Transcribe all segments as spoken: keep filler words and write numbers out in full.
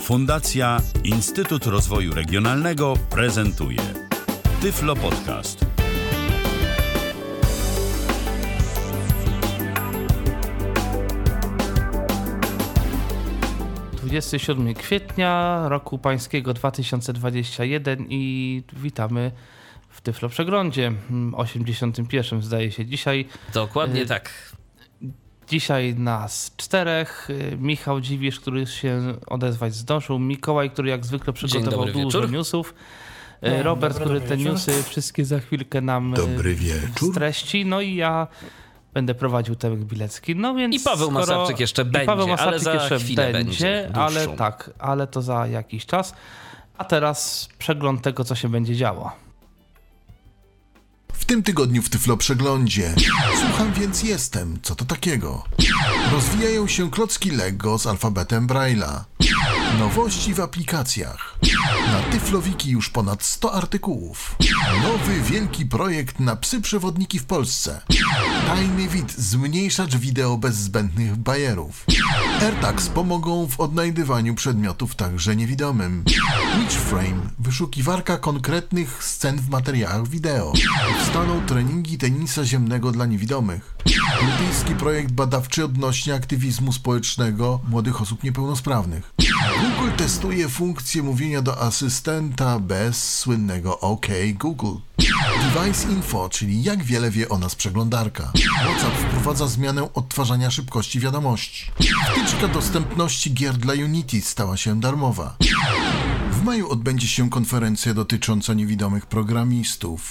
Fundacja Instytut Rozwoju Regionalnego prezentuje Tyflo Podcast. dwudziestego siódmego kwietnia roku pańskiego dwa tysiące dwudziestego pierwszego i witamy w Tyflo Przeglądzie osiemdziesiątym pierwszym, zdaje się dzisiaj. Dokładnie tak. Dzisiaj nas czterech. Michał Dziwisz, który się odezwać zdążył. Mikołaj, który jak zwykle przygotował dobry dużo wieczór. newsów. Nie, Robert, dobry, który dobry te wieczór. Newsy wszystkie za chwilkę nam dobry wieczór. streści. No i ja będę prowadził Temek Bilecki. No więc I Paweł skoro... Masarczyk jeszcze będzie, Paweł Masarczyk ale za jeszcze chwilę będzie, będzie ale tak, ale to za jakiś czas. A teraz przegląd tego, co się będzie działo. W tym tygodniu w Tyflo Przeglądzie. Słucham, więc jestem. Co to takiego? Rozwijają się klocki Lego z alfabetem Braille'a. Nowości w aplikacjach. Na Tyflowiki już ponad sto artykułów. Nowy wielki projekt na psy przewodniki w Polsce. Tajny Wid, zmniejszacz wideo bez zbędnych bajerów. AirTags pomogą w odnajdywaniu przedmiotów także niewidomym. Witchframe, wyszukiwarka konkretnych scen w materiałach wideo. Powstaną treningi tenisa ziemnego dla niewidomych. Brytyjski projekt badawczy odnośnie aktywizmu społecznego młodych osób niepełnosprawnych. Google testuje funkcję mówienia do asystenta bez słynnego OK Google. Device Info, czyli jak wiele wie o nas przeglądarka. WhatsApp wprowadza zmianę odtwarzania szybkości wiadomości. Wtyczka dostępności gier dla Unity stała się darmowa. W maju odbędzie się konferencja dotycząca niewidomych programistów.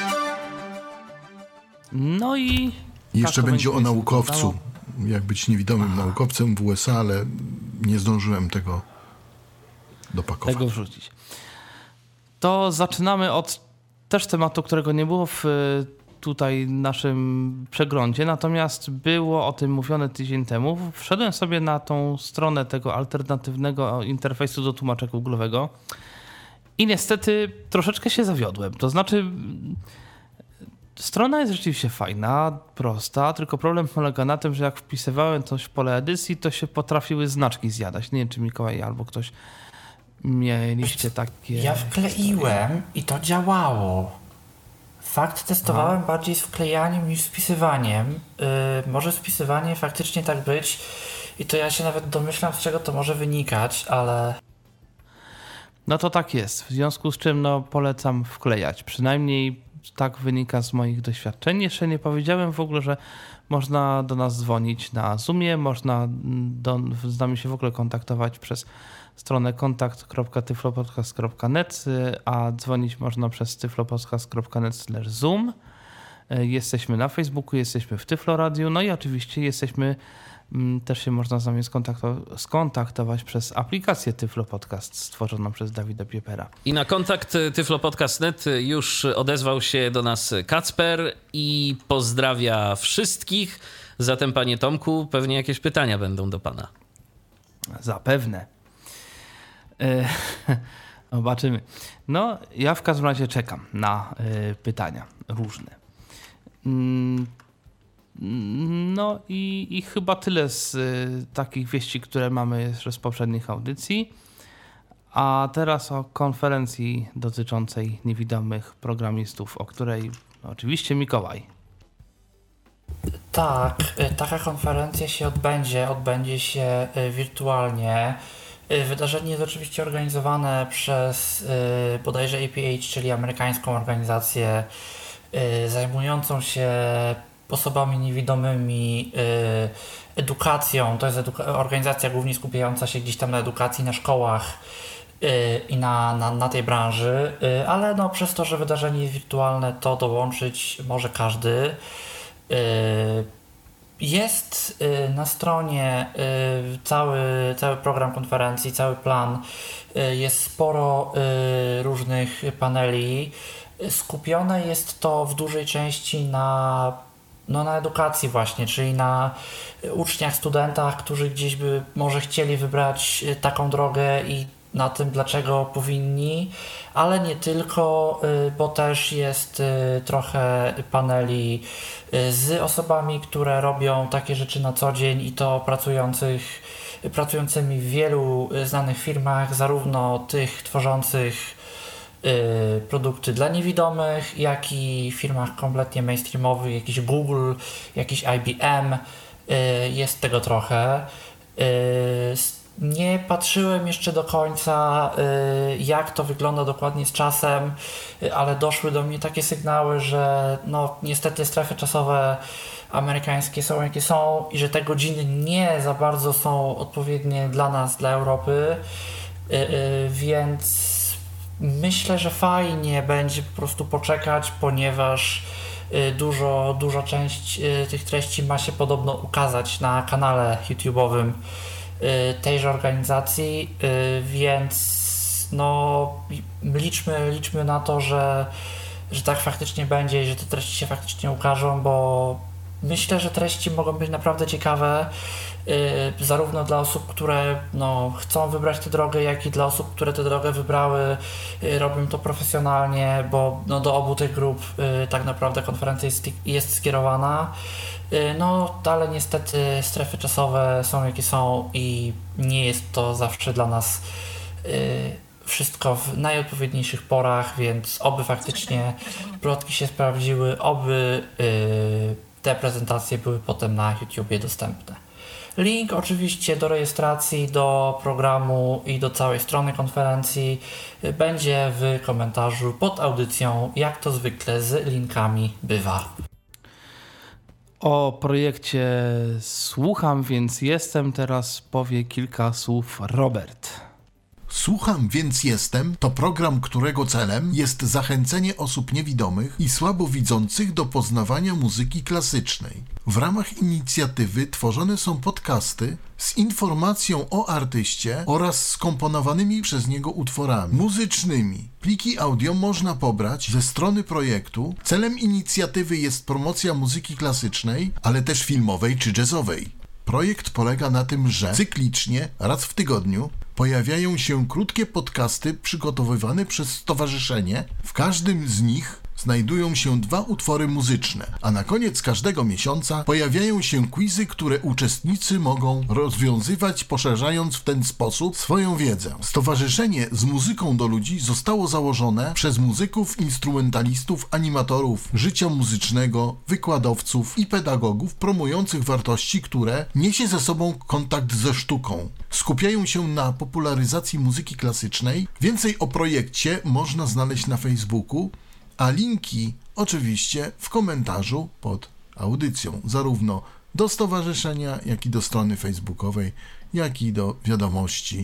No i... Jeszcze będzie o naukowcu. Jak być niewidomym Aha. naukowcem w U S A, ale nie zdążyłem tego dopakować. Tego wrzucić. To zaczynamy od też tematu, którego nie było w tutaj naszym przeglądzie, natomiast było o tym mówione tydzień temu. Wszedłem sobie na tą stronę tego alternatywnego interfejsu do tłumacza Google'owego i niestety troszeczkę się zawiodłem. To znaczy... Strona jest rzeczywiście fajna, prosta, tylko problem polega na tym, że jak wpisywałem coś w pole edycji, to się potrafiły znaczki zjadać. Nie wiem, czy Mikołaj albo ktoś mieliście takie... Ja wkleiłem i to działało. Fakt, testowałem A. bardziej z wklejaniem niż z wpisywaniem. Yy, może wpisywanie faktycznie tak być i to ja się nawet domyślam, z czego to może wynikać, ale... No to tak jest, w związku z czym no, polecam wklejać, przynajmniej tak wynika z moich doświadczeń. Jeszcze nie powiedziałem w ogóle, że można do nas dzwonić na Zoomie, można do, z nami się w ogóle kontaktować przez stronę kontakt kropka tyflopodcast kropka net, a dzwonić można przez tyflopodcast kropka net slash zoom. Jesteśmy na Facebooku, jesteśmy w Tyflo Radiu, no i oczywiście jesteśmy, też się można z nami skontaktować, skontaktować przez aplikację Tyflo Podcast stworzoną przez Dawida Piepera. I na kontakt tyflopodcast kropka net już odezwał się do nas Kacper i pozdrawia wszystkich. Zatem, panie Tomku, pewnie jakieś pytania będą do pana. Zapewne. E, zobaczymy. No, ja w każdym razie czekam na e, pytania różne. Mm. No i, i chyba tyle z y, takich wieści, które mamy jeszcze z poprzednich audycji. A teraz o konferencji dotyczącej niewidomych programistów, o której oczywiście Mikołaj. Tak, y, taka konferencja się odbędzie, odbędzie się y, wirtualnie. Y, wydarzenie jest oczywiście organizowane przez y, bodajże A P H, czyli amerykańską organizację y, zajmującą się osobami niewidomymi, y, edukacją. To jest eduka- organizacja głównie skupiająca się gdzieś tam na edukacji, na szkołach y, i na, na, na tej branży, y, ale no, przez to, że wydarzenie jest wirtualne, to dołączyć może każdy. Y, jest y, na stronie y, cały, cały program konferencji, cały plan. Y, jest sporo y, różnych paneli. Skupione jest to w dużej części na No na edukacji właśnie, czyli na uczniach, studentach, którzy gdzieś by może chcieli wybrać taką drogę i na tym, dlaczego powinni, ale nie tylko, bo też jest trochę paneli z osobami, które robią takie rzeczy na co dzień i to pracujących pracującymi w wielu znanych firmach, zarówno tych tworzących y, produkty dla niewidomych, jak i firmach kompletnie mainstreamowych, jakiś Google, jakiś I B M, y, jest tego trochę. Y, Nie patrzyłem jeszcze do końca, jak to wygląda dokładnie z czasem, ale doszły do mnie takie sygnały, że no niestety strefy czasowe amerykańskie są jakie są i że te godziny nie za bardzo są odpowiednie dla nas, dla Europy, więc myślę, że fajnie będzie po prostu poczekać, ponieważ dużo, duża część tych treści ma się podobno ukazać na kanale YouTube'owym tejże organizacji, więc no liczmy, liczmy na to, że, że tak faktycznie będzie i że te treści się faktycznie ukażą, bo myślę, że treści mogą być naprawdę ciekawe zarówno dla osób, które no, chcą wybrać tę drogę, jak i dla osób, które tę drogę wybrały, robią to profesjonalnie, bo no, do obu tych grup tak naprawdę konferencja jest, jest skierowana. No, ale niestety strefy czasowe są jakie są i nie jest to zawsze dla nas wszystko w najodpowiedniejszych porach, więc oby faktycznie plotki się sprawdziły, oby te prezentacje były potem na YouTubie dostępne. Link oczywiście do rejestracji, do programu i do całej strony konferencji będzie w komentarzu pod audycją, jak to zwykle z linkami bywa. O projekcie Słucham, więc jestem. Teraz powie kilka słów Robert. Słucham, więc jestem to program, którego celem jest zachęcenie osób niewidomych i słabowidzących do poznawania muzyki klasycznej. W ramach inicjatywy tworzone są podcasty z informacją o artyście oraz skomponowanymi przez niego utworami muzycznymi. Pliki audio można pobrać ze strony projektu. Celem inicjatywy jest promocja muzyki klasycznej, ale też filmowej czy jazzowej. Projekt polega na tym, że cyklicznie, raz w tygodniu, pojawiają się krótkie podcasty przygotowywane przez stowarzyszenie. W każdym z nich znajdują się dwa utwory muzyczne, a na koniec każdego miesiąca pojawiają się quizy, które uczestnicy mogą rozwiązywać, poszerzając w ten sposób swoją wiedzę. Stowarzyszenie z muzyką do ludzi zostało założone przez muzyków, instrumentalistów, animatorów życia muzycznego, wykładowców i pedagogów promujących wartości, które niesie ze sobą kontakt ze sztuką. Skupiają się na popularyzacji muzyki klasycznej. Więcej o projekcie można znaleźć na Facebooku, a linki oczywiście w komentarzu pod audycją, zarówno do stowarzyszenia, jak i do strony facebookowej, jak i do wiadomości.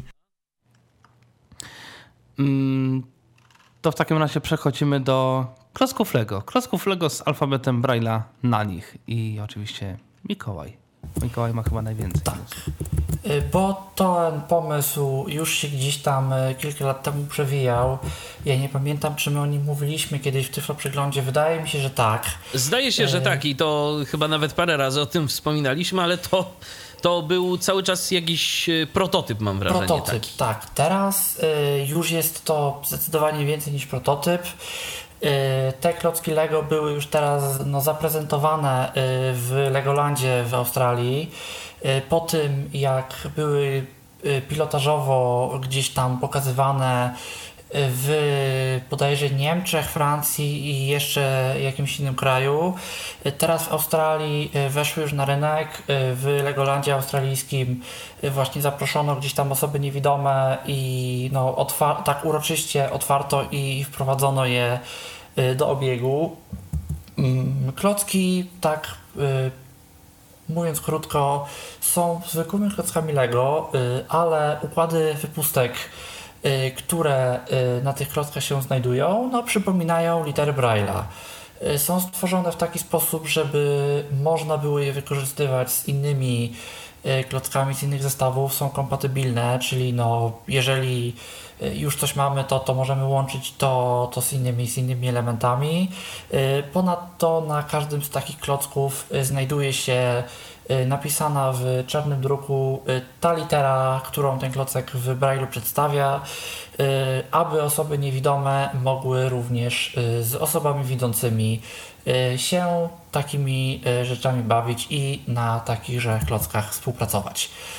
Mm, to w takim razie przechodzimy do klocków Lego. Klocków Lego z alfabetem Braille'a na nich i oczywiście Mikołaj. Mikołaj ma chyba najwięcej. Tak, bo ten pomysł już się gdzieś tam kilka lat temu przewijał. Ja nie pamiętam, czy my o nim mówiliśmy kiedyś w Tyflo Przeglądzie. Wydaje mi się, że tak. Zdaje się, że tak i to chyba nawet parę razy o tym wspominaliśmy, ale to, to był cały czas jakiś prototyp, mam wrażenie. Prototyp, taki. tak. Teraz y, już jest to zdecydowanie więcej niż prototyp. Te klocki Lego były już teraz no, zaprezentowane w Legolandzie w Australii. Po tym, jak były pilotażowo gdzieś tam pokazywane w bodajże Niemczech, Francji i jeszcze jakimś innym kraju. Teraz w Australii weszły już na rynek. W Legolandzie australijskim właśnie zaproszono gdzieś tam osoby niewidome i no, otwar- tak uroczyście otwarto i wprowadzono je do obiegu. Klocki, tak mówiąc krótko, są zwykłymi klockami Lego, ale układy wypustek, które na tych klockach się znajdują, no, przypominają litery Braille'a. Są stworzone w taki sposób, żeby można było je wykorzystywać z innymi klockami z innych zestawów, są kompatybilne, czyli no, jeżeli już coś mamy, to, to możemy łączyć to, to z innymi, z innymi elementami. Ponadto na każdym z takich klocków znajduje się napisana w czarnym druku ta litera, którą ten klocek w Braille'u przedstawia, aby osoby niewidome mogły również z osobami widzącymi się takimi rzeczami bawić i na takichże klockach współpracować.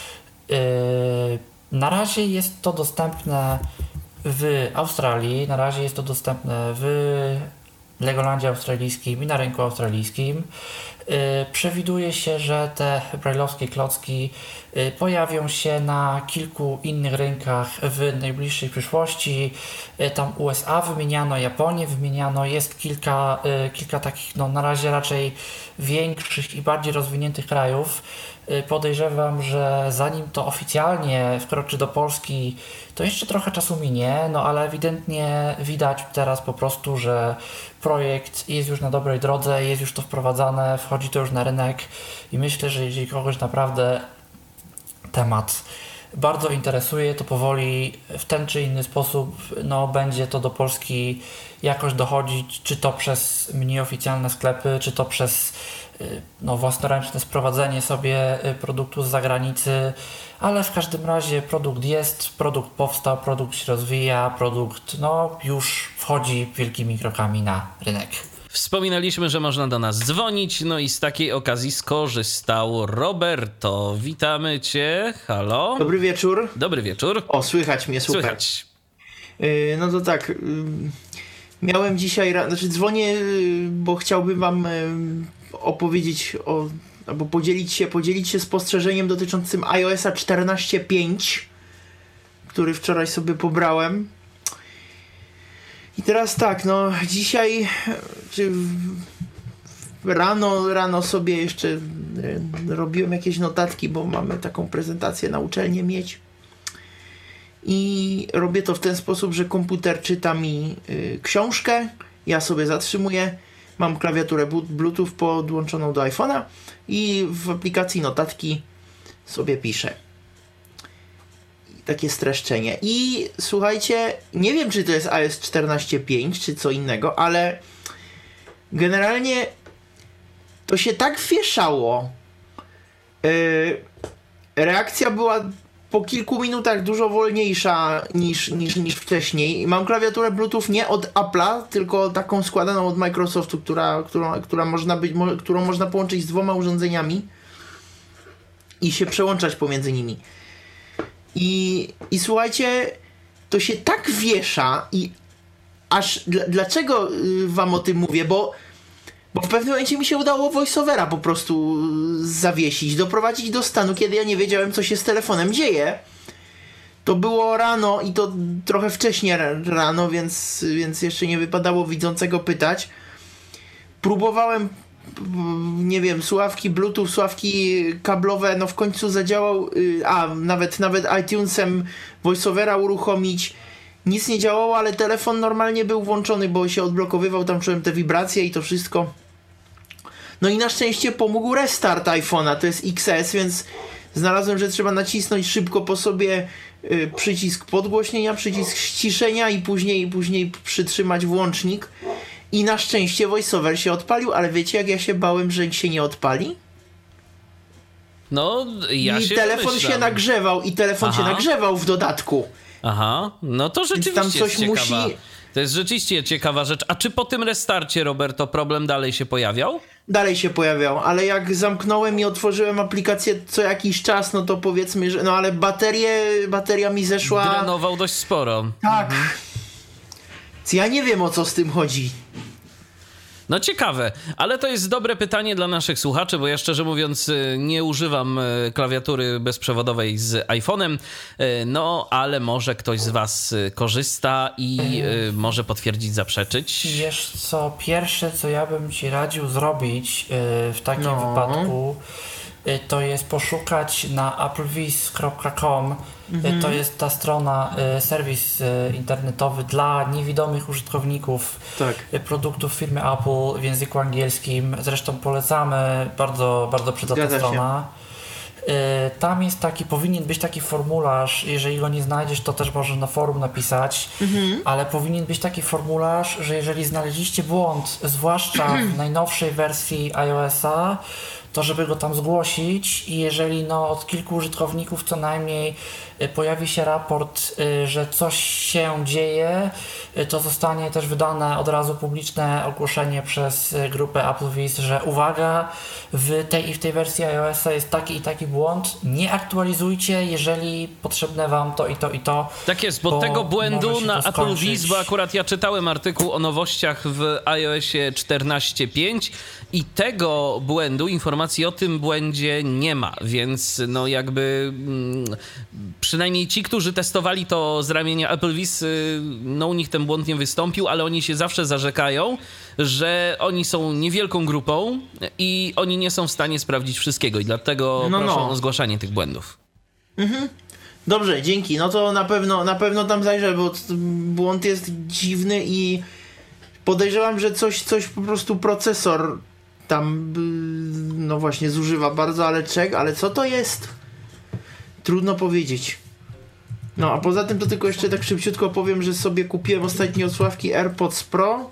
Na razie jest to dostępne w Australii, na razie jest to dostępne w Legolandzie australijskim i na rynku australijskim. Przewiduje się, że te brajlowskie klocki pojawią się na kilku innych rynkach w najbliższej przyszłości. Tam U S A wymieniano, Japonię wymieniano, jest kilka, kilka takich no, na razie raczej większych i bardziej rozwiniętych krajów. Podejrzewam, że zanim to oficjalnie wkroczy do Polski, to jeszcze trochę czasu minie, no ale ewidentnie widać teraz po prostu, że projekt jest już na dobrej drodze, jest już to wprowadzane, wchodzi to już na rynek i myślę, że jeżeli kogoś naprawdę temat bardzo interesuje, to powoli w ten czy inny sposób no, będzie to do Polski jakoś dochodzić, czy to przez mniej oficjalne sklepy, czy to przez no, własnoręczne sprowadzenie sobie produktu z zagranicy, ale w każdym razie produkt jest, produkt powstał, produkt się rozwija, produkt no, już wchodzi wielkimi krokami na rynek. Wspominaliśmy, że można do nas dzwonić, no i z takiej okazji skorzystał Roberto. Witamy cię, halo. Dobry wieczór. Dobry wieczór. O, słychać mnie, super. Słychać. Yy, no to tak, yy, miałem dzisiaj, ra- znaczy dzwonię, yy, bo chciałbym wam yy, opowiedzieć o, albo podzielić się, podzielić się spostrzeżeniem dotyczącym iOS-a czternaście pięć, który wczoraj sobie pobrałem. I teraz tak, no dzisiaj czy rano, rano sobie jeszcze y, robiłem jakieś notatki, bo mamy taką prezentację na uczelnię mieć. I robię to w ten sposób, że komputer czyta mi y, książkę, ja sobie zatrzymuję, mam klawiaturę Bluetooth podłączoną do iPhone'a i w aplikacji notatki sobie piszę. Takie streszczenie. I słuchajcie, nie wiem, czy to jest iOS czternaście pięć, czy co innego, ale generalnie to się tak wieszało. Yy, reakcja była po kilku minutach dużo wolniejsza niż, niż, niż wcześniej. I mam klawiaturę Bluetooth nie od Apple'a, tylko taką składaną od Microsoftu, która, którą, która można być, mo, którą można połączyć z dwoma urządzeniami i się przełączać pomiędzy nimi. I, I słuchajcie, to się tak wiesza i aż dl- dlaczego y, wam o tym mówię, bo, bo w pewnym momencie mi się udało voiceovera po prostu zawiesić, doprowadzić do stanu, kiedy ja nie wiedziałem, co się z telefonem dzieje. To było rano i to trochę wcześniej rano, więc, więc jeszcze nie wypadało widzącego pytać. Próbowałem, nie wiem, słuchawki Bluetooth, słuchawki kablowe, no w końcu zadziałał, a nawet, nawet iTunesem voiceovera uruchomić. Nic nie działało, ale telefon normalnie był włączony, bo się odblokowywał, tam czułem te wibracje i to wszystko. No i na szczęście pomógł restart iPhone'a, to jest X S, więc znalazłem, że trzeba nacisnąć szybko po sobie y, przycisk podgłośnienia, przycisk ściszenia i później, później przytrzymać włącznik. I na szczęście voiceover się odpalił, ale wiecie, jak ja się bałem, że się nie odpali? No, ja I się telefon domyślam. się nagrzewał i telefon Aha. się nagrzewał w dodatku. Aha, no to rzeczywiście tam coś jest ciekawa. musi- To jest rzeczywiście ciekawa rzecz. A czy po tym restarcie, Roberto, problem dalej się pojawiał? Dalej się pojawiał, ale jak zamknąłem i otworzyłem aplikację co jakiś czas, no to powiedzmy, że no ale baterię, bateria mi zeszła. Drenował dość sporo. Tak. Więc ja nie wiem, o co z tym chodzi. No ciekawe, ale to jest dobre pytanie dla naszych słuchaczy, bo ja szczerze mówiąc nie używam klawiatury bezprzewodowej z iPhone'em, no ale może ktoś z was korzysta i może potwierdzić, zaprzeczyć. Wiesz co, pierwsze co ja bym ci radził zrobić yy, w takim No. wypadku, yy, to jest poszukać na applevis kropka com. Mhm. Yy, to jest ta strona, yy, serwis yy, internetowy dla niewidomych użytkowników Tak. yy, produktów firmy Apple w języku angielskim. Zresztą polecamy, bardzo, bardzo przydatna Zgadza się. strona. Yy, Tam jest taki, powinien być taki formularz, jeżeli go nie znajdziesz, to też możesz na forum napisać, Mhm. ale powinien być taki formularz, że jeżeli znaleźliście błąd, zwłaszcza w najnowszej wersji iOS-a, to żeby go tam zgłosić i jeżeli no, od kilku użytkowników co najmniej pojawi się raport, że coś się dzieje, to zostanie też wydane od razu publiczne ogłoszenie przez grupę AppleVis, że uwaga, w tej i w tej wersji iOS-a jest taki i taki błąd, nie aktualizujcie, jeżeli potrzebne wam to i to i to. Tak jest, bo, bo tego błędu na AppleVis, bo akurat ja czytałem artykuł o nowościach w iOSie czternaście pięć i tego błędu, informacji o tym błędzie nie ma, więc no jakby mm, przynajmniej ci, którzy testowali to z ramienia AppleVis, no u nich ten błąd nie wystąpił, ale oni się zawsze zarzekają, że oni są niewielką grupą i oni nie są w stanie sprawdzić wszystkiego i dlatego no, proszą no. o zgłaszanie tych błędów. Mhm. Dobrze, dzięki. No to na pewno, na pewno tam zajrzę, bo błąd jest dziwny i podejrzewam, że coś, coś po prostu procesor tam no właśnie zużywa bardzo, ale czek, ale co to jest? Trudno powiedzieć. No a poza tym to tylko jeszcze tak szybciutko powiem, że sobie kupiłem ostatnio słuchawki AirPods Pro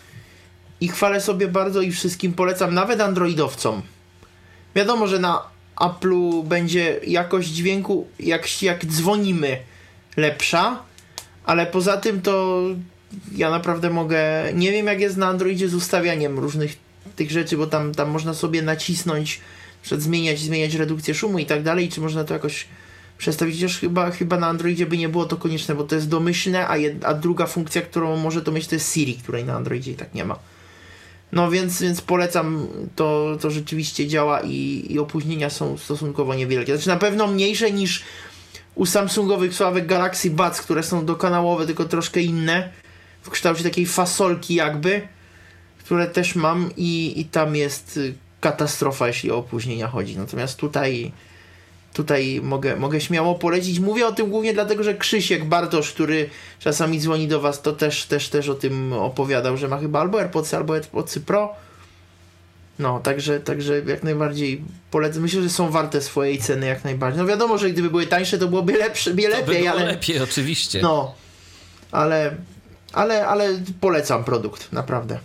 i chwalę sobie bardzo i wszystkim polecam, nawet androidowcom. Wiadomo, że na Apple'u będzie jakość dźwięku, jak, jak dzwonimy, lepsza, ale poza tym to ja naprawdę mogę, nie wiem jak jest na Androidzie z ustawianiem różnych tych rzeczy, bo tam, tam można sobie nacisnąć, przed zmieniać, zmieniać redukcję szumu i tak dalej, czy można to jakoś przestawić, chociaż chyba, chyba na Androidzie by nie było to konieczne, bo to jest domyślne, a, jed, a druga funkcja, którą może to mieć, to jest Siri, której na Androidzie i tak nie ma. No więc, więc polecam, to, to rzeczywiście działa i, i opóźnienia są stosunkowo niewielkie. Znaczy na pewno mniejsze niż u Samsungowych słuchawek Galaxy Buds, które są dokanałowe, tylko troszkę inne, w kształcie takiej fasolki jakby, które też mam i, i tam jest katastrofa, jeśli o opóźnienia chodzi. Natomiast tutaj tutaj mogę, mogę śmiało polecić. Mówię o tym głównie dlatego, że Krzysiek Bartosz, który czasami dzwoni do was, to też, też, też o tym opowiadał, że ma chyba albo AirPods, albo AirPods Pro. No, także, także jak najbardziej polecam. Myślę, że są warte swojej ceny jak najbardziej. No wiadomo, że gdyby były tańsze, to byłoby lepsze, by lepiej, to by było ale... lepiej, oczywiście. No, ale, ale, ale polecam produkt, naprawdę.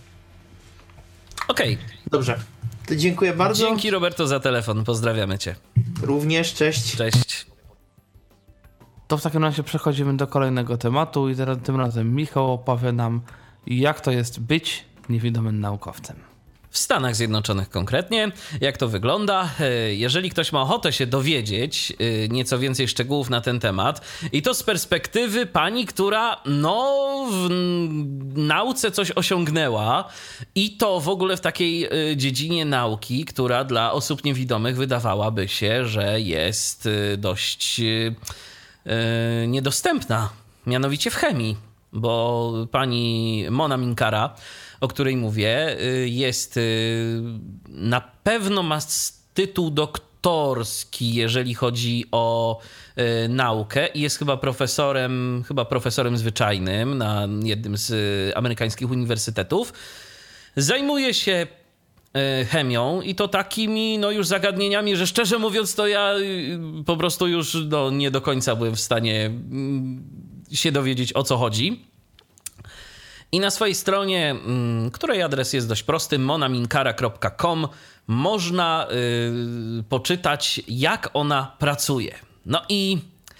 Okej. Okay. Dobrze. To dziękuję bardzo. Dzięki Roberto za telefon, pozdrawiamy cię. Również, cześć. Cześć. To w takim razie przechodzimy do kolejnego tematu i teraz tym razem Michał opowie nam, jak to jest być niewidomym naukowcem. W Stanach Zjednoczonych konkretnie, jak to wygląda. Jeżeli ktoś ma ochotę się dowiedzieć nieco więcej szczegółów na ten temat i to z perspektywy pani, która no w nauce coś osiągnęła i to w ogóle w takiej dziedzinie nauki, która dla osób niewidomych wydawałaby się, że jest dość niedostępna, mianowicie w chemii, bo pani Mona Minkara, o której mówię, jest na pewno ma tytuł doktorski, jeżeli chodzi o naukę i jest chyba profesorem, chyba profesorem zwyczajnym na jednym z amerykańskich uniwersytetów. Zajmuje się chemią i to takimi no już zagadnieniami, że szczerze mówiąc to ja po prostu już no, nie do końca byłem w stanie się dowiedzieć, o co chodzi. I na swojej stronie, której adres jest dość prosty, monaminkara kropka com, można y, poczytać, jak ona pracuje. No i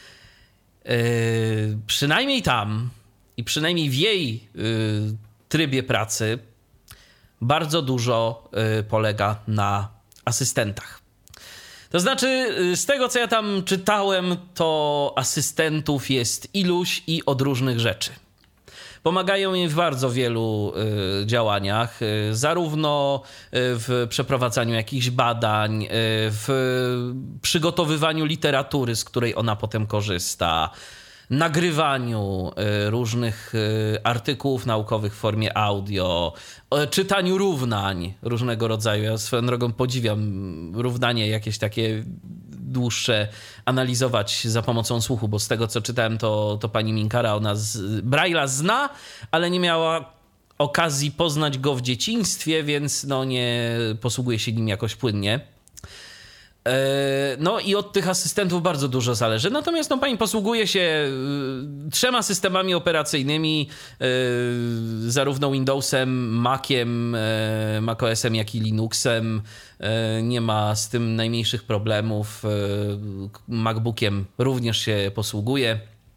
y, przynajmniej tam i przynajmniej w jej y, trybie pracy bardzo dużo y, polega na asystentach. To znaczy, z tego co ja tam czytałem, to asystentów jest iluś i od różnych rzeczy. Pomagają im w bardzo wielu y, działaniach, y, zarówno w przeprowadzaniu jakichś badań, y, w przygotowywaniu literatury, z której ona potem korzysta, nagrywaniu y, różnych y, artykułów naukowych w formie audio, y, czytaniu równań różnego rodzaju. Ja swoją drogą podziwiam równanie jakieś takie dłuższe analizować za pomocą słuchu, bo z tego co czytałem, to, to pani Minkara, ona z Braille'a zna, ale nie miała okazji poznać go w dzieciństwie, więc no nie posługuje się nim jakoś płynnie. No i od tych asystentów bardzo dużo zależy. Natomiast no, pani posługuje się trzema systemami operacyjnymi, zarówno Windowsem, Maciem, macOSem, jak i Linuxem. Nie ma z tym najmniejszych problemów. MacBookiem również się posługuje.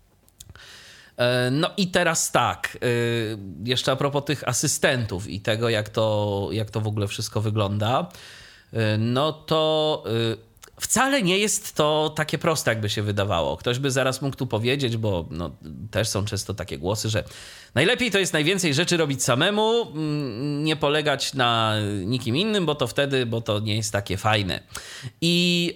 No i teraz tak, jeszcze a propos tych asystentów i tego, jak to, jak to w ogóle wszystko wygląda. No to wcale nie jest to takie proste, jakby się wydawało. Ktoś by zaraz mógł tu powiedzieć, bo no, też są często takie głosy, że najlepiej to jest najwięcej rzeczy robić samemu, nie polegać na nikim innym, bo to wtedy, bo to nie jest takie fajne. I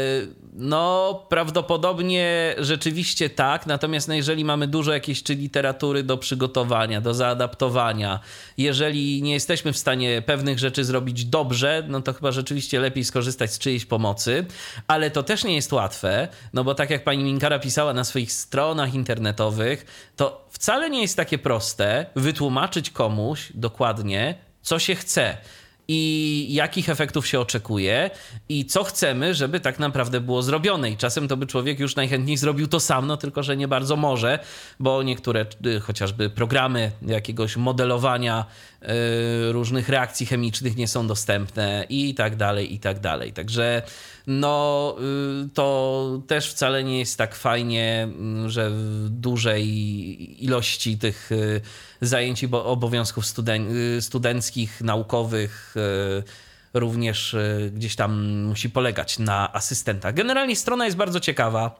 no prawdopodobnie rzeczywiście tak, natomiast no, jeżeli mamy dużo jakiejś czy literatury do przygotowania, do zaadaptowania, jeżeli nie jesteśmy w stanie pewnych rzeczy zrobić dobrze, no to chyba rzeczywiście lepiej skorzystać z czyjejś pomocy, ale to też nie jest łatwe, no bo tak jak pani Minkara pisała na swoich stronach internetowych, to wcale nie jest takie proste wytłumaczyć komuś dokładnie, co się chce i jakich efektów się oczekuje i co chcemy, żeby tak naprawdę było zrobione. I czasem to by człowiek już najchętniej zrobił to sam, no tylko że nie bardzo może, bo niektóre chociażby programy jakiegoś modelowania y, różnych reakcji chemicznych nie są dostępne i tak dalej, i tak dalej. Także no y, to też wcale nie jest tak fajnie, że w dużej ilości tych y, zajęć i obowiązków studen- studenckich, naukowych również gdzieś tam musi polegać na asystentach. Generalnie strona jest bardzo ciekawa.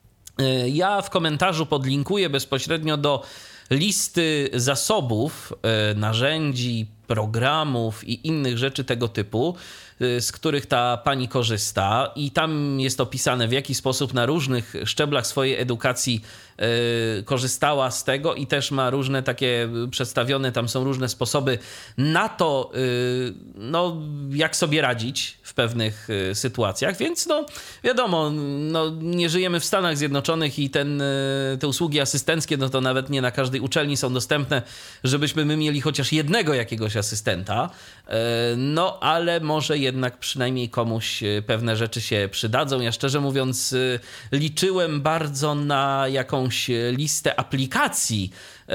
Ja w komentarzu podlinkuję bezpośrednio do listy zasobów, narzędzi, programów i innych rzeczy tego typu, z których ta pani korzysta i tam jest opisane, w jaki sposób na różnych szczeblach swojej edukacji y, korzystała z tego i też ma różne takie przedstawione, tam są różne sposoby na to, y, no, jak sobie radzić w pewnych y, sytuacjach, więc no wiadomo, no, nie żyjemy w Stanach Zjednoczonych i ten, y, te usługi asystenckie, no to nawet nie na każdej uczelni są dostępne, żebyśmy my mieli chociaż jednego jakiegoś asystenta, y, no ale może jednak przynajmniej komuś pewne rzeczy się przydadzą. Ja szczerze mówiąc liczyłem bardzo na jakąś listę aplikacji,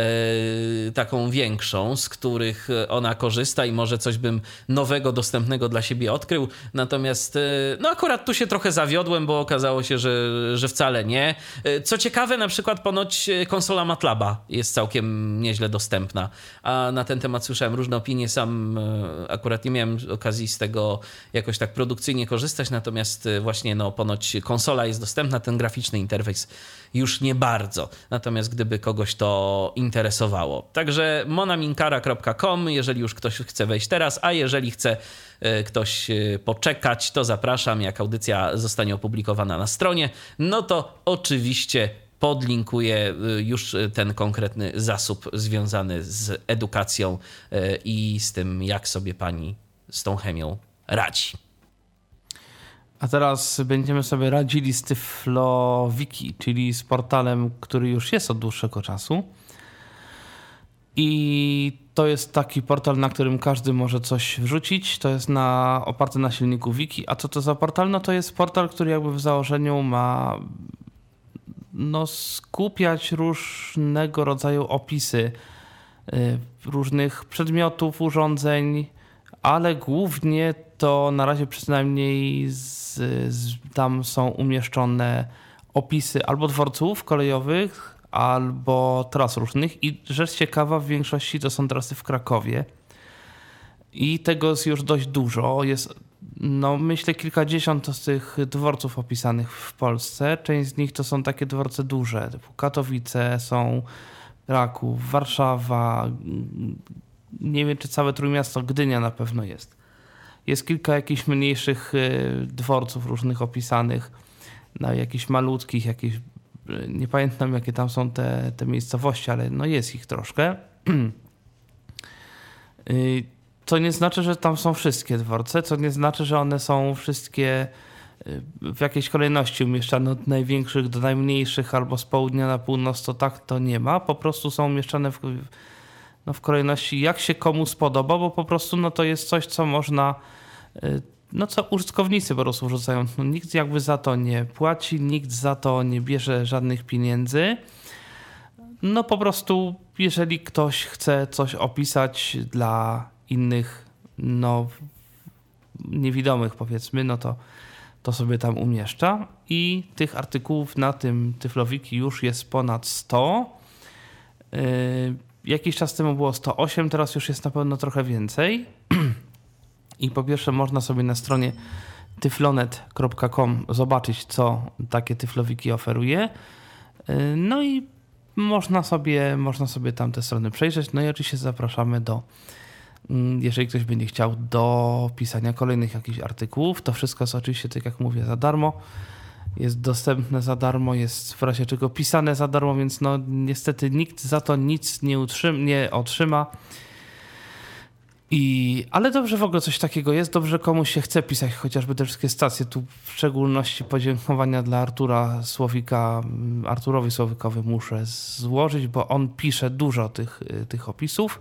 taką większą, z których ona korzysta i może coś bym nowego, dostępnego dla siebie odkrył. Natomiast no akurat tu się trochę zawiodłem, bo okazało się, że, że wcale nie. Co ciekawe, na przykład ponoć konsola MATLABa jest całkiem nieźle dostępna, a na ten temat słyszałem różne opinie. Sam akurat nie miałem okazji z tego jakoś tak produkcyjnie korzystać, natomiast właśnie no ponoć konsola jest dostępna, ten graficzny interfejs już nie bardzo. Natomiast gdyby kogoś to interesowało. Także monaminkara kropka com, jeżeli już ktoś chce wejść teraz, a jeżeli chce ktoś poczekać, to zapraszam, jak audycja zostanie opublikowana na stronie, no to oczywiście podlinkuję już ten konkretny zasób związany z edukacją i z tym, jak sobie pani z tą chemią radzi. A teraz będziemy sobie radzili z Tyflowiki, czyli z portalem, który już jest od dłuższego czasu. I to jest taki portal, na którym każdy może coś wrzucić. To jest na, oparty na silniku Wiki. A co to za portal? No to jest portal, który jakby w założeniu ma no, skupiać różnego rodzaju opisy y, różnych przedmiotów, urządzeń, ale głównie to na razie przynajmniej z, z, tam są umieszczone opisy albo dworców kolejowych, albo tras różnych. I rzecz ciekawa, w większości to są trasy w Krakowie. I tego jest już dość dużo. Jest, no myślę, kilkadziesiąt z tych dworców opisanych w Polsce. Część z nich to są takie dworce duże, typu Katowice, są Kraków, Warszawa, nie wiem, czy całe Trójmiasto, Gdynia na pewno jest. Jest kilka jakichś mniejszych dworców różnych opisanych, na jakichś malutkich, jakichś, nie pamiętam jakie tam są te, te miejscowości, ale no jest ich troszkę. To nie znaczy, że tam są wszystkie dworce, co nie znaczy, że one są wszystkie w jakiejś kolejności umieszczane od największych do najmniejszych albo z południa na północ, to tak to nie ma. Po prostu są umieszczane w, no w kolejności jak się komu spodoba, bo po prostu no to jest coś, co można no co użytkownicy po prostu wrzucają. No, nikt jakby za to nie płaci, nikt za to nie bierze żadnych pieniędzy. No po prostu, jeżeli ktoś chce coś opisać dla innych, no niewidomych powiedzmy, no to, to sobie tam umieszcza. I tych artykułów na tym Tyflowiki już jest ponad sto. Yy, jakiś czas temu było sto osiem, teraz już jest na pewno trochę więcej. I po pierwsze można sobie na stronie tyflonet kropka com zobaczyć, co takie Tyflowiki oferuje. Yy, no i można sobie, można sobie tam te strony przejrzeć. No i oczywiście zapraszamy do, jeżeli ktoś będzie chciał, do pisania kolejnych jakichś artykułów. To wszystko jest oczywiście, tak jak mówię, za darmo. Jest dostępne za darmo, jest w razie czego pisane za darmo, więc no niestety nikt za to nic nie, utrzym- nie otrzyma. I, ale dobrze w ogóle coś takiego jest, dobrze komuś się chce pisać, chociażby te wszystkie stacje. Tu w szczególności podziękowania dla Artura Słowika, Arturowi Słowikowi muszę złożyć, bo on pisze dużo tych, tych opisów.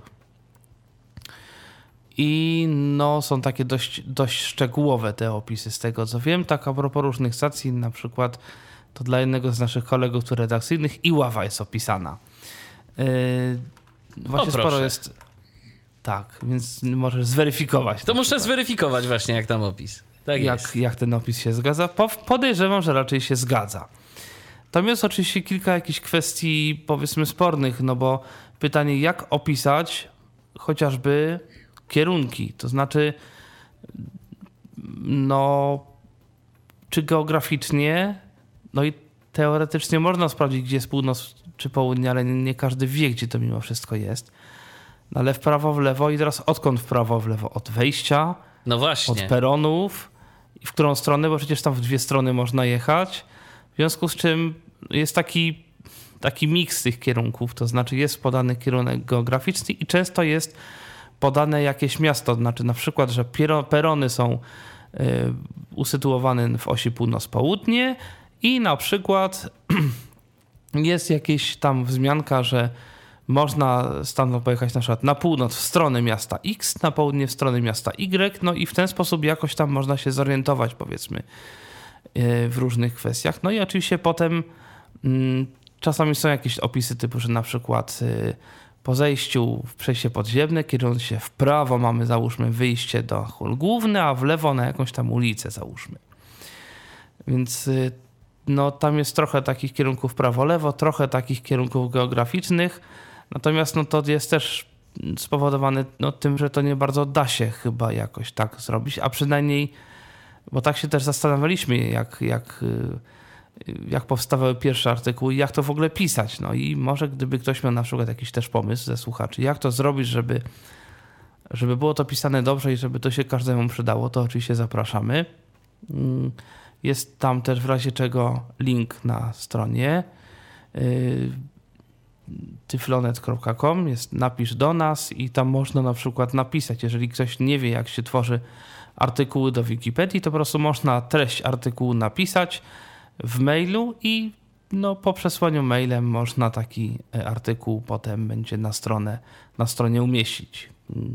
I no są takie dość, dość szczegółowe te opisy z tego co wiem. Tak a propos różnych stacji, na przykład to dla jednego z naszych kolegów tu redakcyjnych Iława jest opisana. Yy, właśnie o, sporo proszę. jest... Tak, więc możesz zweryfikować. To muszę zweryfikować właśnie, jak tam opis. Tak jak, jest. jak ten opis się zgadza. Po, podejrzewam, że raczej się zgadza. Tam jest oczywiście kilka jakichś kwestii, powiedzmy, spornych, no bo pytanie, jak opisać chociażby kierunki, to znaczy no czy geograficznie, no i teoretycznie można sprawdzić, gdzie jest północ czy południe, ale nie każdy wie, gdzie to mimo wszystko jest. No ale w prawo, w lewo i teraz odkąd w prawo, w lewo? Od wejścia, No właśnie. od peronów i w którą stronę, bo przecież tam w dwie strony można jechać. W związku z czym jest taki, taki miks tych kierunków, to znaczy jest podany kierunek geograficzny i często jest podane jakieś miasto, to znaczy na przykład, że perony są y, usytuowane w osi północ-południe i na przykład jest jakieś tam wzmianka, że można stamtąd pojechać na przykład na północ w stronę miasta X, na południe w stronę miasta Y, no i w ten sposób jakoś tam można się zorientować, powiedzmy, w różnych kwestiach. No i oczywiście potem mm, czasami są jakieś opisy typu, że na przykład y, po zejściu w przejście podziemne, kierując się w prawo, mamy załóżmy wyjście do hol główny, a w lewo na jakąś tam ulicę załóżmy. Więc y, no tam jest trochę takich kierunków prawo-lewo, trochę takich kierunków geograficznych. Natomiast no, to jest też spowodowane no, tym, że to nie bardzo da się chyba jakoś tak zrobić, a przynajmniej, bo tak się też zastanawialiśmy, jak, jak, jak powstawały pierwsze artykuły i jak to w ogóle pisać. No i może gdyby ktoś miał na przykład jakiś też pomysł ze słuchaczy, jak to zrobić, żeby, żeby było to pisane dobrze i żeby to się każdemu przydało, to oczywiście zapraszamy. Jest tam też w razie czego link na stronie tyflonet kropka com, jest napisz do nas i tam można na przykład napisać, jeżeli ktoś nie wie, jak się tworzy artykuły do Wikipedii, to po prostu można treść artykułu napisać w mailu i no, po przesłaniu mailem można taki artykuł potem będzie na stronę, na stronie umieścić.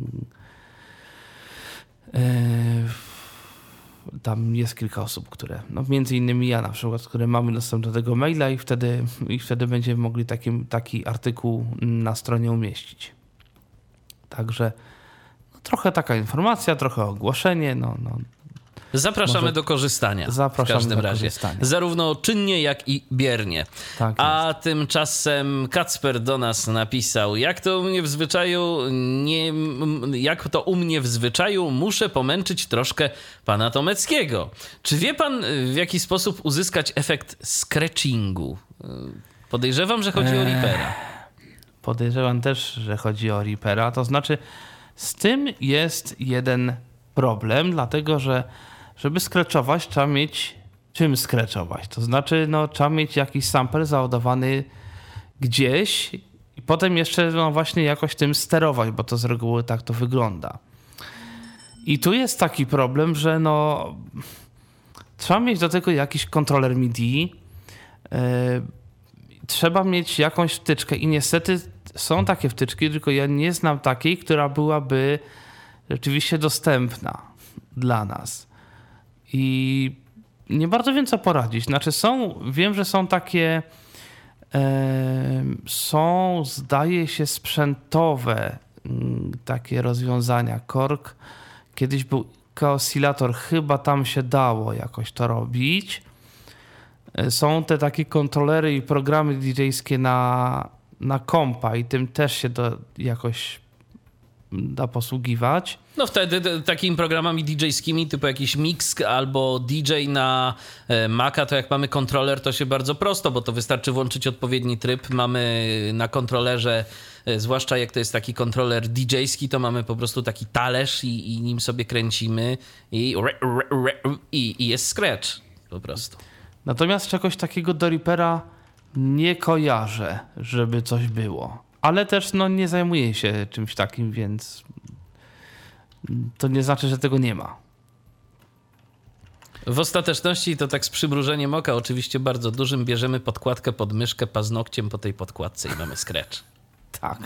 Tam jest kilka osób, które, no między innymi ja na przykład, które mamy dostęp do tego maila i wtedy, i wtedy będziemy mogli taki, taki artykuł na stronie umieścić. Także no, trochę taka informacja, trochę ogłoszenie, no, no. Zapraszamy Może... do korzystania. Zapraszamy w każdym do razie. korzystania. Zarówno czynnie, jak i biernie. Tak A tymczasem Kacper do nas napisał, jak to u mnie w zwyczaju, nie, jak to u mnie w zwyczaju, muszę pomęczyć troszkę pana Tomeckiego. Czy wie pan, w jaki sposób uzyskać efekt scratchingu? Podejrzewam, że chodzi eee, o Reapera. Podejrzewam też, że chodzi o Reapera. To znaczy, z tym jest jeden problem, dlatego że żeby scratchować, trzeba mieć czym scratchować. To znaczy, no, trzeba mieć jakiś sample załadowany gdzieś i potem jeszcze no, właśnie jakoś tym sterować, bo to z reguły tak to wygląda. I tu jest taki problem, że no, trzeba mieć do tego jakiś kontroler M I D I, yy, trzeba mieć jakąś wtyczkę i niestety są takie wtyczki, tylko ja nie znam takiej, która byłaby rzeczywiście dostępna dla nas. i nie bardzo wiem, co poradzić. Znaczy są, wiem, że są takie e, są, zdaje się, sprzętowe m, takie rozwiązania. Korg, kiedyś był Oscillator, chyba tam się dało jakoś to robić. E, są te takie kontrolery i programy didżejskie na, na kompa i tym też się do, jakoś da posługiwać. No wtedy t- takimi programami didżejskimi typu jakiś Mix albo D J na e, Maca, to jak mamy kontroler, to się bardzo prosto, bo to wystarczy włączyć odpowiedni tryb. Mamy na kontrolerze, e, zwłaszcza jak to jest taki kontroler didżejski, to mamy po prostu taki talerz i, i nim sobie kręcimy i, i, i jest scratch po prostu. Natomiast czegoś takiego do Reapera nie kojarzę, żeby coś było. Ale też no, nie zajmuję się czymś takim, więc to nie znaczy, że tego nie ma. W ostateczności to tak z przymrużeniem oka, oczywiście bardzo dużym, bierzemy podkładkę pod myszkę, paznokciem po tej podkładce i mamy scratch. Tak.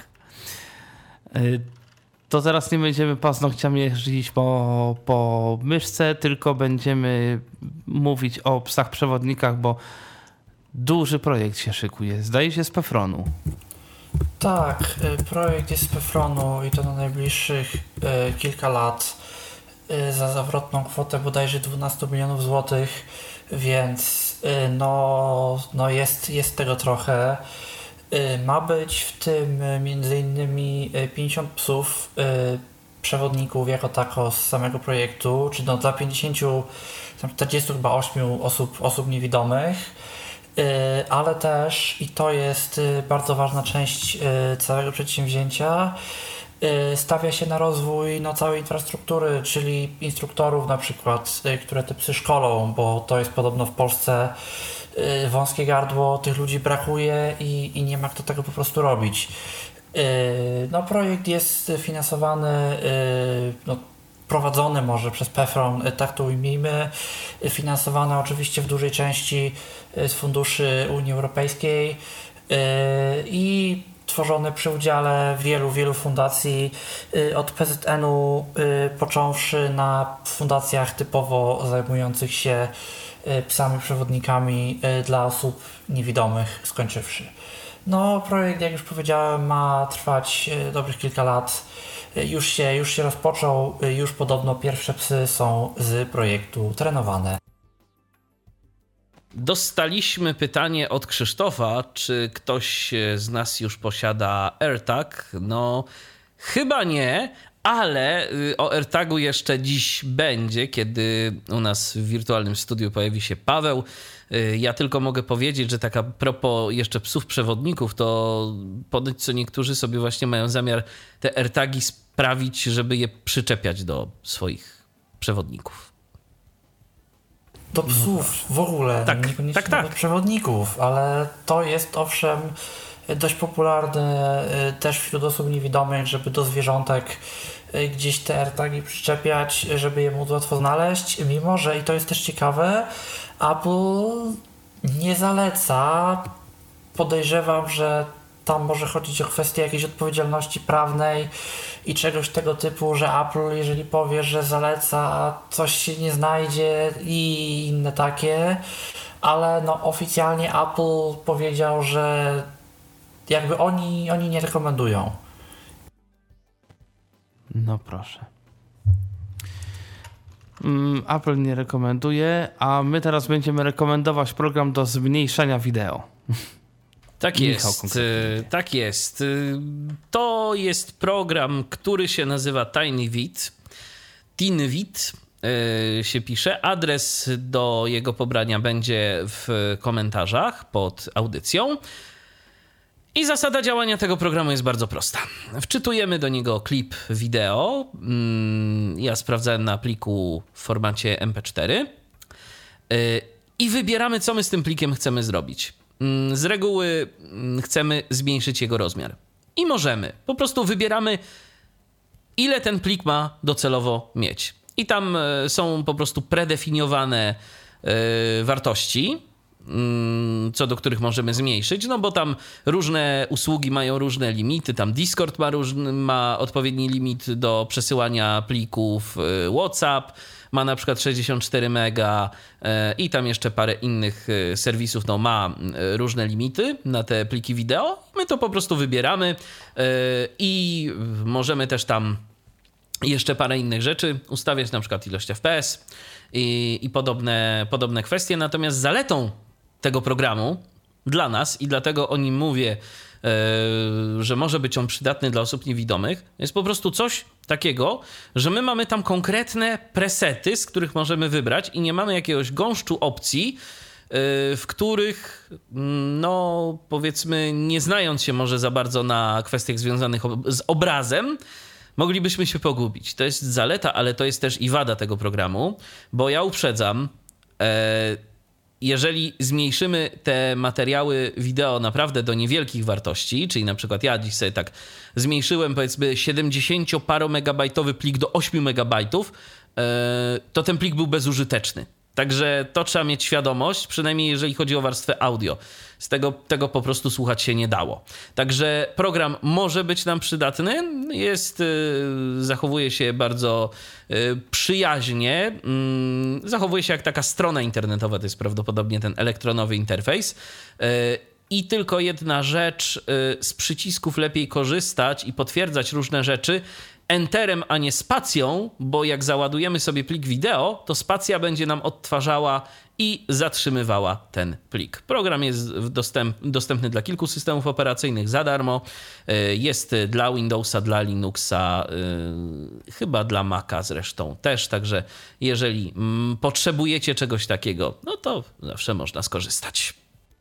To teraz nie będziemy paznokciami jeździć po, po myszce, tylko będziemy mówić o psach przewodnikach, bo duży projekt się szykuje. Zdaje się z Pefronu. Tak, projekt jest z Pefronu i to na najbliższych y, kilka lat y, za zawrotną kwotę bodajże dwanaście milionów złotych, więc y, no, no jest, jest tego trochę. Y, ma być w tym y, między innymi pięćdziesiąt psów y, przewodników jako tako z samego projektu, czy no dla pięćdziesięciu, czterdziestu chyba ośmiu osób, osób niewidomych. Ale też, i to jest bardzo ważna część całego przedsięwzięcia, stawia się na rozwój no, całej infrastruktury, czyli instruktorów na przykład, które te psy szkolą, bo to jest podobno w Polsce wąskie gardło, tych ludzi brakuje i, i nie ma kto tego po prostu robić. No, projekt jest finansowany, no, prowadzony może przez Pefron, tak to ujmijmy, finansowane oczywiście w dużej części z funduszy Unii Europejskiej i tworzone przy udziale wielu, wielu fundacji, od P Z N-u począwszy na fundacjach typowo zajmujących się psami przewodnikami dla osób niewidomych skończywszy. No, projekt, jak już powiedziałem, ma trwać dobrych kilka lat. Już się, już się rozpoczął, już podobno pierwsze psy są z projektu trenowane. Dostaliśmy pytanie od Krzysztofa, czy ktoś z nas już posiada AirTag. No, chyba nie, ale o AirTagu jeszcze dziś będzie, kiedy u nas w wirtualnym studiu pojawi się Paweł. Ja tylko mogę powiedzieć, że tak a propos jeszcze psów przewodników, to ponoć co niektórzy sobie właśnie mają zamiar te AirTagi sprawić, żeby je przyczepiać do swoich przewodników. Do psów w ogóle, tak, niekoniecznie tak, tak. do przewodników, ale to jest owszem dość popularne też wśród osób niewidomych, żeby do zwierzątek gdzieś te AirTagi przyczepiać, żeby je móc łatwo znaleźć, mimo że, i to jest też ciekawe, Apple nie zaleca, podejrzewam, że tam może chodzić o kwestię jakiejś odpowiedzialności prawnej i czegoś tego typu, że Apple, jeżeli powie, że zaleca, coś się nie znajdzie i inne takie, ale no oficjalnie Apple powiedział, że jakby oni, oni nie rekomendują. No proszę. Apple nie rekomenduje, a my teraz będziemy rekomendować program do zmniejszania wideo. Tak jest, tak jest. To jest program, który się nazywa TinyVid. TinyVid się pisze. Adres do jego pobrania będzie w komentarzach pod audycją. I zasada działania tego programu jest bardzo prosta. Wczytujemy do niego klip wideo. Ja sprawdzałem na pliku w formacie em pe cztery. I wybieramy, co my z tym plikiem chcemy zrobić. Z reguły chcemy zmniejszyć jego rozmiar. I możemy. Po prostu wybieramy, ile ten plik ma docelowo mieć. I tam są po prostu predefiniowane wartości, co do których możemy zmniejszyć, no bo tam różne usługi mają różne limity, tam Discord ma, różny, ma odpowiedni limit do przesyłania plików, WhatsApp ma na przykład sześćdziesiąt cztery mega i tam jeszcze parę innych serwisów no, ma różne limity na te pliki wideo. My to po prostu wybieramy i możemy też tam jeszcze parę innych rzeczy ustawiać, na przykład ilość F P S i, i podobne, podobne kwestie. Natomiast zaletą tego programu dla nas i dlatego o nim mówię, yy, że może być on przydatny dla osób niewidomych, jest po prostu coś takiego, że my mamy tam konkretne presety, z których możemy wybrać i nie mamy jakiegoś gąszczu opcji, yy, w których, no powiedzmy, nie znając się może za bardzo na kwestiach związanych z obrazem, moglibyśmy się pogubić. To jest zaleta, ale to jest też i wada tego programu, bo ja uprzedzam, e, jeżeli zmniejszymy te materiały wideo naprawdę do niewielkich wartości, czyli na przykład ja dziś sobie tak zmniejszyłem powiedzmy siedemdziesięcioparomegabajtowy plik do ośmiu megabajtów, e, to ten plik był bezużyteczny. Także to trzeba mieć świadomość, przynajmniej jeżeli chodzi o warstwę audio. Z tego, tego po prostu słuchać się nie dało. Także program może być nam przydatny, jest, yy, zachowuje się bardzo yy, przyjaźnie, yy, zachowuje się jak taka strona internetowa, to jest prawdopodobnie ten elektronowy interfejs. Yy, I tylko jedna rzecz, yy, z przycisków lepiej korzystać i potwierdzać różne rzeczy enterem, a nie spacją, bo jak załadujemy sobie plik wideo, to spacja będzie nam odtwarzała i zatrzymywała ten plik. Program jest dostęp, dostępny dla kilku systemów operacyjnych za darmo. Jest dla Windowsa, dla Linuxa, yy, chyba dla Maca zresztą też, także jeżeli mm, potrzebujecie czegoś takiego, no to zawsze można skorzystać.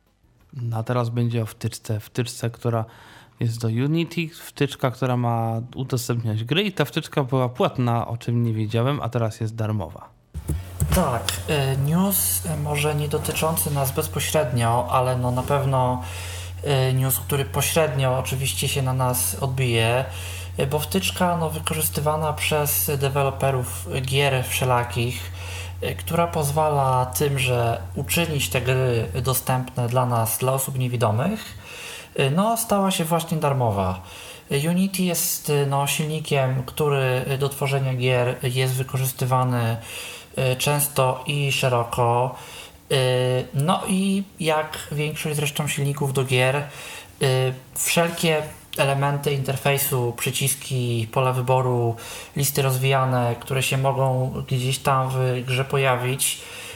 No a teraz będzie o wtyczce. Wtyczce, która jest do Unity, wtyczka, która ma udostępniać gry i ta wtyczka była płatna, o czym nie wiedziałem, a teraz jest darmowa. Tak, news może nie dotyczący nas bezpośrednio, ale no na pewno news, który pośrednio oczywiście się na nas odbije, bo wtyczka no, wykorzystywana przez deweloperów gier wszelakich, która pozwala tym, że uczynić te gry dostępne dla nas, dla osób niewidomych, no stała się właśnie darmowa. Unity jest no, silnikiem, który do tworzenia gier jest wykorzystywany często i szeroko. No i jak większość zresztą silników do gier, wszelkie elementy interfejsu, przyciski, pola wyboru, listy rozwijane, które się mogą gdzieś tam w grze pojawić,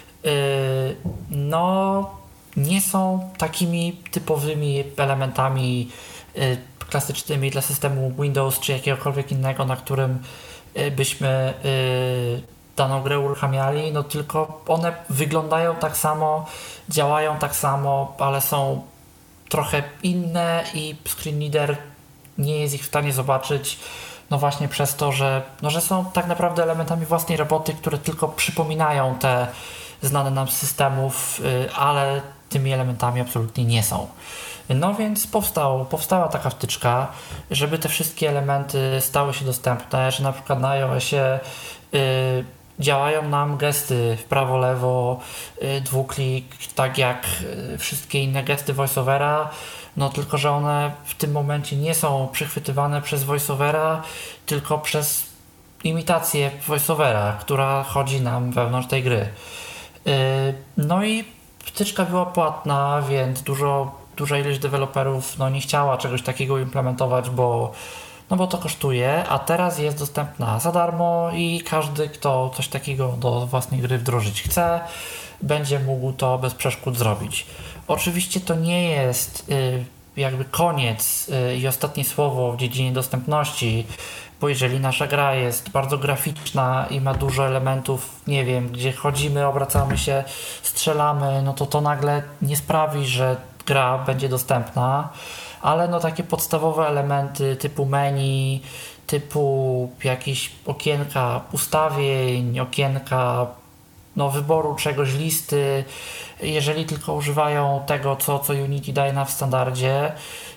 no nie są takimi typowymi elementami klasycznymi dla systemu Windows czy jakiegokolwiek innego, na którym byśmy daną grę uruchamiali, no tylko one wyglądają tak samo, działają tak samo, ale są trochę inne i screenreader nie jest ich w stanie zobaczyć, no właśnie przez to, że, no, że są tak naprawdę elementami własnej roboty, które tylko przypominają te znane nam z systemów, ale tymi elementami absolutnie nie są. No więc powstał, powstała taka wtyczka, żeby te wszystkie elementy stały się dostępne, że na przykład na iOSie yy, działają nam gesty w prawo, lewo, yy, dwuklik, tak jak yy, wszystkie inne gesty voiceovera, no tylko, że one w tym momencie nie są przychwytywane przez voiceovera, tylko przez imitację voiceovera, która chodzi nam wewnątrz tej gry. Yy, no i wtyczka była płatna, więc dużo, duża ilość deweloperów no, nie chciała czegoś takiego implementować, bo, no bo to kosztuje, a teraz jest dostępna za darmo i każdy, kto coś takiego do własnej gry wdrożyć chce, będzie mógł to bez przeszkód zrobić. Oczywiście to nie jest y, jakby koniec y, i ostatnie słowo w dziedzinie dostępności, bo jeżeli nasza gra jest bardzo graficzna i ma dużo elementów, nie wiem, gdzie chodzimy, obracamy się, strzelamy, no to to nagle nie sprawi, że gra będzie dostępna, ale no takie podstawowe elementy typu menu, typu jakieś okienka ustawień, okienka no, wyboru czegoś, listy, jeżeli tylko używają tego, co, co Unity daje nam w standardzie,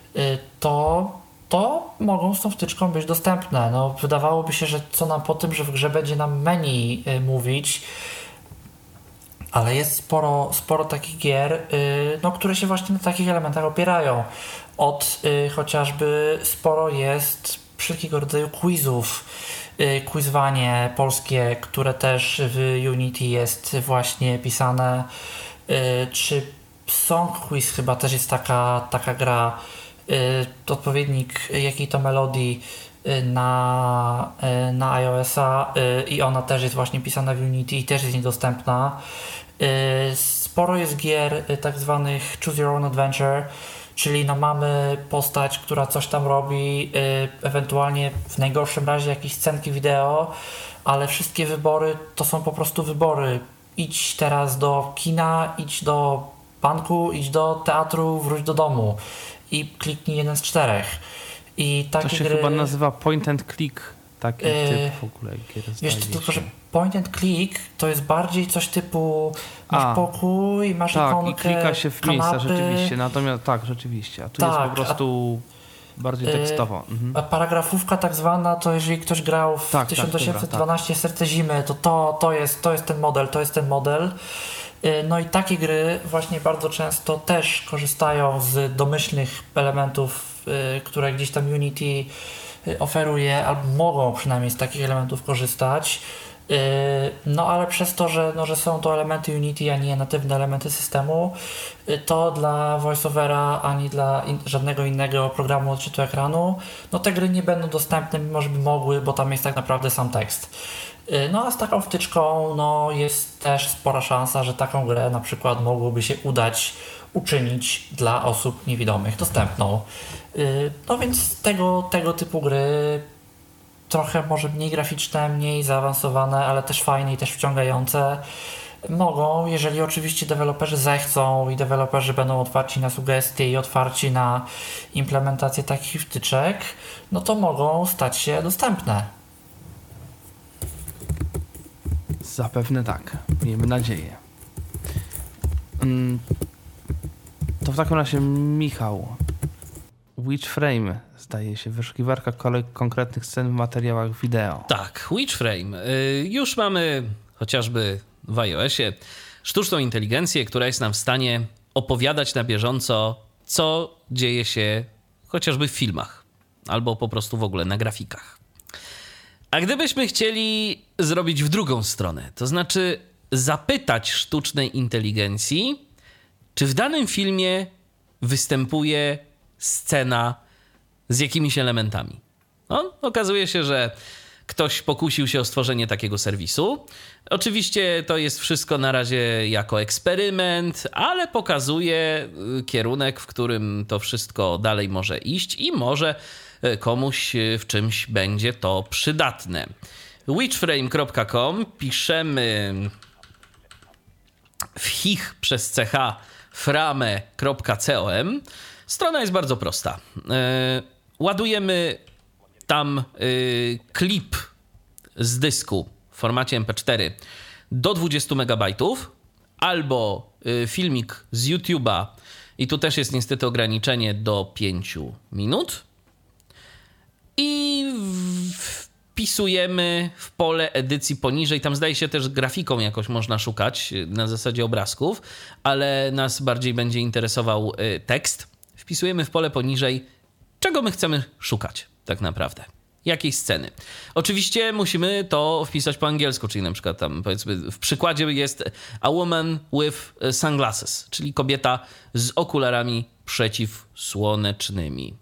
to to mogą z tą wtyczką być dostępne. No, wydawałoby się, że co nam po tym, że w grze będzie nam menu y, mówić, ale jest sporo, sporo takich gier, yy, no, które się właśnie na takich elementach opierają. Od yy, chociażby sporo jest wszelkiego rodzaju quizów, yy, quizwanie polskie, które też w Unity jest właśnie pisane, yy, czy Song Quiz chyba też jest taka, taka gra, yy, odpowiednik jakiej to melodii na, na iOS-a i ona też jest właśnie pisana w Unity i też jest niedostępna. Sporo jest gier tak zwanych Choose Your Own Adventure, czyli no mamy postać, która coś tam robi, ewentualnie w najgorszym razie jakieś scenki wideo, ale wszystkie wybory to są po prostu wybory. Idź teraz do kina, idź do banku, idź do teatru, wróć do domu i kliknij jeden z czterech. I takie to się gry... chyba nazywa point and click, taki yy, typ w ogóle gier. Wiesz, tylko że point and click to jest bardziej coś typu masz a, pokój, masz tak, ikonkę, i klika się w kanapy. miejsca, rzeczywiście, natomiast tak, rzeczywiście, a tu tak, jest po prostu a, bardziej tekstowo. Mhm. A paragrafówka tak zwana, to jeżeli ktoś grał w tak, tysiąc osiemset dwanaście tak, tak. Serce Zimy, to, to to jest to jest ten model, to jest ten model. No i takie gry właśnie bardzo często też korzystają z domyślnych elementów, które gdzieś tam Unity oferuje, albo mogą przynajmniej z takich elementów korzystać. No ale przez to, że, no, że są to elementy Unity, a nie natywne elementy systemu, to dla VoiceOvera ani dla in, żadnego innego programu odczytu ekranu, no te gry nie będą dostępne, mimo że by mogły, bo tam jest tak naprawdę sam tekst. No a z taką wtyczką no, jest też spora szansa, że taką grę na przykład mogłoby się udać uczynić dla osób niewidomych dostępną. No więc tego, tego typu gry trochę może mniej graficzne, mniej zaawansowane, ale też fajne i też wciągające mogą, jeżeli oczywiście deweloperzy zechcą i deweloperzy będą otwarci na sugestie i otwarci na implementację takich wtyczek, no to mogą stać się dostępne. Zapewne tak. Miejmy nadzieję. To w takim razie Michał. Witch Frame, zdaje się, wyszukiwarka konkretnych scen w materiałach wideo. Tak, Witch Frame. Y, już mamy chociażby w iOSie sztuczną inteligencję, która jest nam w stanie opowiadać na bieżąco, co dzieje się chociażby w filmach albo po prostu w ogóle na grafikach. A gdybyśmy chcieli zrobić w drugą stronę, to znaczy zapytać sztucznej inteligencji, czy w danym filmie występuje scena z jakimiś elementami. No, okazuje się, że ktoś pokusił się o stworzenie takiego serwisu. Oczywiście to jest wszystko na razie jako eksperyment, ale pokazuje kierunek, w którym to wszystko dalej może iść i może komuś w czymś będzie to przydatne. witchframe kropka com, piszemy w hich przez ch frame kropka com. Strona jest bardzo prosta. Yy, ładujemy tam yy, klip z dysku w formacie em pe cztery do dwadzieścia megabajtów albo yy, filmik z YouTube'a i tu też jest niestety ograniczenie do pięciu minut i wpisujemy w pole edycji poniżej. Tam zdaje się też grafiką jakoś można szukać na zasadzie obrazków, ale nas bardziej będzie interesował yy, tekst. Wpisujemy w pole poniżej, czego my chcemy szukać tak naprawdę. Jakiej sceny. Oczywiście musimy to wpisać po angielsku, czyli na przykład tam powiedzmy w przykładzie jest a woman with sunglasses, czyli kobieta z okularami przeciwsłonecznymi.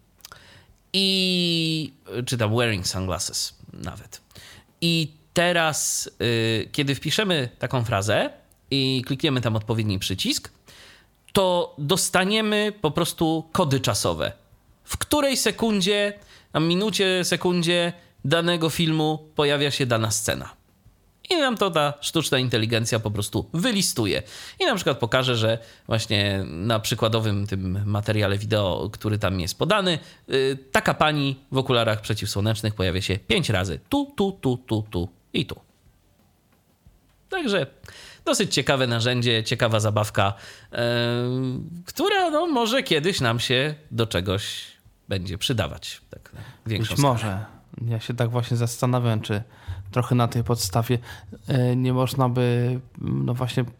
I czy tam wearing sunglasses nawet. I teraz, yy, kiedy wpiszemy taką frazę i klikniemy tam odpowiedni przycisk, to dostaniemy po prostu kody czasowe. W której sekundzie, a minucie, sekundzie danego filmu pojawia się dana scena. I nam to ta sztuczna inteligencja po prostu wylistuje. I na przykład pokaże, że właśnie na przykładowym tym materiale wideo, który tam jest podany, yy, taka pani w okularach przeciwsłonecznych pojawia się pięć razy. Tu, tu, tu, tu, tu i tu. Także dosyć ciekawe narzędzie, ciekawa zabawka, yy, która no, może kiedyś nam się do czegoś będzie przydawać. Tak, większą Być może. Ja się tak właśnie zastanawiam, czy trochę na tej podstawie yy, nie można by no właśnie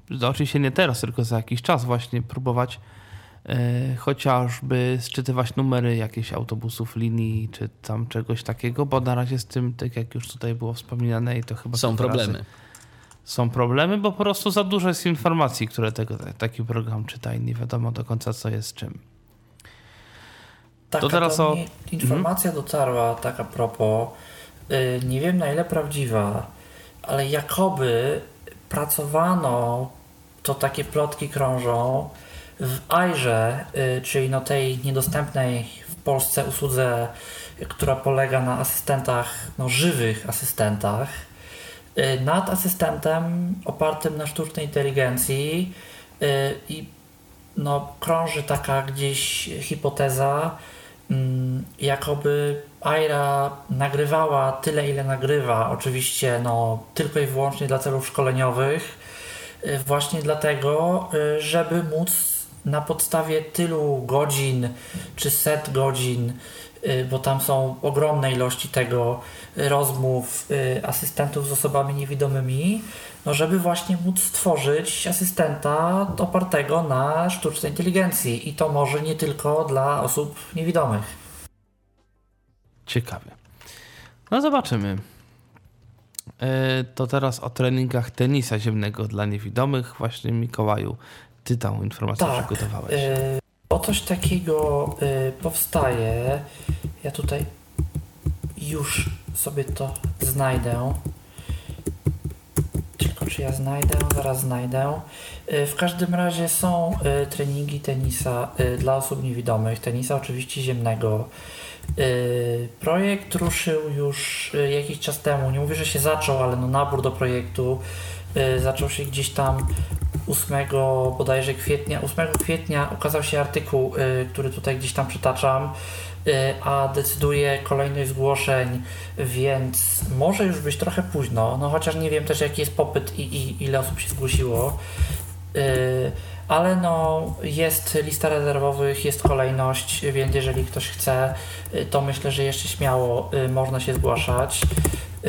no oczywiście nie teraz, tylko za jakiś czas właśnie próbować y, chociażby sczytywać numery jakichś autobusów, linii, czy tam czegoś takiego, bo na razie z tym, tak jak już tutaj było wspominane i to chyba Są problemy. Są problemy, bo po prostu za dużo jest informacji, które tego, taki program czyta i nie wiadomo do końca, co jest czym. Tak, to teraz do o... mnie informacja mhm. dotarła, tak a propos, yy, nie wiem na ile prawdziwa, ale jakoby pracowano, to takie plotki krążą, w Airze, yy, czyli no tej niedostępnej w Polsce usłudze, która polega na asystentach, no żywych asystentach, yy, nad asystentem opartym na sztucznej inteligencji yy, i no krąży taka gdzieś hipoteza, jakoby Aira nagrywała tyle, ile nagrywa, oczywiście no, tylko i wyłącznie dla celów szkoleniowych, właśnie dlatego, żeby móc na podstawie tylu godzin czy set godzin, bo tam są ogromne ilości tego rozmów asystentów z osobami niewidomymi, no żeby właśnie móc stworzyć asystenta opartego na sztucznej inteligencji i to może nie tylko dla osób niewidomych. Ciekawie. No zobaczymy. Yy, to teraz o treningach tenisa ziemnego dla niewidomych. Właśnie Mikołaju, ty tą informację tak, przygotowałeś. Yy, o coś takiego yy, powstaje. Ja tutaj już sobie to znajdę. Tylko czy ja znajdę? Zaraz znajdę. W każdym razie są treningi tenisa dla osób niewidomych. Tenisa oczywiście ziemnego. Projekt ruszył już jakiś czas temu. Nie mówię, że się zaczął, ale no nabór do projektu zaczął się gdzieś tam ósmego bodajże kwietnia. ósmego kwietnia ukazał się artykuł, który tutaj gdzieś tam przytaczam, a decyduje kolejność zgłoszeń, więc może już być trochę późno, no chociaż nie wiem też jaki jest popyt i, i ile osób się zgłosiło, yy, ale no jest lista rezerwowych, jest kolejność, więc jeżeli ktoś chce, to myślę, że jeszcze śmiało yy, można się zgłaszać. Yy,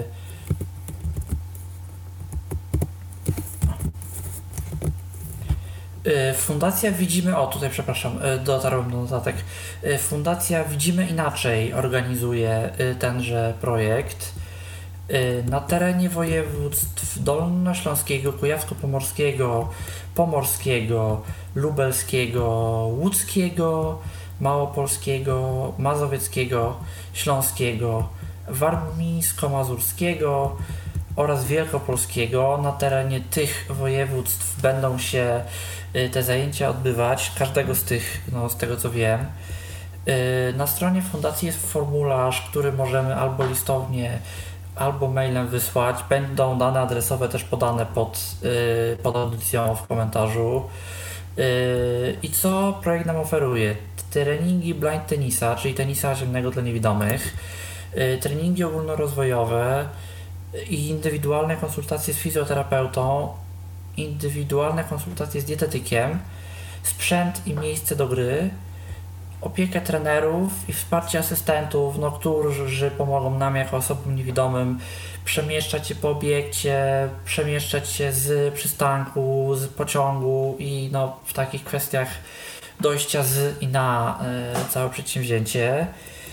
Fundacja Widzimy, o tutaj przepraszam, dotarłem do notatek. Fundacja Widzimy Inaczej organizuje tenże projekt na terenie województw dolnośląskiego, kujawsko-pomorskiego, pomorskiego, lubelskiego, łódzkiego, małopolskiego, mazowieckiego, śląskiego, warmińsko-mazurskiego oraz wielkopolskiego. Na terenie tych województw będą się te zajęcia odbywać, każdego z tych, no z tego co wiem. Na stronie fundacji jest formularz, który możemy albo listownie, albo mailem wysłać. Będą dane adresowe też podane pod, pod audycją w komentarzu. I co projekt nam oferuje? Treningi blind tenisa, czyli tenisa ziemnego dla niewidomych, treningi ogólnorozwojowe i indywidualne konsultacje z fizjoterapeutą, indywidualne konsultacje z dietetykiem, sprzęt i miejsce do gry, opiekę trenerów i wsparcie asystentów, no, którzy pomogą nam jako osobom niewidomym przemieszczać się po obiekcie, przemieszczać się z przystanku, z pociągu i no, w takich kwestiach dojścia z i na y, całe przedsięwzięcie.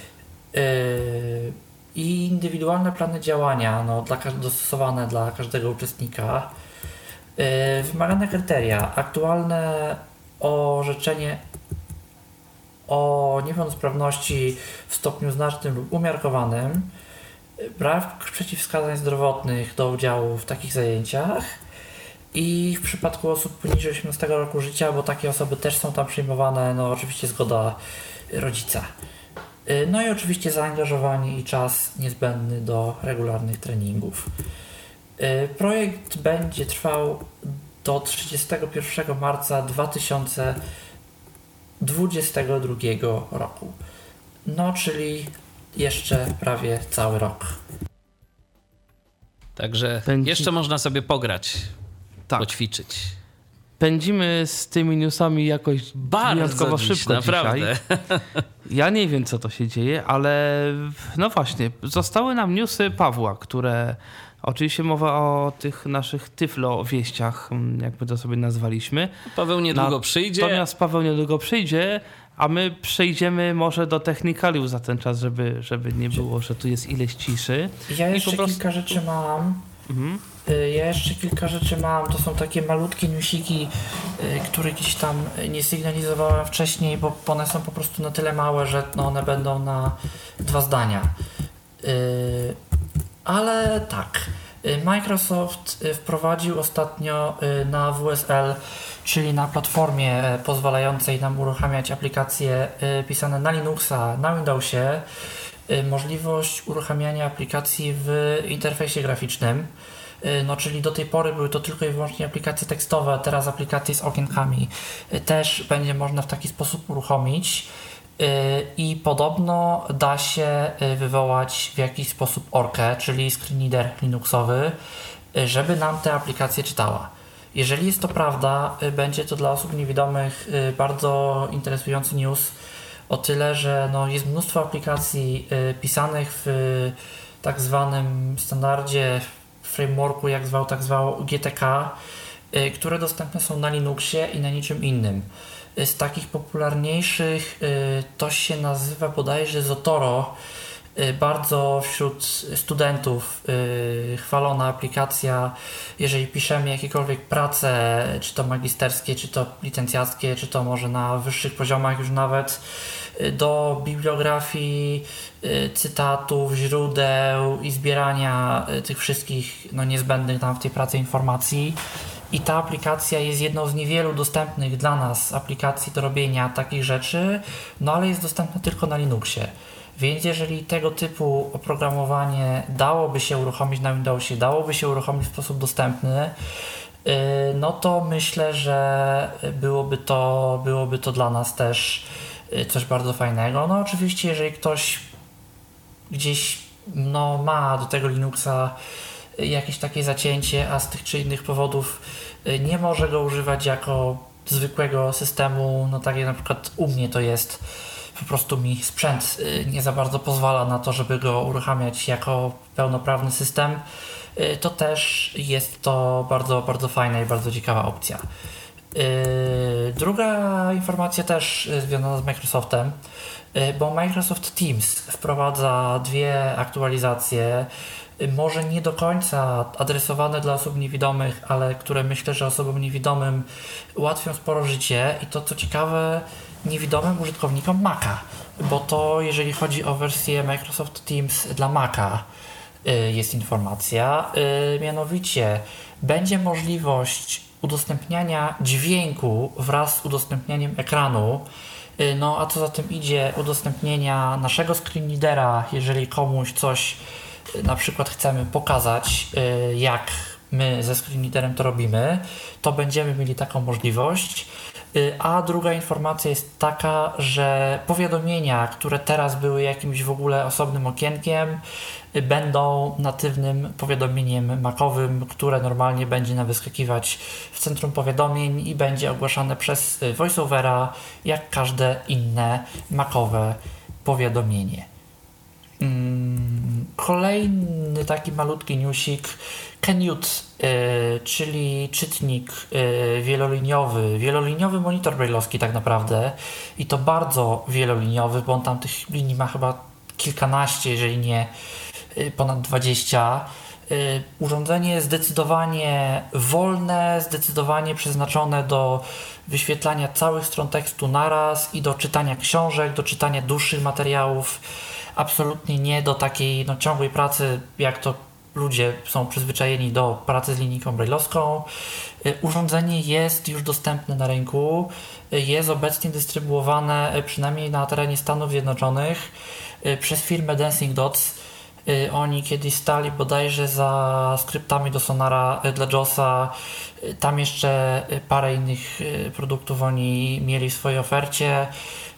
Y, I indywidualne plany działania, no, dla, dostosowane dla każdego uczestnika. Yy, wymagane kryteria. Aktualne orzeczenie o niepełnosprawności w stopniu znacznym lub umiarkowanym, brak przeciwwskazań zdrowotnych do udziału w takich zajęciach i w przypadku osób poniżej osiemnastego roku życia, bo takie osoby też są tam przyjmowane, no oczywiście zgoda rodzica. No i oczywiście zaangażowanie i czas niezbędny do regularnych treningów. Projekt będzie trwał do trzydziestego pierwszego marca dwa tysiące dwudziestego drugiego roku. No, czyli jeszcze prawie cały rok. Także Pędzi... jeszcze można sobie pograć, tak. poćwiczyć. Pędzimy z tymi newsami jakoś bardzo wyjątkowo dziś, szybko naprawdę. dzisiaj. Ja nie wiem, co to się dzieje, ale no właśnie, zostały nam newsy Pawła, które Oczywiście mowa o tych naszych Tyflo wieściach, jakby to sobie nazwaliśmy. Paweł niedługo przyjdzie. Natomiast Paweł niedługo przyjdzie, a my przejdziemy może do technikaliów za ten czas, żeby, żeby nie było, że tu jest ileś ciszy. Ja jeszcze prostu... kilka rzeczy mam. Mhm. Ja jeszcze kilka rzeczy mam. To są takie malutkie newsiki, które gdzieś tam nie sygnalizowałem wcześniej, bo one są po prostu na tyle małe, że no one będą na dwa zdania. Ale tak, Microsoft wprowadził ostatnio na W S L, czyli na platformie pozwalającej nam uruchamiać aplikacje pisane na Linuxa, na Windowsie, możliwość uruchamiania aplikacji w interfejsie graficznym. No, czyli do tej pory były to tylko i wyłącznie aplikacje tekstowe, teraz aplikacje z okienkami też będzie można w taki sposób uruchomić. I podobno da się wywołać w jakiś sposób orkę, czyli screen reader linuxowy, żeby nam te aplikacje czytała. Jeżeli jest to prawda, będzie to dla osób niewidomych bardzo interesujący news, o tyle, że no jest mnóstwo aplikacji pisanych w tak zwanym standardzie, frameworku, jak zwał, tak zwał G T K, które dostępne są na Linuxie i na niczym innym. Z takich popularniejszych to się nazywa bodajże Zotoro. Bardzo wśród studentów chwalona aplikacja, jeżeli piszemy jakiekolwiek prace, czy to magisterskie, czy to licencjackie, czy to może na wyższych poziomach już nawet, do bibliografii, cytatów, źródeł i zbierania tych wszystkich no, niezbędnych nam w tej pracy informacji. I ta aplikacja jest jedną z niewielu dostępnych dla nas aplikacji do robienia takich rzeczy, no ale jest dostępna tylko na Linuxie. Więc jeżeli tego typu oprogramowanie dałoby się uruchomić na Windowsie, dałoby się uruchomić w sposób dostępny, no to myślę, że byłoby to, byłoby to dla nas też coś bardzo fajnego. No oczywiście, jeżeli ktoś gdzieś no, ma do tego Linuxa jakieś takie zacięcie, a z tych czy innych powodów nie może go używać jako zwykłego systemu, no tak jak na przykład u mnie to jest, po prostu mi sprzęt nie za bardzo pozwala na to, żeby go uruchamiać jako pełnoprawny system, to też jest to bardzo, bardzo fajna i bardzo ciekawa opcja. Druga informacja też związana z Microsoftem, bo Microsoft Teams wprowadza dwie aktualizacje, może nie do końca adresowane dla osób niewidomych, ale które myślę, że osobom niewidomym ułatwią sporo życie i to co ciekawe niewidomym użytkownikom Maca, bo to jeżeli chodzi o wersję Microsoft Teams dla Maca jest informacja, mianowicie będzie możliwość udostępniania dźwięku wraz z udostępnianiem ekranu, no a co za tym idzie udostępnienia naszego screen readera, jeżeli komuś coś na przykład chcemy pokazać, jak my ze screen readerem to robimy, to będziemy mieli taką możliwość. A druga informacja jest taka, że powiadomienia, które teraz były jakimś w ogóle osobnym okienkiem, będą natywnym powiadomieniem macowym, które normalnie będzie nam wyskakiwać w centrum powiadomień i będzie ogłaszane przez VoiceOvera, jak każde inne macowe powiadomienie. Kolejny taki malutki newsik, Canute, yy, czyli czytnik yy, wieloliniowy, wieloliniowy monitor braille'owski tak naprawdę i to bardzo wieloliniowy, bo on tam tych linii ma chyba kilkanaście, jeżeli nie yy, ponad dwadzieścia. Yy, urządzenie zdecydowanie wolne, zdecydowanie przeznaczone do wyświetlania całych stron tekstu naraz i do czytania książek, do czytania dłuższych materiałów. Absolutnie nie do takiej no, ciągłej pracy, jak to ludzie są przyzwyczajeni do pracy z linijką braille'owską. Urządzenie jest już dostępne na rynku, jest obecnie dystrybuowane przynajmniej na terenie Stanów Zjednoczonych przez firmę Dancing Dots. Oni kiedyś stali bodajże za skryptami do Sonara dla JAWSa. Tam jeszcze parę innych produktów oni mieli w swojej ofercie.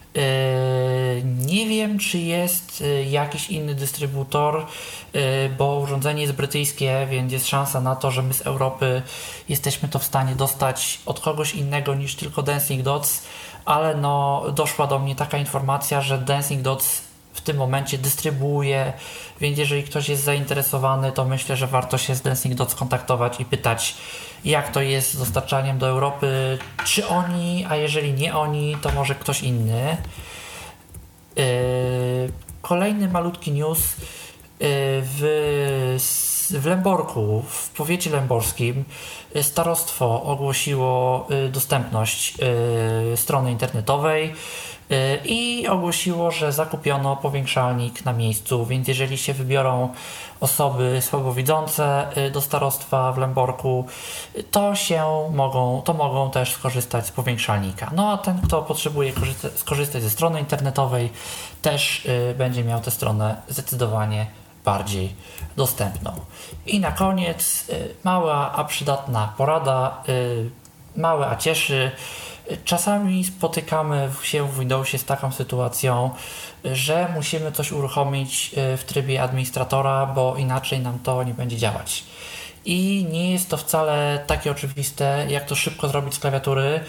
Nie wiem, czy jest jakiś inny dystrybutor, bo urządzenie jest brytyjskie, więc jest szansa na to, że my z Europy jesteśmy to w stanie dostać od kogoś innego niż tylko Dancing Dots, ale no doszła do mnie taka informacja, że Dancing Dots w w tym momencie dystrybuuje, więc jeżeli ktoś jest zainteresowany, to myślę, że warto się z Dancing Dot skontaktować i pytać, jak to jest z dostarczaniem do Europy, czy oni, a jeżeli nie oni, to może ktoś inny. Yy, kolejny malutki news. Yy, w, w Lęborku, w powiecie lęborskim, starostwo ogłosiło yy, dostępność yy, strony internetowej i ogłosiło, że zakupiono powiększalnik na miejscu, więc jeżeli się wybiorą osoby słabowidzące do starostwa w Lęborku, to się mogą, to mogą też skorzystać z powiększalnika. No a ten, kto potrzebuje korzysta- skorzystać ze strony internetowej, też y, będzie miał tę stronę zdecydowanie bardziej dostępną. I na koniec y, mała, a przydatna porada, y, małe, a cieszy. Czasami spotykamy się w Windowsie z taką sytuacją, że musimy coś uruchomić w trybie administratora, bo inaczej nam to nie będzie działać. I nie jest to wcale takie oczywiste, jak to szybko zrobić z klawiatury.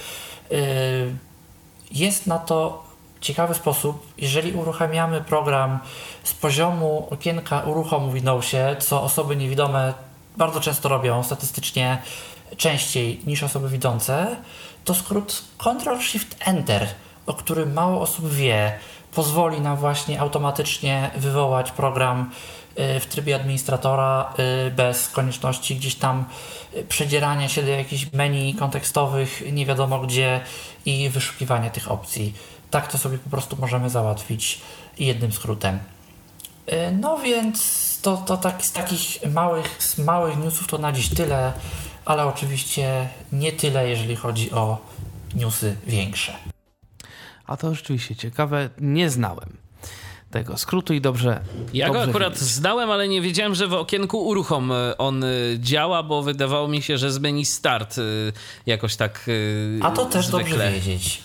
Jest na to ciekawy sposób. Jeżeli uruchamiamy program z poziomu okienka uruchomu w Windowsie, co osoby niewidome bardzo często robią, statystycznie częściej niż osoby widzące, to skrót control shift enter, o którym mało osób wie, pozwoli nam właśnie automatycznie wywołać program w trybie administratora bez konieczności gdzieś tam przedzierania się do jakichś menu kontekstowych, nie wiadomo gdzie i wyszukiwania tych opcji. Tak to sobie po prostu możemy załatwić jednym skrótem. No więc to, to tak z takich małych, z małych newsów to na dziś tyle, ale oczywiście nie tyle, jeżeli chodzi o newsy większe. A to rzeczywiście ciekawe, nie znałem tego skrótu i dobrze. Ja dobrze go akurat wiedzieć. znałem, ale nie wiedziałem, że w okienku uruchom on działa, bo wydawało mi się, że z menu start jakoś tak A to też zwykle dobrze wiedzieć.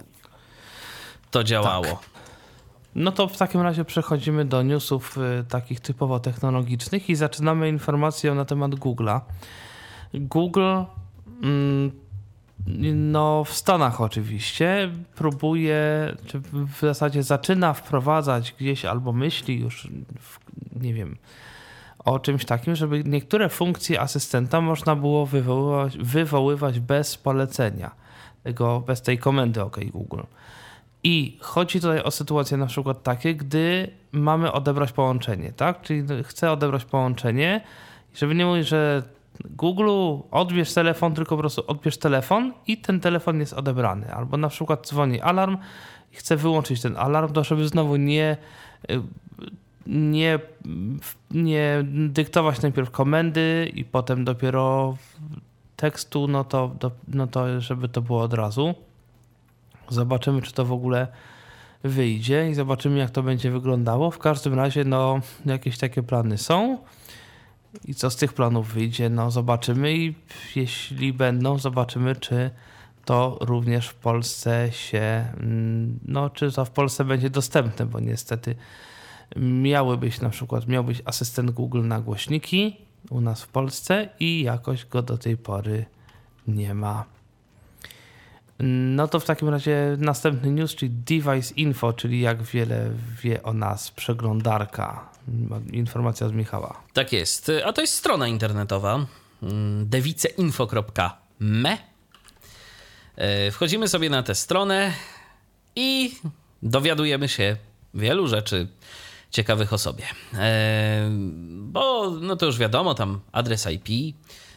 To działało. Tak. No to w takim razie przechodzimy do newsów y, takich typowo technologicznych i zaczynamy informację na temat Google'a. Google mm, no w Stanach oczywiście próbuje, czy w zasadzie zaczyna wprowadzać gdzieś albo myśli już, w, nie wiem, o czymś takim, żeby niektóre funkcje asystenta można było wywoływać, wywoływać bez polecenia, tego, bez tej komendy OK Google. I chodzi tutaj o sytuacje na przykład takie, gdy mamy odebrać połączenie, tak? Czyli chcę odebrać połączenie, żeby nie mówić, że Google odbierz telefon, tylko po prostu odbierz telefon i ten telefon jest odebrany. Albo na przykład dzwoni alarm i chcę wyłączyć ten alarm, to żeby znowu nie, nie, nie dyktować najpierw komendy i potem dopiero tekstu, no to, no to żeby to było od razu. Zobaczymy, czy to w ogóle wyjdzie i zobaczymy, jak to będzie wyglądało. W każdym razie, no, jakieś takie plany są i co z tych planów wyjdzie, no zobaczymy i jeśli będą, zobaczymy, czy to również w Polsce się, no, czy to w Polsce będzie dostępne, bo niestety miały być na przykład, miał być asystent Google na głośniki u nas w Polsce i jakoś go do tej pory nie ma. No to w takim razie następny news, czyli Device Info, czyli jak wiele wie o nas przeglądarka. Informacja od Michała. Tak jest. A to jest strona internetowa deviceinfo kropka me. Wchodzimy sobie na tę stronę i dowiadujemy się wielu rzeczy ciekawych o sobie. Bo no to już wiadomo, tam adres I P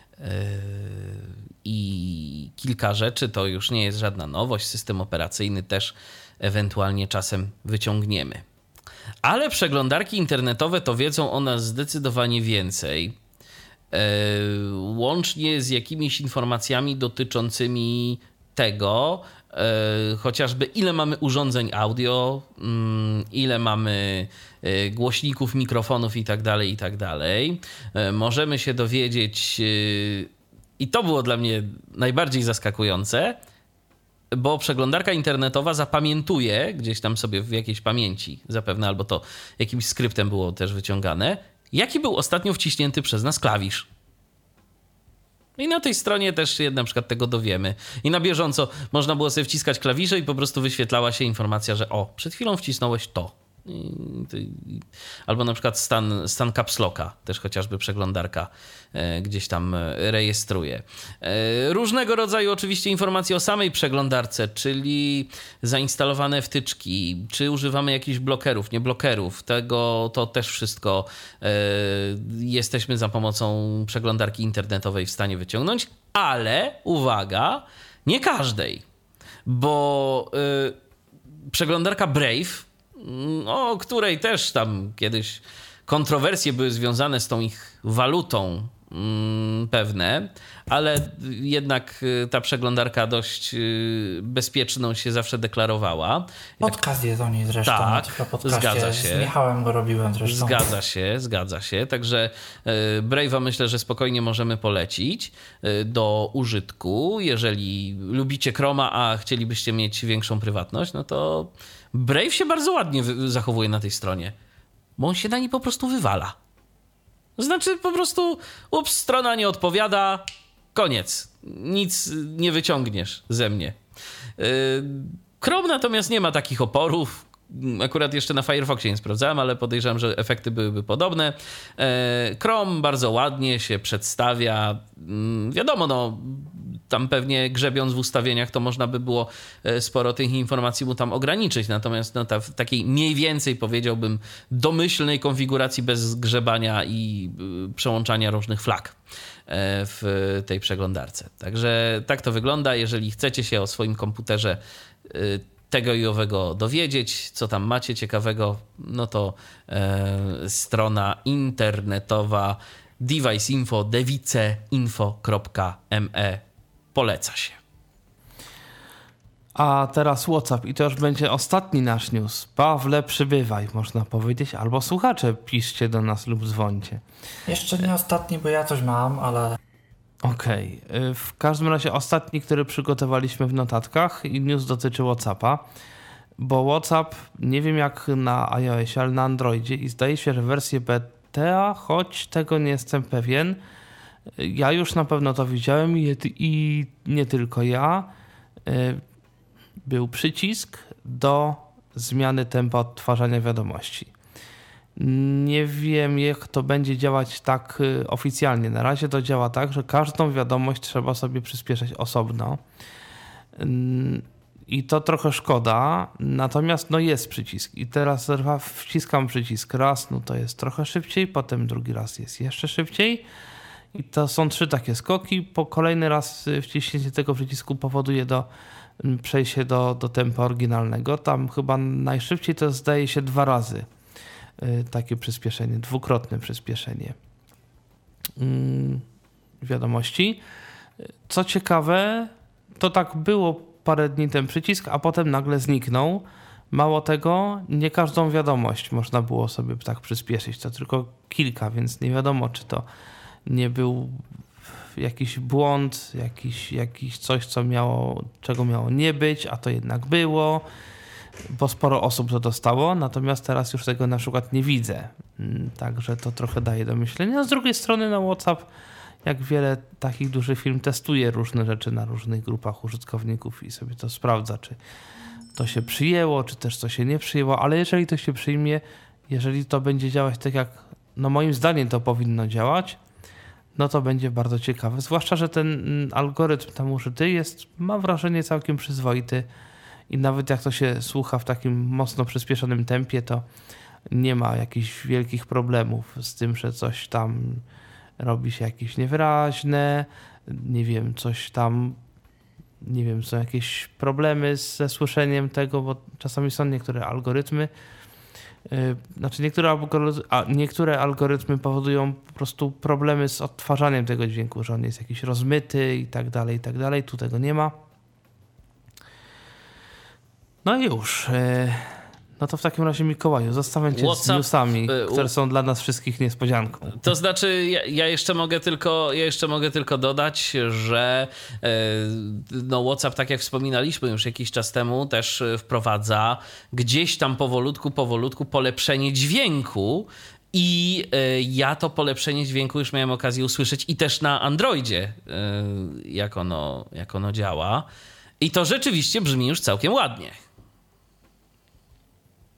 i kilka rzeczy, to już nie jest żadna nowość. System operacyjny też ewentualnie czasem wyciągniemy. Ale przeglądarki internetowe to wiedzą o nas zdecydowanie więcej. Yy, łącznie z jakimiś informacjami dotyczącymi tego, yy, chociażby ile mamy urządzeń audio, yy, ile mamy yy, głośników, mikrofonów itd., itd. Yy, możemy się dowiedzieć, yy, i to było dla mnie najbardziej zaskakujące, bo przeglądarka internetowa zapamiętuje gdzieś tam sobie w jakiejś pamięci zapewne, albo to jakimś skryptem było też wyciągane, jaki był ostatnio wciśnięty przez nas klawisz. I na tej stronie też się na przykład tego dowiemy. I na bieżąco można było sobie wciskać klawisze i po prostu wyświetlała się informacja, że o, przed chwilą wcisnąłeś to. Albo na przykład stan, stan caps locka, też chociażby przeglądarka gdzieś tam rejestruje. Różnego rodzaju oczywiście informacje o samej przeglądarce, czyli zainstalowane wtyczki, czy używamy jakichś blokerów, nie blokerów. Tego to też wszystko jesteśmy za pomocą przeglądarki internetowej w stanie wyciągnąć, ale uwaga, nie każdej, bo przeglądarka Brave, o której też tam kiedyś kontrowersje były związane z tą ich walutą mm, pewne, ale jednak ta przeglądarka dość bezpieczną się zawsze deklarowała. Podcast jest o niej zresztą. Tak, na podcaście. zgadza się. Z Michałem go robiłem zresztą. Zgadza się, zgadza się. Także Brave'a myślę, że spokojnie możemy polecić do użytku. Jeżeli lubicie Chroma, a chcielibyście mieć większą prywatność, no to Brave się bardzo ładnie zachowuje na tej stronie, bo on się na niej po prostu wywala. Znaczy po prostu ups, strona nie odpowiada, koniec. Nic nie wyciągniesz ze mnie. Chrome natomiast nie ma takich oporów. Akurat jeszcze na Firefoxie nie sprawdzałem, ale podejrzewam, że efekty byłyby podobne. Chrome bardzo ładnie się przedstawia. Wiadomo, no tam pewnie grzebiąc w ustawieniach to można by było sporo tych informacji mu tam ograniczyć. Natomiast no, ta, w takiej mniej więcej powiedziałbym domyślnej konfiguracji bez grzebania i przełączania różnych flag w tej przeglądarce. Także tak to wygląda. Jeżeli chcecie się o swoim komputerze tego i owego dowiedzieć, co tam macie ciekawego, no to e, strona internetowa deviceinfo, deviceinfo kropka me poleca się. A teraz WhatsApp i to już będzie ostatni nasz news. Pawle, przybywaj, można powiedzieć, albo słuchacze, piszcie do nas lub dzwońcie. Jeszcze nie ostatni, bo ja coś mam, ale... Okej, okay. W każdym razie ostatni, który przygotowaliśmy w notatkach i news dotyczy WhatsAppa, bo WhatsApp, nie wiem jak na iOSie, ale na Androidzie i zdaje się, że wersję beta, choć tego nie jestem pewien. Ja już na pewno to widziałem i, i nie tylko ja. Był przycisk do zmiany tempa odtwarzania wiadomości. Nie wiem, jak to będzie działać tak oficjalnie. Na razie to działa tak, że każdą wiadomość trzeba sobie przyspieszać osobno. I to trochę szkoda. Natomiast no jest przycisk. I teraz wciskam przycisk raz, no to jest trochę szybciej, potem drugi raz jest jeszcze szybciej. I to są trzy takie skoki. Po kolejny raz wciśnięcie tego przycisku powoduje do przejście do, do tempa oryginalnego. Tam chyba najszybciej to zdaje się dwa razy. Takie przyspieszenie, dwukrotne przyspieszenie wiadomości. Co ciekawe, to tak było parę dni ten przycisk, a potem nagle zniknął. Mało tego, nie każdą wiadomość można było sobie tak przyspieszyć, to tylko kilka, więc nie wiadomo, czy to nie był jakiś błąd, jakiś, jakiś coś, co miało, czego miało nie być, a to jednak było, bo sporo osób to dostało, natomiast teraz już tego na przykład nie widzę. Także to trochę daje do myślenia. Z drugiej strony na WhatsApp, jak wiele takich dużych firm, testuje różne rzeczy na różnych grupach użytkowników i sobie to sprawdza, czy to się przyjęło, czy też to się nie przyjęło, ale jeżeli to się przyjmie, jeżeli to będzie działać tak jak, no moim zdaniem to powinno działać, no to będzie bardzo ciekawe. Zwłaszcza, że ten algorytm tam użyty jest, mam wrażenie, całkiem przyzwoity i nawet jak to się słucha w takim mocno przyspieszonym tempie, to nie ma jakichś wielkich problemów z tym, że coś tam robi się jakieś niewyraźne, nie wiem, coś tam, nie wiem, są jakieś problemy ze słyszeniem tego, bo czasami są niektóre algorytmy, yy, znaczy niektóre, algorytmy, a niektóre algorytmy powodują po prostu problemy z odtwarzaniem tego dźwięku, że on jest jakiś rozmyty i tak dalej, i tak dalej. Tu tego nie ma. No i już. Yy, no to w takim razie, Mikołaju, zostawiam cię WhatsApp, z newsami, y, które są dla nas wszystkich niespodzianką. To znaczy, ja, ja, jeszcze mogę tylko, ja jeszcze mogę tylko dodać, że yy, no WhatsApp, tak jak wspominaliśmy już jakiś czas temu, też wprowadza gdzieś tam powolutku, powolutku polepszenie dźwięku. I y, ja to polepszenie dźwięku już miałem okazję usłyszeć i też na Androidzie, y, jak ono, jak ono działa. I to rzeczywiście brzmi już całkiem ładnie.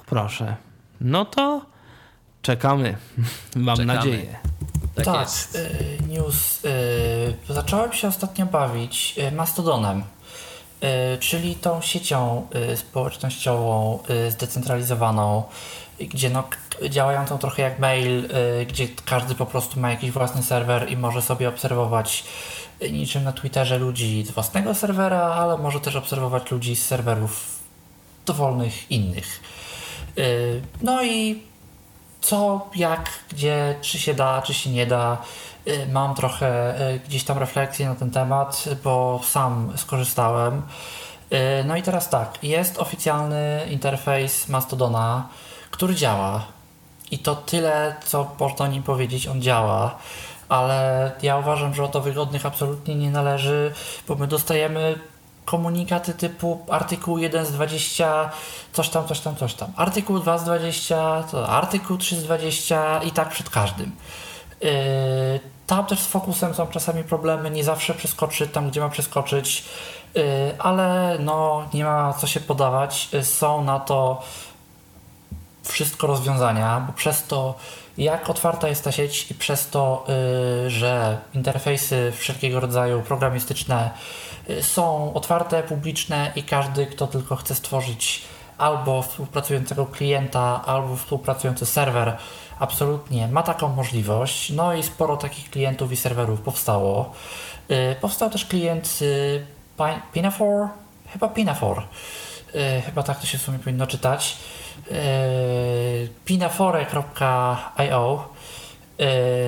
Proszę. No to czekamy. Mam Czekamy. nadzieję. Tak, Tak, jest. y, news. Y, zacząłem się ostatnio bawić y, Mastodonem, y, czyli tą siecią y, społecznościową y, zdecentralizowaną, gdzie no, k- działającą trochę jak mail, y, gdzie każdy po prostu ma jakiś własny serwer i może sobie obserwować y, niczym na Twitterze ludzi z własnego serwera, ale może też obserwować ludzi z serwerów dowolnych innych. Y, no i co, jak, gdzie, czy się da, czy się nie da. Y, Mam trochę y, gdzieś tam refleksji na ten temat, bo sam skorzystałem. Y, No i teraz tak, jest oficjalny interfejs Mastodona, który działa. I to tyle, co można o nim powiedzieć, on działa. Ale ja uważam, że o to wygodnych absolutnie nie należy, bo my dostajemy komunikaty typu artykuł jeden z dwudziestu, coś tam, coś tam, coś tam. Artykuł dwa z dwudziestu, to artykuł trzy z dwudziestu i tak przed każdym. Yy, tam też z fokusem są czasami problemy, nie zawsze przeskoczy tam, gdzie ma przeskoczyć, yy, ale no nie ma co się podawać. Yy, są na to wszystko rozwiązania, bo przez to, jak otwarta jest ta sieć i przez to, yy, że interfejsy wszelkiego rodzaju programistyczne yy, są otwarte, publiczne i każdy, kto tylko chce stworzyć albo współpracującego klienta, albo współpracujący serwer, absolutnie ma taką możliwość. No i sporo takich klientów i serwerów powstało. Yy, powstał też klient yy, Pin- Pinafore, chyba Pinafore, yy, chyba tak to się w sumie powinno czytać. Yy, pinafore kropka i o, yy,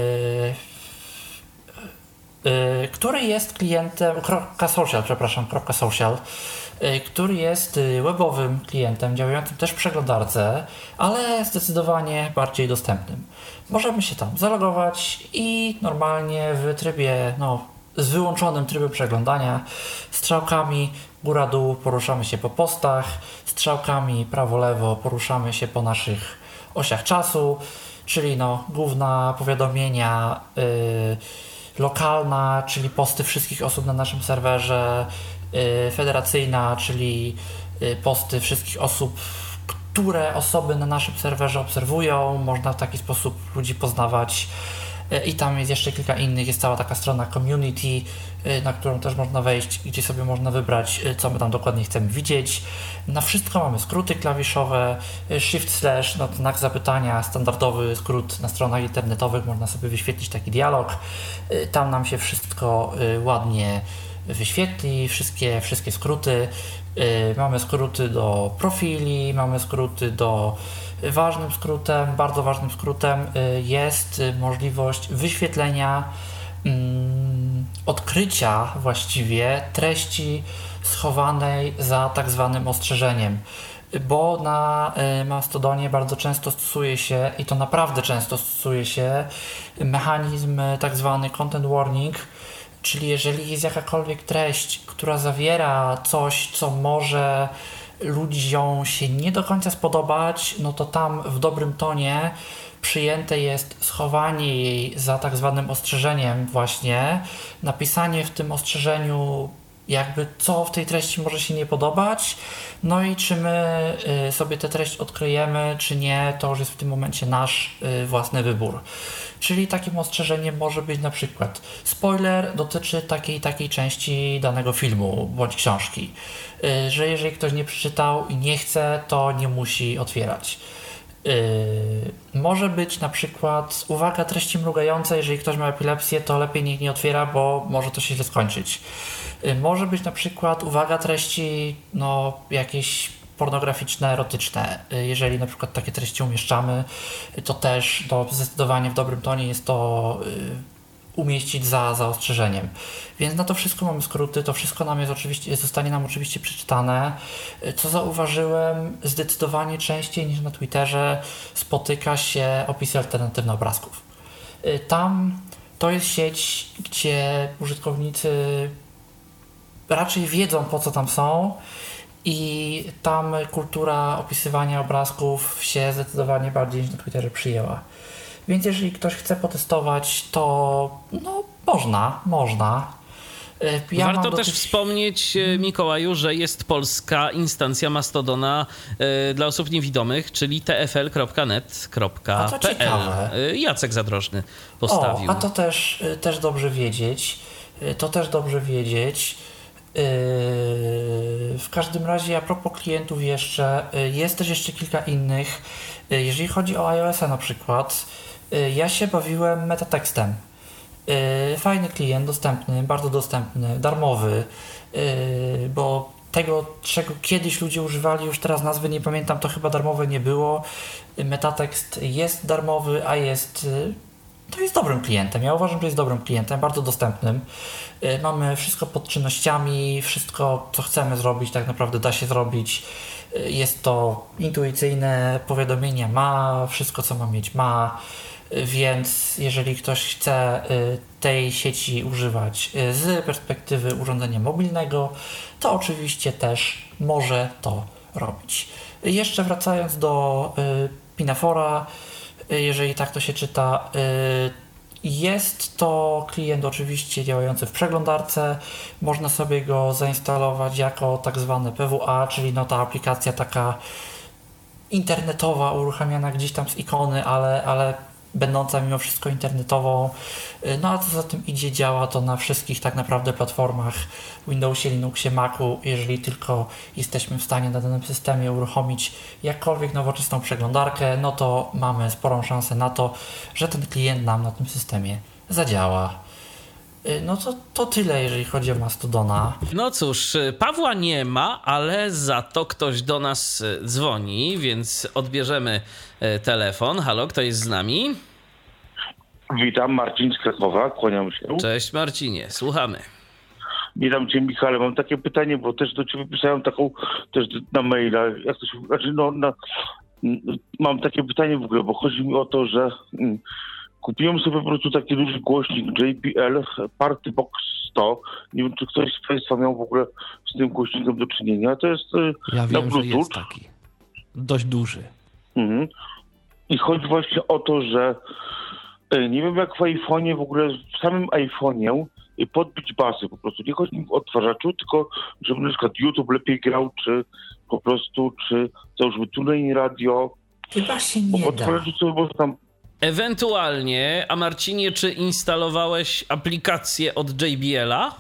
yy, który jest klientem, .social, przepraszam, .social, yy, który jest webowym klientem działającym też w przeglądarce, ale zdecydowanie bardziej dostępnym. Możemy się tam zalogować i normalnie w trybie, no, z wyłączonym trybem przeglądania, strzałkami góra-dół poruszamy się po postach, strzałkami prawo-lewo poruszamy się po naszych osiach czasu, czyli no, główna powiadomienia, yy, lokalna, czyli posty wszystkich osób na naszym serwerze, yy, federacyjna, czyli yy, posty wszystkich osób, które osoby na naszym serwerze obserwują. Można w taki sposób ludzi poznawać. I tam jest jeszcze kilka innych, jest cała taka strona community, na którą też można wejść, gdzie sobie można wybrać, co my tam dokładnie chcemy widzieć. Na wszystko mamy skróty klawiszowe, shift slash, no, znak zapytania, standardowy skrót na stronach internetowych, można sobie wyświetlić taki dialog. Tam nam się wszystko ładnie wyświetli, wszystkie, wszystkie skróty. Mamy skróty do profili, mamy skróty do... Ważnym skrótem, bardzo ważnym skrótem jest możliwość wyświetlenia, mm, odkrycia właściwie treści schowanej za tak zwanym ostrzeżeniem. Bo na Mastodonie bardzo często stosuje się, i to naprawdę często stosuje się, mechanizm tak zwany content warning, czyli jeżeli jest jakakolwiek treść, która zawiera coś, co może ludziom się nie do końca spodobać, no to tam w dobrym tonie przyjęte jest schowanie jej za tak zwanym ostrzeżeniem właśnie, napisanie w tym ostrzeżeniu jakby co w tej treści może się nie podobać, no i czy my y, sobie tę treść odkryjemy, czy nie, to już jest w tym momencie nasz y, własny wybór. Czyli takim ostrzeżeniem może być na przykład spoiler dotyczy takiej takiej części danego filmu bądź książki, y, że jeżeli ktoś nie przeczytał i nie chce, to nie musi otwierać. Yy, może być na przykład uwaga, treści mrugające, jeżeli ktoś ma epilepsję, to lepiej niech nie otwiera, bo może to się źle skończyć. Yy, może być na przykład uwaga, treści no, jakieś pornograficzne, erotyczne. Yy, jeżeli na przykład takie treści umieszczamy, yy, to też no, zdecydowanie w dobrym tonie jest to yy, umieścić za zaostrzeżeniem. Więc na to wszystko mamy skróty, to wszystko nam jest oczywiście, zostanie nam oczywiście przeczytane. Co zauważyłem, zdecydowanie częściej niż na Twitterze spotyka się opisy alternatywne obrazków. Tam to jest sieć, gdzie użytkownicy raczej wiedzą, po co tam są, i tam kultura opisywania obrazków się zdecydowanie bardziej niż na Twitterze przyjęła. Więc jeżeli ktoś chce potestować, to no można, można. Ja Warto mam też dosyć... wspomnieć, Mikołaju, że jest polska instancja Mastodona y, dla osób niewidomych, czyli t f l kropka net kropka p l. A to ciekawe. Y, Jacek Zadrożny postawił. O, a to też, też dobrze wiedzieć. To też dobrze wiedzieć. W każdym razie a propos klientów jeszcze, jest też jeszcze kilka innych. Jeżeli chodzi o iOS-a na przykład, ja się bawiłem metatekstem. Fajny klient, dostępny, bardzo dostępny, darmowy, bo tego, czego kiedyś ludzie używali, już teraz nazwy nie pamiętam, to chyba darmowe nie było. Metatekst jest darmowy, a jest... To jest dobrym klientem. Ja uważam, że jest dobrym klientem, bardzo dostępnym. Mamy wszystko pod czynnościami, wszystko, co chcemy zrobić, tak naprawdę da się zrobić. Jest to intuicyjne, powiadomienia ma, wszystko, co ma mieć, ma. Więc jeżeli ktoś chce tej sieci używać z perspektywy urządzenia mobilnego, to oczywiście też może to robić. Jeszcze wracając do Pinafora, jeżeli tak to się czyta, jest to klient oczywiście działający w przeglądarce. Można sobie go zainstalować jako tak zwane P W A, czyli no ta aplikacja taka internetowa, uruchamiana gdzieś tam z ikony, ale, ale będąca mimo wszystko internetową. No a co za tym idzie, działa to na wszystkich tak naprawdę platformach Windowsie, Linuxie, Macu. Jeżeli tylko jesteśmy w stanie na danym systemie uruchomić jakkolwiek nowoczesną przeglądarkę, no to mamy sporą szansę na to, że ten klient nam na tym systemie zadziała. No to, to tyle, jeżeli chodzi o Mastodona. No cóż, Pawła nie ma, ale za to ktoś do nas dzwoni, więc odbierzemy telefon. Halo, kto jest z nami? Witam, Marcin z Krakowa, kłaniam się. Cześć Marcinie, słuchamy. Witam cię, Michale, mam takie pytanie, bo też do ciebie pisałem taką, też na maila, jak to się, znaczy no, na, mam takie pytanie w ogóle, bo chodzi mi o to, że mm, kupiłem sobie po prostu taki duży głośnik J B L Party Box sto. Nie wiem, czy ktoś z państwa miał w ogóle z tym głośnikiem do czynienia. To jest Ja na wiem, że Bluetooth. jest taki. Dość duży. Mhm. I chodzi właśnie o to, że e, nie wiem jak w iPhone'ie, w ogóle w samym iPhone'ie e, podbić basy po prostu. Nie chodzi mi o odtwarzaczu, tylko żeby na przykład YouTube lepiej grał, czy po prostu, czy załóżmy TuneIn Radio. Chyba się Bo nie w da. odtwarzaczu sobie można tam... Ewentualnie, a Marcinie, czy instalowałeś aplikację od J B L-a?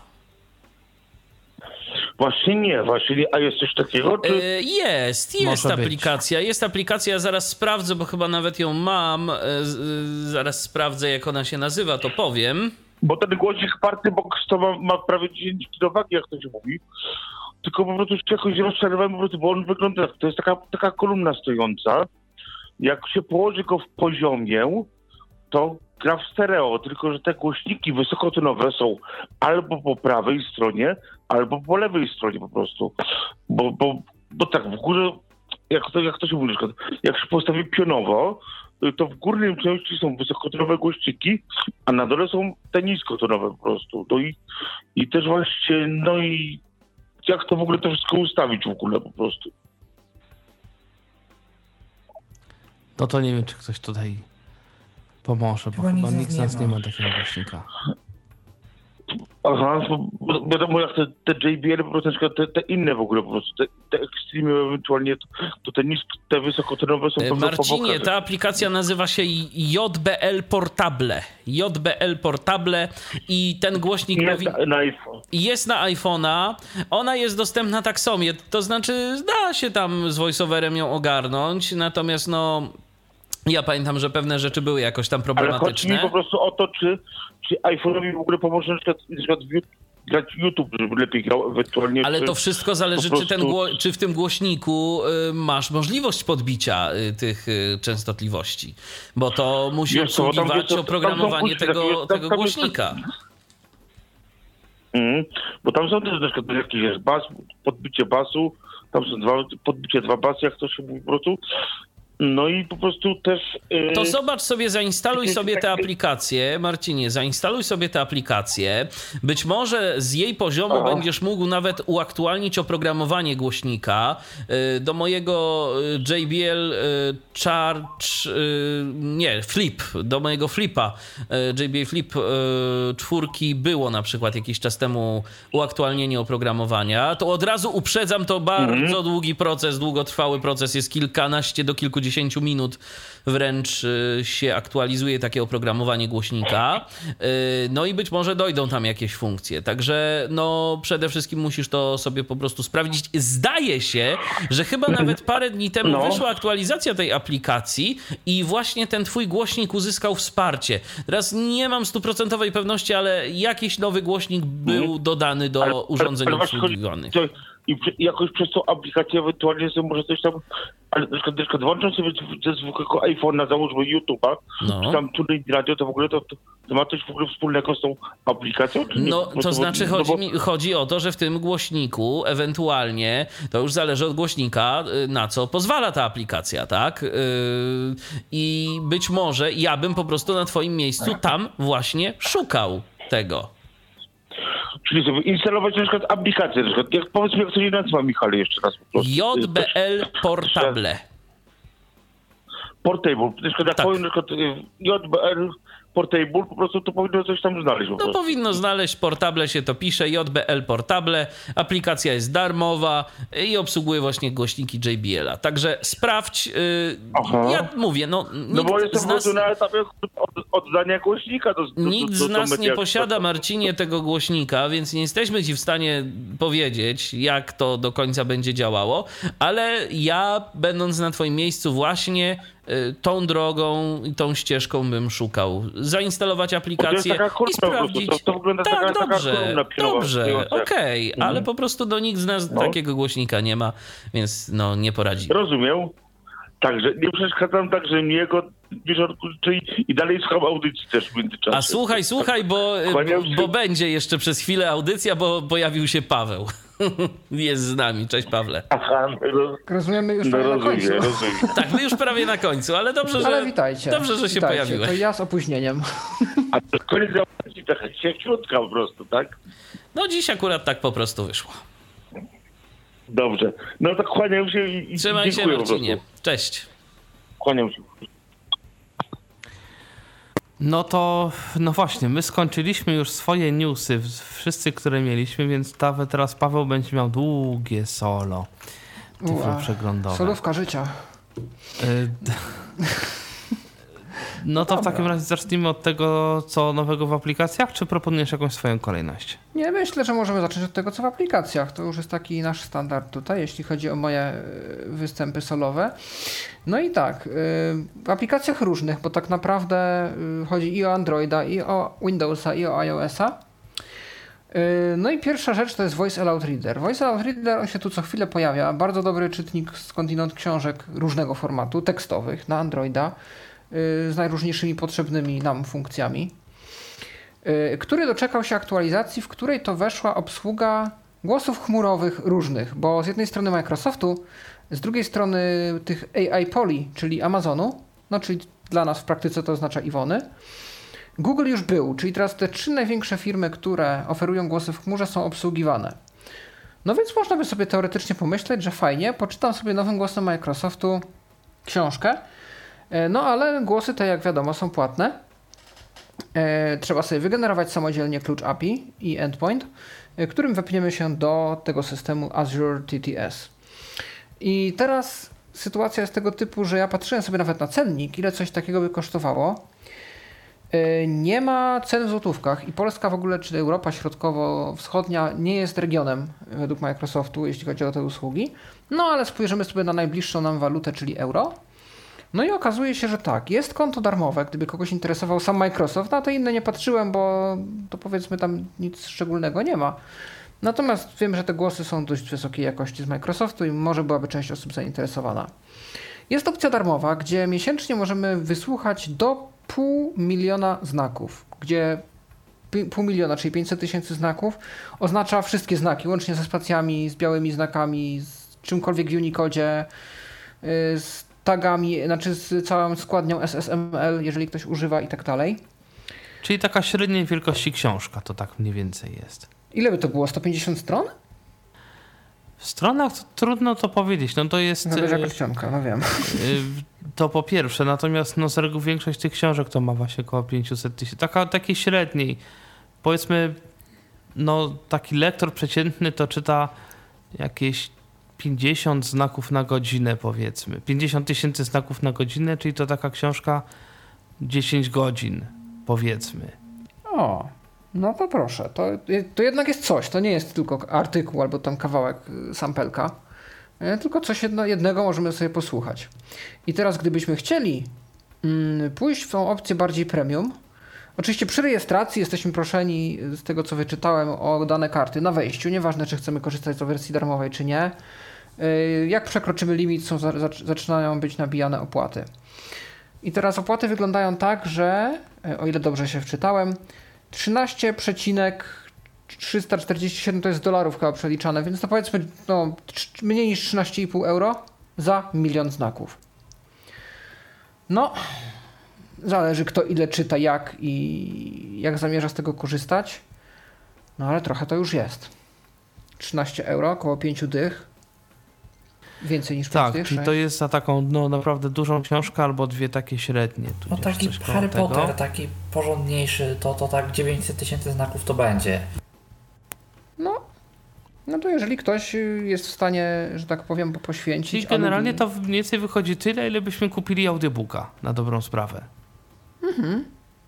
Właśnie nie, właśnie nie. A jest coś takiego, czy... E, Jest, jest Może być. aplikacja. Jest aplikacja, zaraz sprawdzę, bo chyba nawet ją mam. E, z- e, Zaraz sprawdzę, jak ona się nazywa, to powiem. Bo ten głośnik Party Box to ma, ma prawie dziesięć kilowatów, jak to się mówi. Tylko po prostu jakoś rozczarowałem, po prostu, bo on wygląda tak. To jest taka, taka kolumna stojąca. Jak się położy go w poziomie, to gra w stereo, tylko że te głośniki wysokotonowe są albo po prawej stronie, albo po lewej stronie po prostu. Bo, bo, bo tak, w górze, jak to, jak to się mówi, na przykład, jak się postawi pionowo, to w górnej części są wysokotonowe głośniki, a na dole są te niskotonowe po prostu. No i, i też właśnie, no i jak to w ogóle to wszystko ustawić w ogóle po prostu. No to nie wiem, czy ktoś tutaj pomoże, bo Chyba chyba nikt z nikt z nas nas nie nie ma. ma takiego głośnika. Aha, bo bo wiadomo jak te, te J B L, po prostu na przykład te, te inne w ogóle po prostu, te, te Extreme ewentualnie, to, to te, nisk, te wysokotonowe są E, po prostu po Marcinie, bokach. ta aplikacja nazywa się J B L Portable. J B L Portable i ten głośnik Nie, powin... na, na iPhone. jest na iPhone'a. Ona jest dostępna tak sobie, to znaczy da się tam z voiceoverem ją ogarnąć, natomiast no ja pamiętam, że pewne rzeczy były jakoś tam Ale chodzi mi problematyczne. po prostu o to, czy, czy iPhone'owi w ogóle pomoże na przykład, na przykład w YouTube, grać YouTube, żeby lepiej grał ewentualnie. Ale czy, to wszystko zależy, po czy, ten prostu- gło- czy w tym głośniku y, masz możliwość podbicia y, tych y, częstotliwości, bo to musi Wiesz co, tam obsługiwać to- tam są oprogramowanie głośniki, tego, takie- tam- tego tam jest- głośnika. Mhm. Bo tam są też na przykład jakiś jest bas, podbicie basu, tam są dwa, podbicie dwa basy, jak to się mówi po prostu. No i po prostu też... Yy... To zobacz sobie, zainstaluj sobie tę aplikację, Marcinie, zainstaluj sobie tę aplikację. Być może z jej poziomu Aha. będziesz mógł nawet uaktualnić oprogramowanie głośnika. Do mojego J B L Charge, nie, Flip, do mojego Flipa, J B L Flip czwórki było na przykład jakiś czas temu uaktualnienie oprogramowania. To od razu uprzedzam, to bardzo mhm. długi proces, długotrwały proces, jest kilkanaście do kilkudziesięciu minut wręcz się aktualizuje takie oprogramowanie głośnika. No i być może dojdą tam jakieś funkcje. Także no przede wszystkim musisz to sobie po prostu sprawdzić. Zdaje się, że chyba nawet parę dni temu no. wyszła aktualizacja tej aplikacji i właśnie ten twój głośnik uzyskał wsparcie. Teraz nie mam stuprocentowej pewności, ale jakiś nowy głośnik był dodany do ale, urządzeń ale, ale obsługiwanych. I jakoś przez tą aplikację ewentualnie sobie może coś tam, ale na przykład, na przykład włączam sobie ze zwykłego iPhone'a, załóżmy YouTube'a, no. czy tam TuneIn Radio, to w ogóle to, to, to ma coś w ogóle wspólnego z tą aplikacją? Czy no nie? to bo, znaczy bo, chodzi, bo... mi, chodzi o to, że w tym głośniku ewentualnie, to już zależy od głośnika, na co pozwala ta aplikacja, tak? Yy, I być może ja bym po prostu na twoim miejscu tam właśnie szukał tego. Czyli sobie instalować na przykład aplikację, na przykład, jak, powiedz mi, jak to się nazywa, Michale, jeszcze raz po prostu. J B L Portable. Portable, na przykład, jak tak. powiem, na przykład J B L Portable, po prostu to powinno coś tam znaleźć. Po no powinno znaleźć, Portable się to pisze, J B L Portable, aplikacja jest darmowa i obsługuje właśnie głośniki J B L a. Także sprawdź, yy, ja mówię, no nikt no bo jestem z nas... na etapie od, oddania głośnika do, do Nikt do, z do, nas do nie posiada, Marcinie, tego głośnika, więc nie jesteśmy ci w stanie powiedzieć, jak to do końca będzie działało, ale ja, będąc na twoim miejscu, właśnie tą drogą i tą ścieżką bym szukał. Zainstalować aplikację i sprawdzić. To, to wygląda tak, taka, dobrze, taka dobrze, okej, okay, mhm. ale po prostu do nikt z nas no. takiego głośnika nie ma, więc no nie poradzi. Rozumiem. Także nie przeszkadzam także mnie go wieczorku, czyli i dalej słucham audycji też w międzyczasie. A słuchaj, słuchaj, bo, bo, bo będzie jeszcze przez chwilę audycja, bo pojawił się Paweł. Jest z nami. Cześć, Pawle. Aha, no, rozumiemy już no, prawie rozumiem, na końcu. Rozumiem. Tak, my już prawie na końcu, ale dobrze, że, ale witajcie, dobrze, że się witajcie. pojawiłeś. To ja z opóźnieniem. A to koniec audycji taka cięciutka po prostu, tak? No dziś akurat tak po prostu wyszło. Dobrze. No to kłaniam się i Trzymaj się, Marcinie. Cześć. Kłaniam się. No to, no właśnie, my skończyliśmy już swoje newsy, wszyscy, które mieliśmy, więc ta, teraz Paweł będzie miał długie solo tyfloprzeglądowe. Solówka życia. Y- No to Dobra. w takim razie zacznijmy od tego, co nowego w aplikacjach, czy proponujesz jakąś swoją kolejność? Nie, myślę, że możemy zacząć od tego, co w aplikacjach. To już jest taki nasz standard tutaj, jeśli chodzi o moje występy solowe. No i tak, w aplikacjach różnych, bo tak naprawdę chodzi i o Androida, i o Windowsa, i o iOS-a. No i pierwsza rzecz to jest Voice Aloud Reader. Voice Aloud Reader, on się tu co chwilę pojawia. Bardzo dobry czytnik skądinąd książek różnego formatu, tekstowych na Androida, z najróżniejszymi potrzebnymi nam funkcjami, który doczekał się aktualizacji, w której to weszła obsługa głosów chmurowych różnych, bo z jednej strony Microsoftu, z drugiej strony tych A I Poly, czyli Amazonu, no czyli dla nas w praktyce to oznacza Iwony. Google już był, czyli teraz te trzy największe firmy, które oferują głosy w chmurze, są obsługiwane. No więc można by sobie teoretycznie pomyśleć, że fajnie, poczytam sobie nowym głosem Microsoftu książkę. No ale głosy te, jak wiadomo, są płatne. E, trzeba sobie wygenerować samodzielnie klucz A P I i endpoint, e, którym wepniemy się do tego systemu Azure T T S. I teraz sytuacja jest tego typu, że ja patrzyłem sobie nawet na cennik, ile coś takiego by kosztowało. E, nie ma cen w złotówkach i Polska w ogóle, czy Europa Środkowo-Wschodnia nie jest regionem według Microsoftu, jeśli chodzi o te usługi. No ale spojrzymy sobie na najbliższą nam walutę, czyli euro. No i okazuje się, że tak, jest konto darmowe, gdyby kogoś interesował sam Microsoft, na te inne nie patrzyłem, bo to powiedzmy tam nic szczególnego nie ma. Natomiast wiem, że te głosy są dość wysokiej jakości z Microsoftu i może byłaby część osób zainteresowana. Jest opcja darmowa, gdzie miesięcznie możemy wysłuchać do pół miliona znaków, gdzie pół miliona, czyli pięćset tysięcy znaków oznacza wszystkie znaki, łącznie ze spacjami, z białymi znakami, z czymkolwiek w Unicodzie, z tagami, znaczy z całą składnią S S M L, jeżeli ktoś używa i tak dalej. Czyli taka średniej wielkości książka, to tak mniej więcej jest. Ile by to było? sto pięćdziesiąt stron? W stronach to trudno to powiedzieć. No to jest... No to jest czcionka, no wiem. To po pierwsze, natomiast no z reguły większość tych książek to ma właśnie około pięćset tysięcy. Taka, takiej średniej. Powiedzmy, no taki lektor przeciętny to czyta jakieś pięćdziesiąt znaków na godzinę, powiedzmy. pięćdziesiąt tysięcy znaków na godzinę, czyli to taka książka dziesięć godzin, powiedzmy. O, no to proszę. To, to jednak jest coś. To nie jest tylko artykuł albo tam kawałek sampelka, tylko coś jedno, jednego możemy sobie posłuchać. I teraz gdybyśmy chcieli mm, pójść w tą opcję bardziej premium, oczywiście przy rejestracji jesteśmy proszeni, z tego co wyczytałem, o dane karty na wejściu, nieważne czy chcemy korzystać z wersji darmowej czy nie. Jak przekroczymy limit, są, zaczynają być nabijane opłaty. I teraz opłaty wyglądają tak, że, o ile dobrze się wczytałem, trzynaście przecinek trzysta czterdzieści siedem to jest dolarów chyba przeliczane, więc to powiedzmy no, mniej niż trzynaście i pół euro za milion znaków. No, zależy kto ile czyta, jak i jak zamierza z tego korzystać. No ale trochę to już jest. trzynaście euro, około pięć dych. Więcej niż tak, pięć czyli dych, to jest za taką no naprawdę dużą książkę albo dwie takie średnie. No taki Harry Potter, tego. taki porządniejszy, to, to tak dziewięćset tysięcy znaków to będzie. No, no to jeżeli ktoś jest w stanie, że tak powiem, poświęcić... Czyli generalnie lubi... to mniej więcej wychodzi tyle, ile byśmy kupili audiobooka, na dobrą sprawę. Mhm.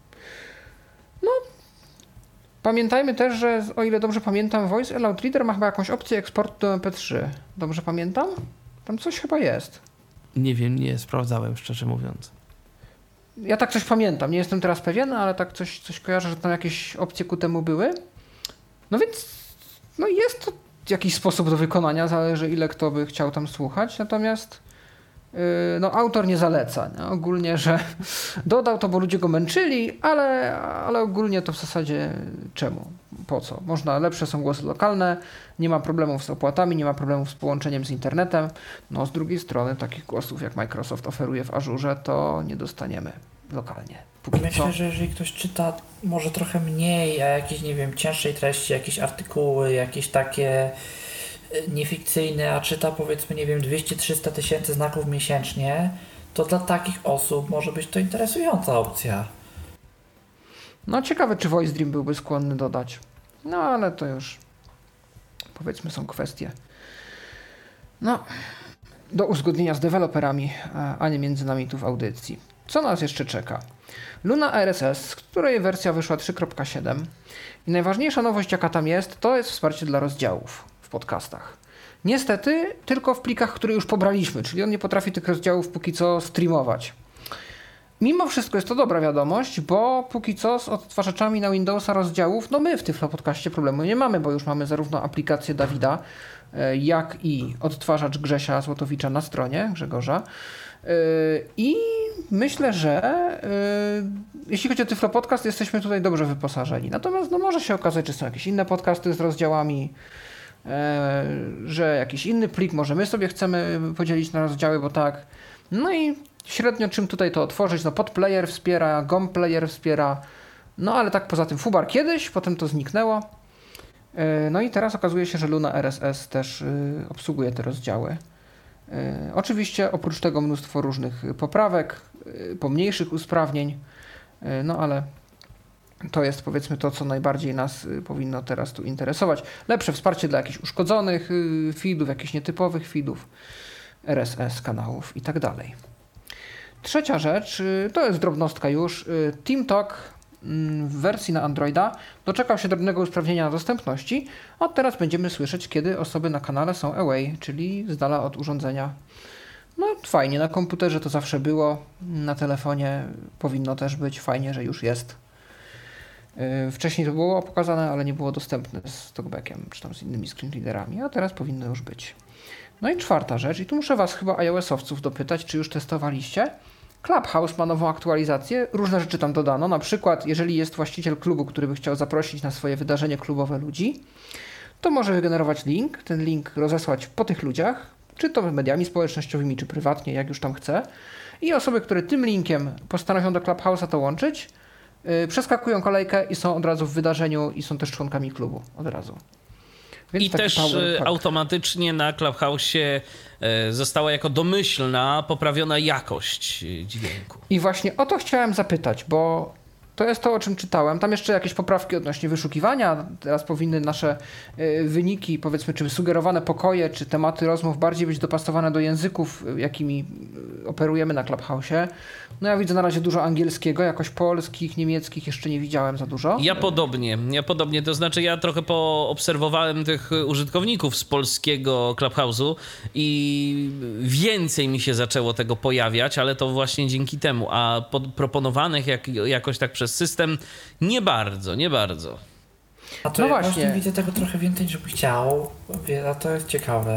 No, pamiętajmy też, że o ile dobrze pamiętam, Voice Aloud Reader ma chyba jakąś opcję eksportu do M P trzy. Dobrze pamiętam? Tam coś chyba jest. Nie wiem, nie sprawdzałem, szczerze mówiąc. Ja tak coś pamiętam, nie jestem teraz pewien, ale tak coś, coś kojarzę, że tam jakieś opcje ku temu były. No więc no jest to jakiś sposób do wykonania, zależy ile kto by chciał tam słuchać, natomiast yy, no autor nie zaleca. Nie? Ogólnie, że dodał to, bo ludzie go męczyli, ale, ale ogólnie to w zasadzie czemu? Po co? Można, lepsze są głosy lokalne, nie ma problemów z opłatami, nie ma problemów z połączeniem z internetem. No z drugiej strony takich głosów jak Microsoft oferuje w Azurze, to nie dostaniemy lokalnie. Póki Myślę, co. że jeżeli ktoś czyta może trochę mniej, a jakieś, nie wiem, cięższej treści, jakieś artykuły, jakieś takie niefikcyjne, a czyta powiedzmy, nie wiem, dwieście trzysta tysięcy znaków miesięcznie, to dla takich osób może być to interesująca opcja. No ciekawe, czy Voice Dream byłby skłonny dodać. No ale to już powiedzmy są kwestie no do uzgodnienia z deweloperami, a nie między nami tu w audycji. Co nas jeszcze czeka? Luna R S S, z której wersja wyszła trzy kropka siedem i najważniejsza nowość jaka tam jest, to jest wsparcie dla rozdziałów w podcastach. Niestety tylko w plikach, które już pobraliśmy, czyli on nie potrafi tych rozdziałów póki co streamować. Mimo wszystko jest to dobra wiadomość, bo póki co z odtwarzaczami na Windowsa rozdziałów, no my w Tyflo Podcaście problemu nie mamy, bo już mamy zarówno aplikację Dawida, jak i odtwarzacz Grzesia Złotowicza na stronie Grzegorza. I myślę, że jeśli chodzi o Tyflo Podcast, jesteśmy tutaj dobrze wyposażeni. Natomiast no, może się okazać, że są jakieś inne podcasty z rozdziałami, że jakiś inny plik może my sobie chcemy podzielić na rozdziały, bo tak. No i średnio czym tutaj to otworzyć? No Podplayer wspiera, GOM Player wspiera, no ale tak poza tym Fubar kiedyś, potem to zniknęło. No i teraz okazuje się, że Luna R S S też obsługuje te rozdziały. Oczywiście oprócz tego mnóstwo różnych poprawek, pomniejszych usprawnień, no ale to jest powiedzmy to, co najbardziej nas powinno teraz tu interesować. Lepsze wsparcie dla jakichś uszkodzonych feedów, jakichś nietypowych feedów, R S S kanałów i tak dalej. Trzecia rzecz, to jest drobnostka już, TeamTalk w wersji na Androida doczekał się drobnego usprawnienia dostępności. Od teraz będziemy słyszeć, kiedy osoby na kanale są away, czyli z dala od urządzenia. No fajnie, na komputerze to zawsze było, na telefonie powinno też być, fajnie, że już jest. Wcześniej to było pokazane, ale nie było dostępne z talkbackiem, czy tam z innymi screenreaderami, a teraz powinno już być. No i czwarta rzecz, i tu muszę was chyba iOS-owców dopytać, czy już testowaliście. Clubhouse ma nową aktualizację, różne rzeczy tam dodano, na przykład jeżeli jest właściciel klubu, który by chciał zaprosić na swoje wydarzenie klubowe ludzi, to może wygenerować link, ten link rozesłać po tych ludziach, czy to mediami społecznościowymi, czy prywatnie, jak już tam chce. I osoby, które tym linkiem postanowią do Clubhouse'a to łączyć, yy, przeskakują kolejkę i są od razu w wydarzeniu i są też członkami klubu od razu. Więc I też power, tak. automatycznie na Clubhouse'ie została jako domyślna poprawiona jakość dźwięku. I właśnie o to chciałem zapytać, bo to jest to, o czym czytałem. Tam jeszcze jakieś poprawki odnośnie wyszukiwania. Teraz powinny nasze wyniki, powiedzmy, czy sugerowane pokoje, czy tematy rozmów bardziej być dopasowane do języków, jakimi operujemy na Clubhouse'ie. No ja widzę na razie dużo angielskiego, jakoś polskich, niemieckich jeszcze nie widziałem za dużo. Ja podobnie, ja podobnie. To znaczy ja trochę poobserwowałem tych użytkowników z polskiego Clubhouse'u i więcej mi się zaczęło tego pojawiać, ale to właśnie dzięki temu. A proponowanych jak, jakoś tak przez system nie bardzo, nie bardzo. A to no ja właśnie. właśnie widzę tego trochę więcej, żeby chciał, a to jest ciekawe.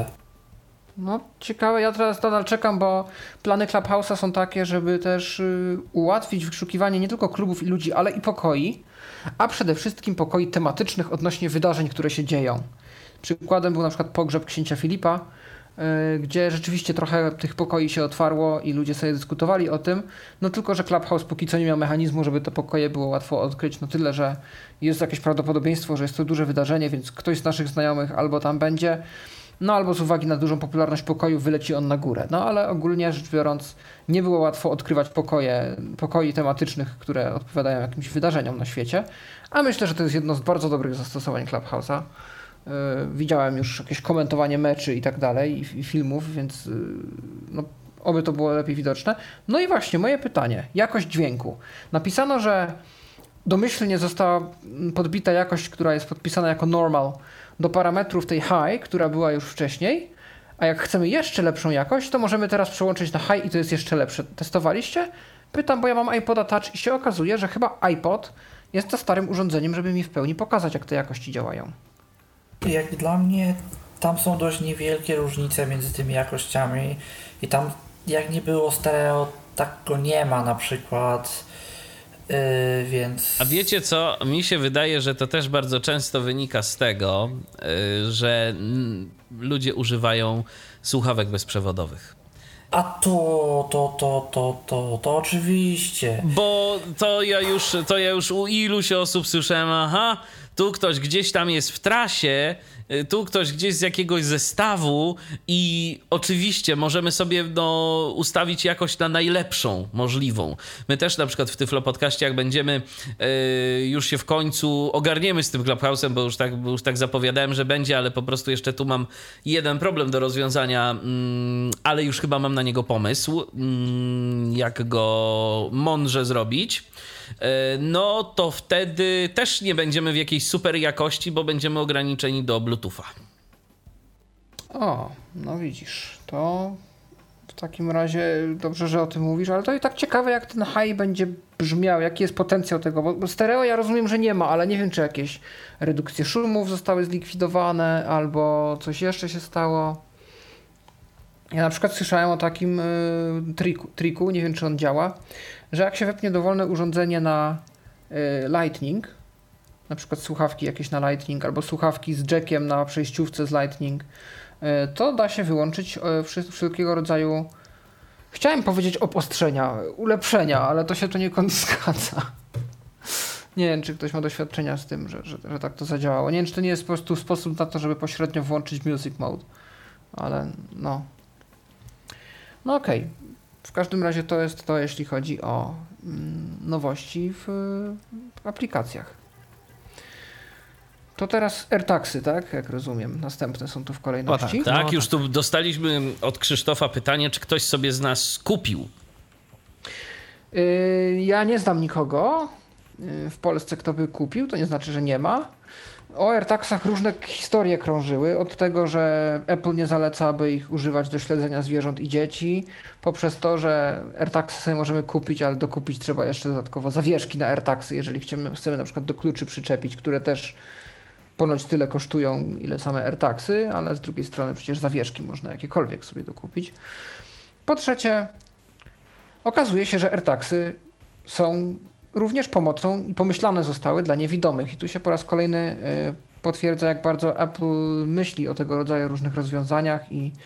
No ciekawe, ja teraz nadal czekam, bo plany Clubhouse'a są takie, żeby też y, ułatwić wyszukiwanie nie tylko klubów i ludzi, ale i pokoi, a przede wszystkim pokoi tematycznych odnośnie wydarzeń, które się dzieją. Przykładem był na przykład pogrzeb księcia Filipa, y, gdzie rzeczywiście trochę tych pokoi się otwarło i ludzie sobie dyskutowali o tym, no tylko, że Clubhouse póki co nie miał mechanizmu, żeby te pokoje było łatwo odkryć, no tyle, że jest jakieś prawdopodobieństwo, że jest to duże wydarzenie, więc ktoś z naszych znajomych albo tam będzie, no albo z uwagi na dużą popularność pokoju wyleci on na górę. No ale ogólnie rzecz biorąc nie było łatwo odkrywać pokoje, pokoi tematycznych, które odpowiadają jakimś wydarzeniom na świecie. A myślę, że to jest jedno z bardzo dobrych zastosowań Clubhouse'a. Yy, widziałem już jakieś komentowanie meczy i tak dalej, i, i filmów, więc yy, no, oby to było lepiej widoczne. No i właśnie moje pytanie. Jakość dźwięku. Napisano, że domyślnie została podbita jakość, która jest podpisana jako normal do parametrów tej high, która była już wcześniej, a jak chcemy jeszcze lepszą jakość, to możemy teraz przełączyć na high i to jest jeszcze lepsze. Testowaliście? Pytam, bo ja mam iPoda Touch i się okazuje, że chyba iPod jest za starym urządzeniem, żeby mi w pełni pokazać, jak te jakości działają. Jak dla mnie tam są dość niewielkie różnice między tymi jakościami i tam jak nie było stereo, tak go nie ma na przykład. Yy, więc... A wiecie co? Mi się wydaje, że to też bardzo często wynika z tego, yy, że n- ludzie używają słuchawek bezprzewodowych. A to, to, to, to, to, to oczywiście. Bo to ja już, to ja już u iluś osób słyszałem, aha, tu ktoś gdzieś tam jest w trasie, tu ktoś gdzieś z jakiegoś zestawu i oczywiście możemy sobie no, ustawić jakość na najlepszą możliwą. My też na przykład w Tyflo Podcaście, jak będziemy yy, już się w końcu ogarniemy z tym Clubhouse'em, bo już tak, bo już tak zapowiadałem, że będzie, ale po prostu jeszcze tu mam jeden problem do rozwiązania, yy, ale już chyba mam na niego pomysł, yy, jak go mądrze zrobić. No to wtedy też nie będziemy w jakiejś super jakości, bo będziemy ograniczeni do Bluetootha. O, no widzisz, to w takim razie dobrze, że o tym mówisz, ale to i tak ciekawe, jak ten high będzie brzmiał, jaki jest potencjał tego, bo stereo ja rozumiem, że nie ma, ale nie wiem, czy jakieś redukcje szumów zostały zlikwidowane, albo coś jeszcze się stało. Ja na przykład słyszałem o takim y, triku, triku, nie wiem, czy on działa, że jak się wepnie dowolne urządzenie na y, Lightning, na przykład słuchawki jakieś na Lightning, albo słuchawki z jackiem na przejściówce z Lightning, y, to da się wyłączyć y, wszelkiego rodzaju, chciałem powiedzieć obostrzenia, ulepszenia, ale to się tu niekąd zgadza. Nie wiem, czy ktoś ma doświadczenia z tym, że, że, że tak to zadziałało. Nie wiem, czy to nie jest po prostu sposób na to, żeby pośrednio włączyć music mode, ale no... No okej, okay. W każdym razie to jest to, jeśli chodzi o mm, nowości w, w aplikacjach. To teraz AirTagsy, tak? Jak rozumiem. Następne są tu w kolejności. O, tak, tak no, już tak. Tu dostaliśmy od Krzysztofa pytanie, czy ktoś sobie z nas kupił. Yy, ja nie znam nikogo yy, w Polsce, kto by kupił. To nie znaczy, że nie ma. O AirTagsach różne historie krążyły, od tego, że Apple nie zaleca, aby ich używać do śledzenia zwierząt i dzieci, poprzez to, że AirTagsy sobie możemy kupić, ale dokupić trzeba jeszcze dodatkowo zawieszki na AirTagsy, jeżeli chcemy, chcemy na przykład do kluczy przyczepić, które też ponoć tyle kosztują, ile same AirTagsy, ale z drugiej strony przecież zawieszki można jakiekolwiek sobie dokupić. Po trzecie, okazuje się, że AirTagsy są również pomocą i pomyślane zostały dla niewidomych. I tu się po raz kolejny potwierdza, jak bardzo Apple myśli o tego rodzaju różnych rozwiązaniach i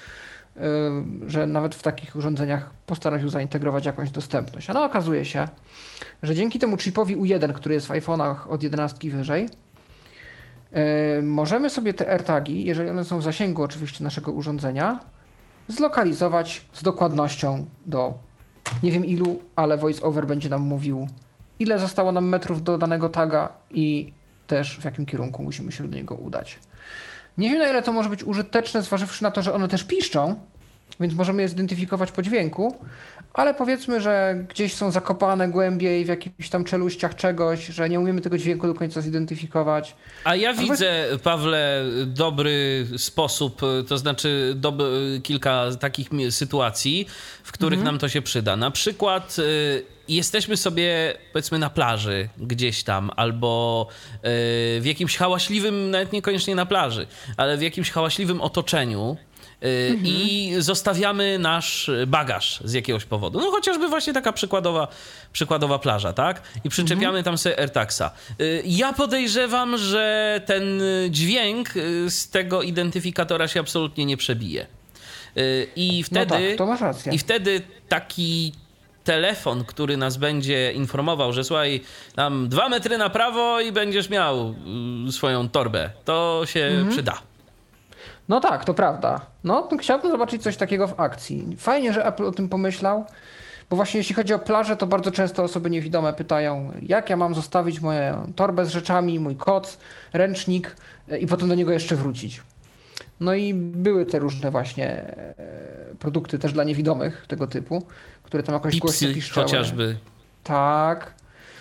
że nawet w takich urządzeniach postanowił zaintegrować jakąś dostępność. A no okazuje się, że dzięki temu chipowi U jeden, który jest w iPhone'ach od jedenastki wyżej, możemy sobie te AirTagi, jeżeli one są w zasięgu oczywiście naszego urządzenia, zlokalizować z dokładnością do nie wiem ilu, ale VoiceOver będzie nam mówił, ile zostało nam metrów do danego taga i też w jakim kierunku musimy się do niego udać. Nie wiem, na ile to może być użyteczne, zważywszy na to, że one też piszczą, więc możemy je zidentyfikować po dźwięku, ale powiedzmy, że gdzieś są zakopane głębiej w jakichś tam czeluściach czegoś, że nie umiemy tego dźwięku do końca zidentyfikować. A ja Albo... widzę, Pawle, dobry sposób, to znaczy dob- kilka takich sytuacji, w których mhm. nam to się przyda. Na przykład y, jesteśmy sobie, powiedzmy, na plaży gdzieś tam, albo y, w jakimś hałaśliwym, nawet niekoniecznie na plaży, ale w jakimś hałaśliwym otoczeniu, Mhm. i zostawiamy nasz bagaż z jakiegoś powodu. No chociażby właśnie taka przykładowa, przykładowa plaża, tak? I przyczepiamy mhm. tam sobie AirTagsa. Ja podejrzewam, że ten dźwięk z tego identyfikatora się absolutnie nie przebije. I wtedy, no tak, to masz rację. I wtedy taki telefon, który nas będzie informował, że słuchaj, tam dwa metry na prawo i będziesz miał swoją torbę, to się mhm. przyda. No tak, to prawda. No, chciałbym zobaczyć coś takiego w akcji. Fajnie, że Apple o tym pomyślał, bo właśnie jeśli chodzi o plażę, to bardzo często osoby niewidome pytają, jak ja mam zostawić moją torbę z rzeczami, mój koc, ręcznik i potem do niego jeszcze wrócić. No i były te różne właśnie produkty też dla niewidomych tego typu, które tam jakoś głośno piszczały. Chociażby. Tak.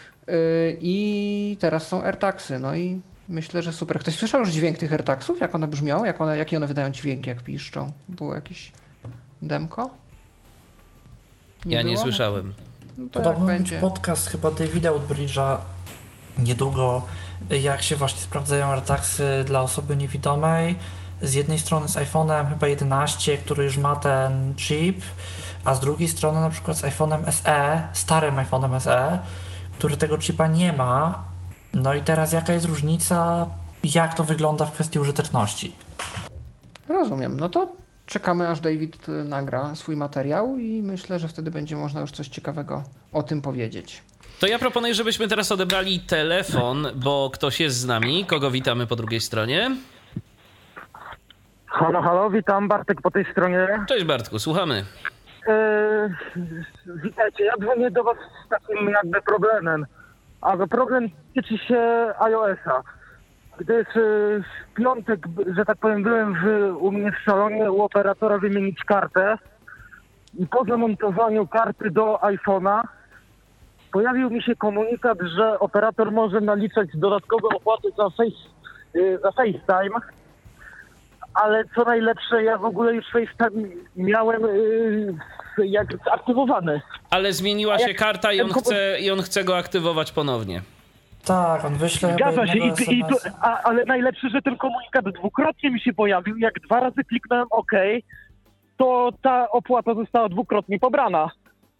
I teraz są AirTagsy, no i myślę, że super. Ktoś słyszał już dźwięk tych AirTagsów? Jak one brzmią? Jak one, jakie one wydają dźwięki, jak piszczą? Było jakieś demko? Nie ja było? nie słyszałem. No to Podobno będzie podcast chyba Davida Woodbridge'a niedługo, jak się właśnie sprawdzają AirTagsy dla osoby niewidomej. Z jednej strony z iPhone'em chyba jedenaście, który już ma ten chip, a z drugiej strony na przykład z iPhone'em S E, starym iPhone'em S E, który tego chipa nie ma. No i teraz jaka jest różnica, jak to wygląda w kwestii użyteczności? Rozumiem. No to czekamy, aż David nagra swój materiał i myślę, że wtedy będzie można już coś ciekawego o tym powiedzieć. To ja proponuję, żebyśmy teraz odebrali telefon, bo ktoś jest z nami. Kogo witamy po drugiej stronie? Halo, halo, witam, Bartek po tej stronie. Cześć Bartku, słuchamy. Eee, witajcie, ja dzwonię do was z takim jakby problemem. A problem tyczy się iOS-a. Gdyż w piątek, że tak powiem, byłem w, u mnie w salonie u operatora wymienić kartę i po zamontowaniu karty do iPhone'a pojawił mi się komunikat, że operator może naliczać dodatkowe opłaty za, face, za FaceTime, ale co najlepsze, ja w ogóle już FaceTime miałem jak aktywowany. Ale zmieniła się karta i on chce, i on chce go aktywować ponownie. Tak, on wyśle Zgadza się, i, i to, a, ale najlepsze, że ten komunikat dwukrotnie mi się pojawił. Jak dwa razy kliknąłem OK, to ta opłata została dwukrotnie pobrana.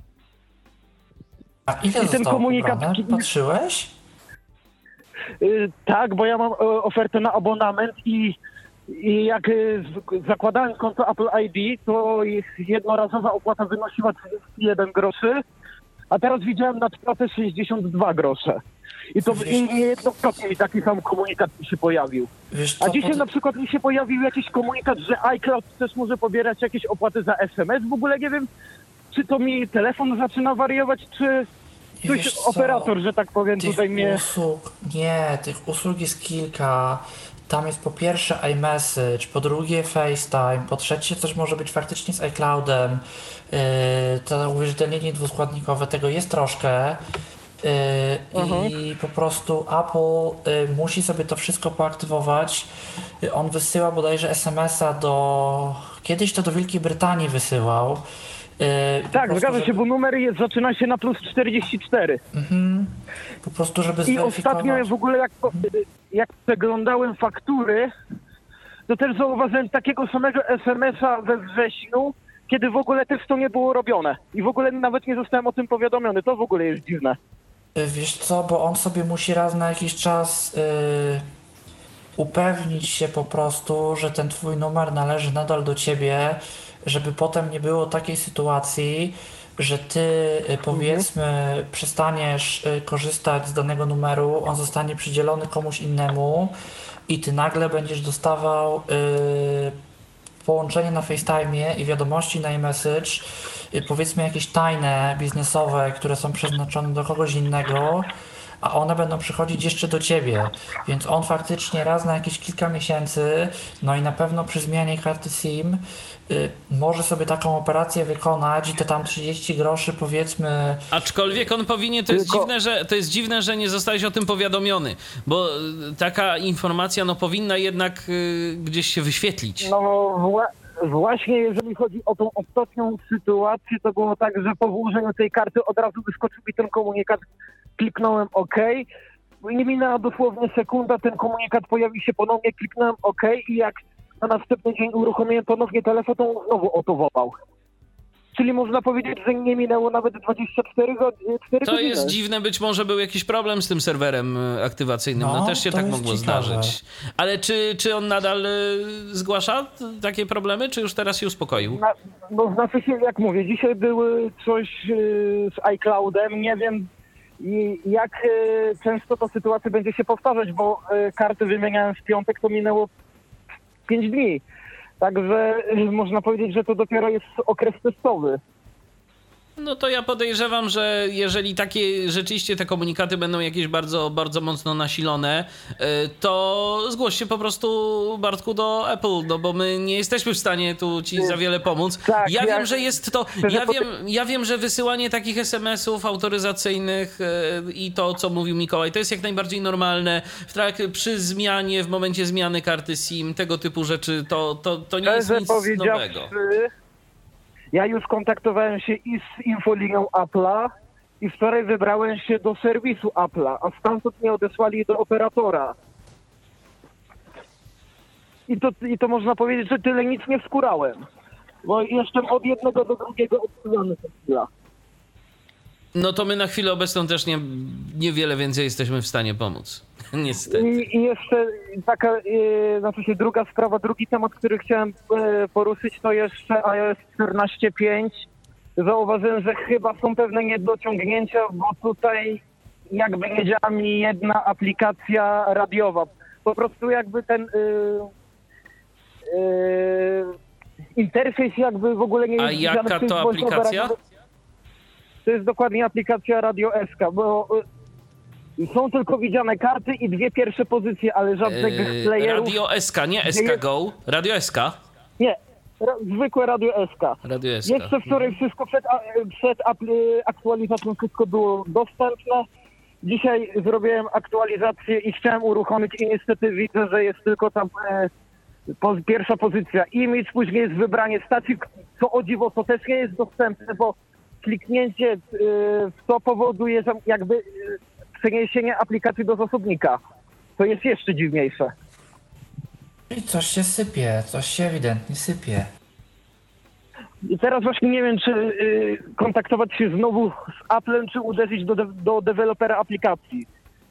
A ile I ten komunikat pobrane? Patrzyłeś? Yy, tak, bo ja mam y, ofertę na abonament i I jak y, zakładałem konto Apple I D, to jednorazowa opłata wynosiła trzydzieści jeden groszy, a teraz widziałem nadpłatę sześćdziesiąt dwa grosze. I to niejednokrotnie mi taki sam komunikat mi się pojawił. Wiesz co, a dzisiaj pod... na przykład mi się pojawił jakiś komunikat, że iCloud też może pobierać jakieś opłaty za S M S. W ogóle nie wiem, czy to mi telefon zaczyna wariować, czy coś operator, że tak powiem, tych tutaj mnie... usług, nie, tych usług jest kilka. Tam jest po pierwsze iMessage, po drugie FaceTime, po trzecie coś może być faktycznie z iCloudem. Yy, to uwierzytelnienie dwuskładnikowe, tego jest troszkę. Yy, uh-huh. I po prostu Apple yy, musi sobie to wszystko poaktywować. Yy, on wysyła bodajże es em es a do... Kiedyś to do Wielkiej Brytanii wysyłał. Yy, tak, zgadza żeby... się, bo numer jest, zaczyna się na plus czterdzieści cztery. Mhm. Po prostu, żeby zweryfikować. I ostatnio w ogóle jak, jak przeglądałem faktury, to też zauważyłem takiego samego es em es a we wrześniu, kiedy w ogóle też to nie było robione. I w ogóle nawet nie zostałem o tym powiadomiony. To w ogóle jest dziwne. Wiesz co, bo on sobie musi raz na jakiś czas yy, upewnić się po prostu, że ten twój numer należy nadal do ciebie żeby potem nie było takiej sytuacji, że ty powiedzmy mhm. przestaniesz korzystać z danego numeru, on zostanie przydzielony komuś innemu i ty nagle będziesz dostawał y, połączenie na FaceTime'ie i wiadomości na iMessage, y, powiedzmy jakieś tajne, biznesowe, które są przeznaczone do kogoś innego, a one będą przychodzić jeszcze do ciebie, więc on faktycznie raz na jakieś kilka miesięcy, no i na pewno przy zmianie karty SIM y, może sobie taką operację wykonać i to tam trzydzieści groszy powiedzmy. Aczkolwiek on powinien, to jest, Tylko... dziwne, że, to jest dziwne, że nie zostałeś o tym powiadomiony, bo taka informacja no powinna jednak y, gdzieś się wyświetlić. No wła- właśnie jeżeli chodzi o tą ostatnią sytuację, to było tak, że po włożeniu tej karty od razu wyskoczył mi ten komunikat. Kliknąłem OK, nie minęła dosłownie sekunda, ten komunikat pojawił się ponownie, kliknąłem OK i jak na następny dzień uruchomiłem ponownie telefon, to on znowu otowował. Czyli można powiedzieć, że nie minęło nawet dwadzieścia cztery godziny. To jest dziwne, być może był jakiś problem z tym serwerem aktywacyjnym, no, no też się tak mogło ciekawe. zdarzyć. Ale czy, czy on nadal y, zgłasza takie problemy, czy już teraz się uspokoił? Na, no znaczy się, jak mówię, dzisiaj były coś y, z iCloudem, nie wiem i jak y, często ta sytuacja będzie się powtarzać, bo y, karty wymieniałem w piątek, to minęło pięć dni. Także y, można powiedzieć, że to dopiero jest okres testowy. No to ja podejrzewam, że jeżeli takie rzeczywiście te komunikaty będą jakieś bardzo, bardzo mocno nasilone, to zgłoś się po prostu, Bartku, do Apple, no bo my nie jesteśmy w stanie tu ci za wiele pomóc. Tak, ja ja wiem, że jest to, ja wiem, ja wiem, że wysyłanie takich es em esów autoryzacyjnych i to, co mówił Mikołaj, to jest jak najbardziej normalne. W trakcie, przy zmianie, w momencie zmiany karty SIM, tego typu rzeczy, to, to, to nie jest nic nowego. Ja już kontaktowałem się i z infolinią Apple'a i wczoraj wybrałem się do serwisu Apple'a, a stamtąd mnie odesłali do operatora. I to, i to można powiedzieć, że tyle nic nie wskurałem. Bo jestem od jednego do drugiego odsyłany co chwila. No to my na chwilę obecną też nie, niewiele więcej jesteśmy w stanie pomóc. Niestety. I, i jeszcze taka, e, znaczy się druga sprawa, drugi temat, który chciałem e, poruszyć, to jeszcze iOS czternaście pięć. Zauważyłem, że chyba są pewne niedociągnięcia, bo tutaj jakby nie działa mi jedna aplikacja radiowa. Po prostu jakby ten e, e, interfejs jakby w ogóle nie jest... A jaka to aplikacja? To jest dokładnie aplikacja Radio S K, bo są tylko widziane karty i dwie pierwsze pozycje, ale żadnych eee, playerów... Radio S K, nie S K Go, Radio S K? Nie, ra- zwykłe Radio S K. Radio S K. Jeszcze wczoraj wszystko przed, przed aktualizacją wszystko było dostępne. Dzisiaj zrobiłem aktualizację i chciałem uruchomić i niestety widzę, że jest tylko tam e, po, pierwsza pozycja image, później jest wybranie stacji, co o dziwo to też nie jest dostępne, bo kliknięcie w to powoduje jakby przeniesienie aplikacji do zasobnika. To jest jeszcze dziwniejsze. I coś się sypie, coś się ewidentnie sypie. I teraz właśnie nie wiem, czy y, kontaktować się znowu z Applem, czy uderzyć do, de- do dewelopera aplikacji.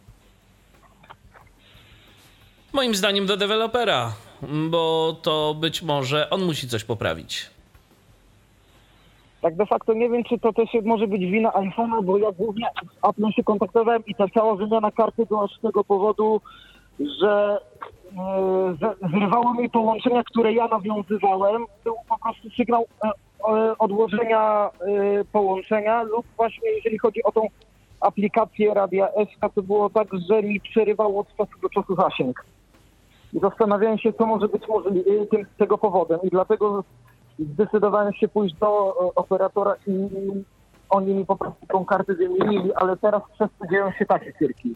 Moim zdaniem do dewelopera, bo to być może on musi coś poprawić. Tak de facto nie wiem, czy to też może być wina iPhone'a, bo ja głównie z Applem się kontaktowałem i ta cała wymiana karty była z tego powodu, że e, zrywało mi połączenia, które ja nawiązywałem. Był po prostu sygnał e, odłożenia e, połączenia lub właśnie jeżeli chodzi o tą aplikację Radia S K, to było tak, że mi przerywało od czasu do czasu zasięg. I zastanawiałem się, co może być możliwe tym, tego powodem i dlatego zdecydowałem się pójść do operatora i oni mi po prostu tą kartę wymienili, ale teraz przez to dzieją się takie cyrki.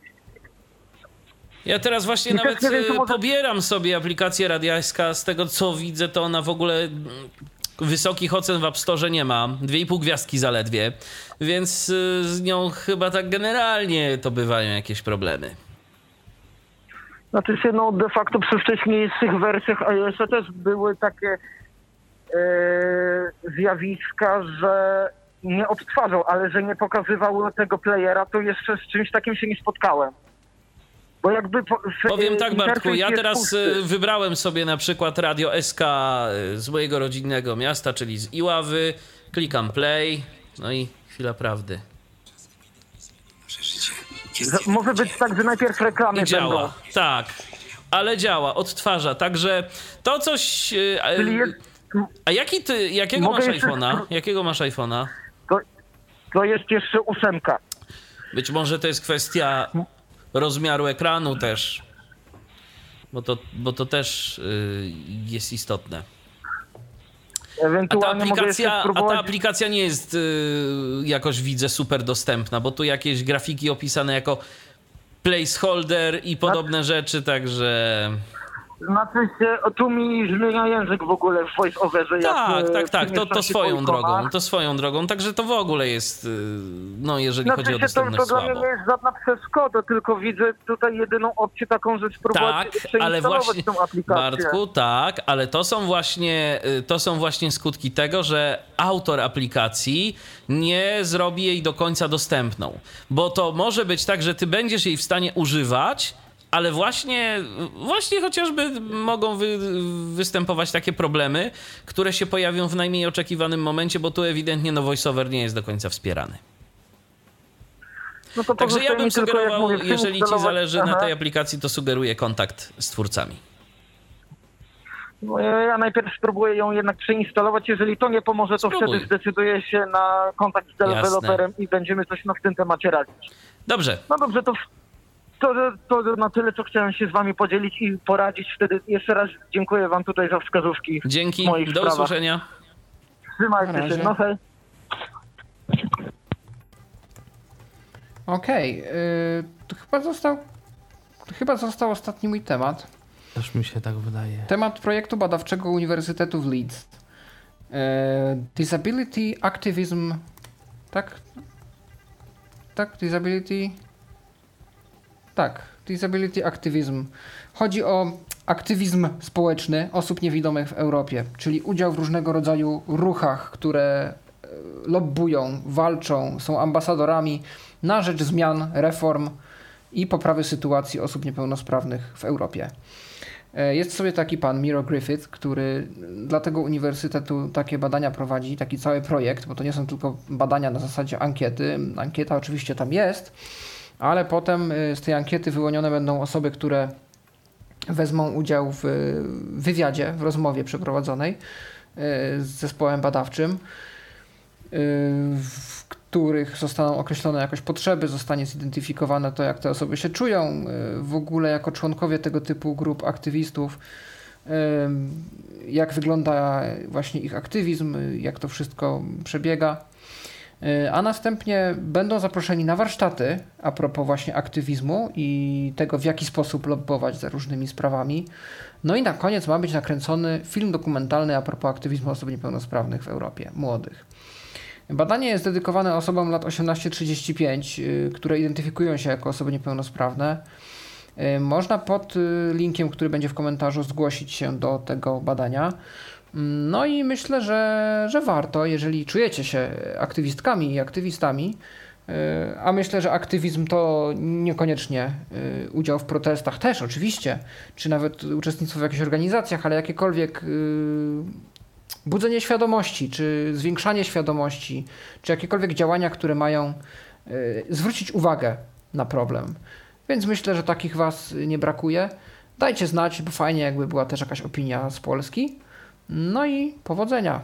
Ja teraz właśnie I nawet wiem, może... pobieram sobie aplikację Radia S K. Z tego co widzę, to ona w ogóle wysokich ocen w App Store nie ma. Dwie i pół gwiazdki zaledwie. Więc z nią chyba tak generalnie to bywają jakieś problemy. Znaczy się, no de facto przy wcześniejszych wersjach iOS-a też były takie Yy, zjawiska, że nie odtwarzał, ale że nie pokazywały tego playera, to jeszcze z czymś takim się nie spotkałem. Bo jakby... Po, Powiem tak, Bartku, ja teraz pusty. wybrałem sobie na przykład Radio S K z mojego rodzinnego miasta, czyli z Iławy, klikam play, no i chwila prawdy. Może być tak, że najpierw reklamy I działa, będą. tak, ale działa, odtwarza, także to coś... Czyli jest... A jaki ty, jakiego Mogę masz jeszcze iPhone'a? spro- Jakiego masz iPhone'a? To, to jest jeszcze ósemka. Być może to jest kwestia rozmiaru ekranu też, bo to, bo to też yy, jest istotne. A ta, Ewentualnie mogę jeszcze aplikacja, a ta spróbować... aplikacja nie jest yy, jakoś, widzę, super dostępna, bo tu jakieś grafiki opisane jako placeholder i podobne rzeczy, także... Znaczy się, tu mi zmienia język w ogóle w voice-overze. Tak, jak, tak, tak, to, przemieszczam to się swoją po ikonach. drogą, to swoją drogą, także to w ogóle jest, yy, no jeżeli Znaczy chodzi o się, to, dostępność, to dla mnie słabo. nie jest żadna przeszkoda, tylko widzę tutaj jedyną opcję taką, że spróbować Tak, ale przeinstalować właśnie, tą aplikację. Bartku, tak, ale to są właśnie, y, to są właśnie skutki tego, że autor aplikacji nie zrobi jej do końca dostępną. Bo to może być tak, że ty będziesz jej w stanie używać, ale właśnie, właśnie chociażby mogą wy, występować takie problemy, które się pojawią w najmniej oczekiwanym momencie, bo tu ewidentnie no voiceover nie jest do końca wspierany. No to Także ja pozostaje bym mi tylko, jak sugerował, mówię, jeżeli ci przeinstalować- zależy na Aha. tej aplikacji, to sugeruję kontakt z twórcami. No, ja ja najpierw spróbuję ją jednak przeinstalować. Jeżeli to nie pomoże, to Spróbuj. wtedy zdecyduję się na kontakt z deweloperem i będziemy coś na w tym temacie radzić. Dobrze. No dobrze, to, to, to na tyle, co chciałem się z wami podzielić i poradzić. Wtedy jeszcze raz dziękuję wam tutaj za wskazówki. Dzięki, w moich do sprawach. usłyszenia. Trzymajcie Na się, razie. no hej. Okej, okay, to chyba został, to chyba został ostatni mój temat. Też mi się tak wydaje. Temat projektu badawczego Uniwersytetu w Leeds. E, Disability Activism. Tak? Tak? Disability. Tak. Disability Activism. Chodzi o aktywizm społeczny osób niewidomych w Europie, czyli udział w różnego rodzaju ruchach, które e, lobbują, walczą, są ambasadorami na rzecz zmian, reform i poprawy sytuacji osób niepełnosprawnych w Europie. Jest sobie taki pan Miro Griffith, który dla tego uniwersytetu takie badania prowadzi, taki cały projekt, bo to nie są tylko badania na zasadzie ankiety. Ankieta oczywiście tam jest, ale potem z tej ankiety wyłonione będą osoby, które wezmą udział w wywiadzie, w rozmowie przeprowadzonej z zespołem badawczym, w których zostaną określone jakoś potrzeby, zostanie zidentyfikowane to, jak te osoby się czują w ogóle jako członkowie tego typu grup aktywistów, jak wygląda właśnie ich aktywizm, jak to wszystko przebiega. A następnie będą zaproszeni na warsztaty a propos właśnie aktywizmu i tego, w jaki sposób lobbować za różnymi sprawami. No i na koniec ma być nakręcony film dokumentalny a propos aktywizmu osób niepełnosprawnych w Europie, młodych. Badanie jest dedykowane osobom lat osiemnaście trzydzieści pięć, które identyfikują się jako osoby niepełnosprawne. Można pod linkiem, który będzie w komentarzu, zgłosić się do tego badania. No i myślę, że, że warto, jeżeli czujecie się aktywistkami i aktywistami, a myślę, że aktywizm to niekoniecznie udział w protestach też oczywiście, czy nawet uczestnictwo w jakichś organizacjach, ale jakiekolwiek budzenie świadomości, czy zwiększanie świadomości, czy jakiekolwiek działania, które mają zwrócić uwagę na problem. Więc myślę, że takich was nie brakuje. Dajcie znać, bo fajnie jakby była też jakaś opinia z Polski. No i powodzenia.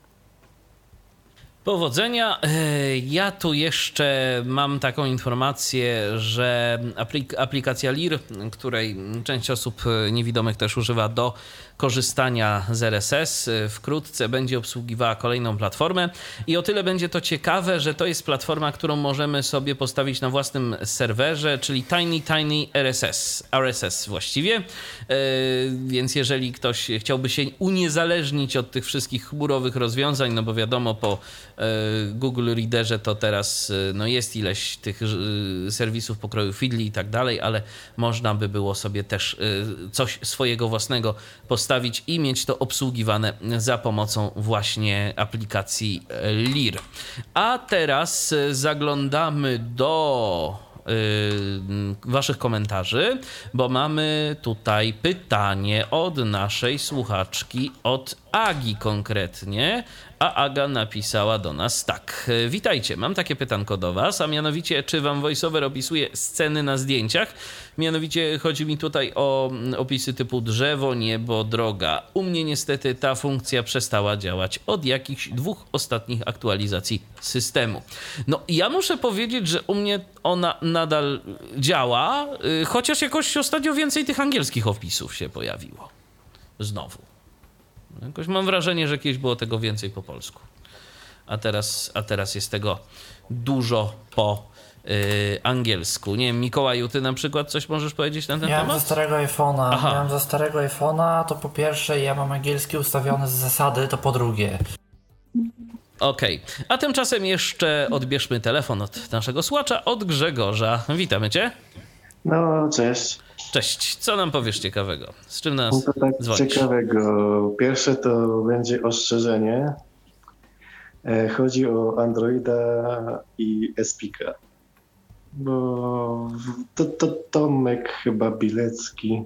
Powodzenia. Ja tu jeszcze mam taką informację, że aplik- aplikacja L I R, której część osób niewidomych też używa do korzystania z R S S, wkrótce będzie obsługiwała kolejną platformę i o tyle będzie to ciekawe, że to jest platforma, którą możemy sobie postawić na własnym serwerze, czyli Tiny Tiny R S S, R S S właściwie, więc jeżeli ktoś chciałby się uniezależnić od tych wszystkich chmurowych rozwiązań, no bo wiadomo, po Google Readerze to teraz no jest ileś tych serwisów pokroju Feedly i tak dalej, ale można by było sobie też coś swojego własnego postawić i mieć to obsługiwane za pomocą właśnie aplikacji L I R. A teraz zaglądamy do yy, waszych komentarzy, bo mamy tutaj pytanie od naszej słuchaczki, od Agi konkretnie, a Aga napisała do nas tak. Witajcie, mam takie pytanko do was, a mianowicie, czy wam VoiceOver opisuje sceny na zdjęciach? Mianowicie chodzi mi tutaj o opisy typu drzewo, niebo, droga. U mnie niestety ta funkcja przestała działać od jakichś dwóch ostatnich aktualizacji systemu. No ja muszę powiedzieć, że u mnie ona nadal działa, chociaż jakoś ostatnio więcej tych angielskich opisów się pojawiło. Znowu. Jakoś mam wrażenie, że kiedyś było tego więcej po polsku. A teraz, a teraz jest tego dużo po yy, angielsku. Nie wiem, Mikołaju, ty na przykład coś możesz powiedzieć na ten Miałem temat? ze starego iPhone'a. Miałem ze starego iPhone'a, to po pierwsze ja mam angielski ustawiony z zasady, to po drugie. Okej, okay. A tymczasem jeszcze odbierzmy telefon od naszego słuchacza, od Grzegorza. Witamy cię. No, cześć. Cześć, co nam powiesz ciekawego? Z czym nas no to tak dzwonisz? Ciekawego. Pierwsze to będzie ostrzeżenie. Chodzi o Androida i Espika. Bo to, to Tomek chyba Bilecki.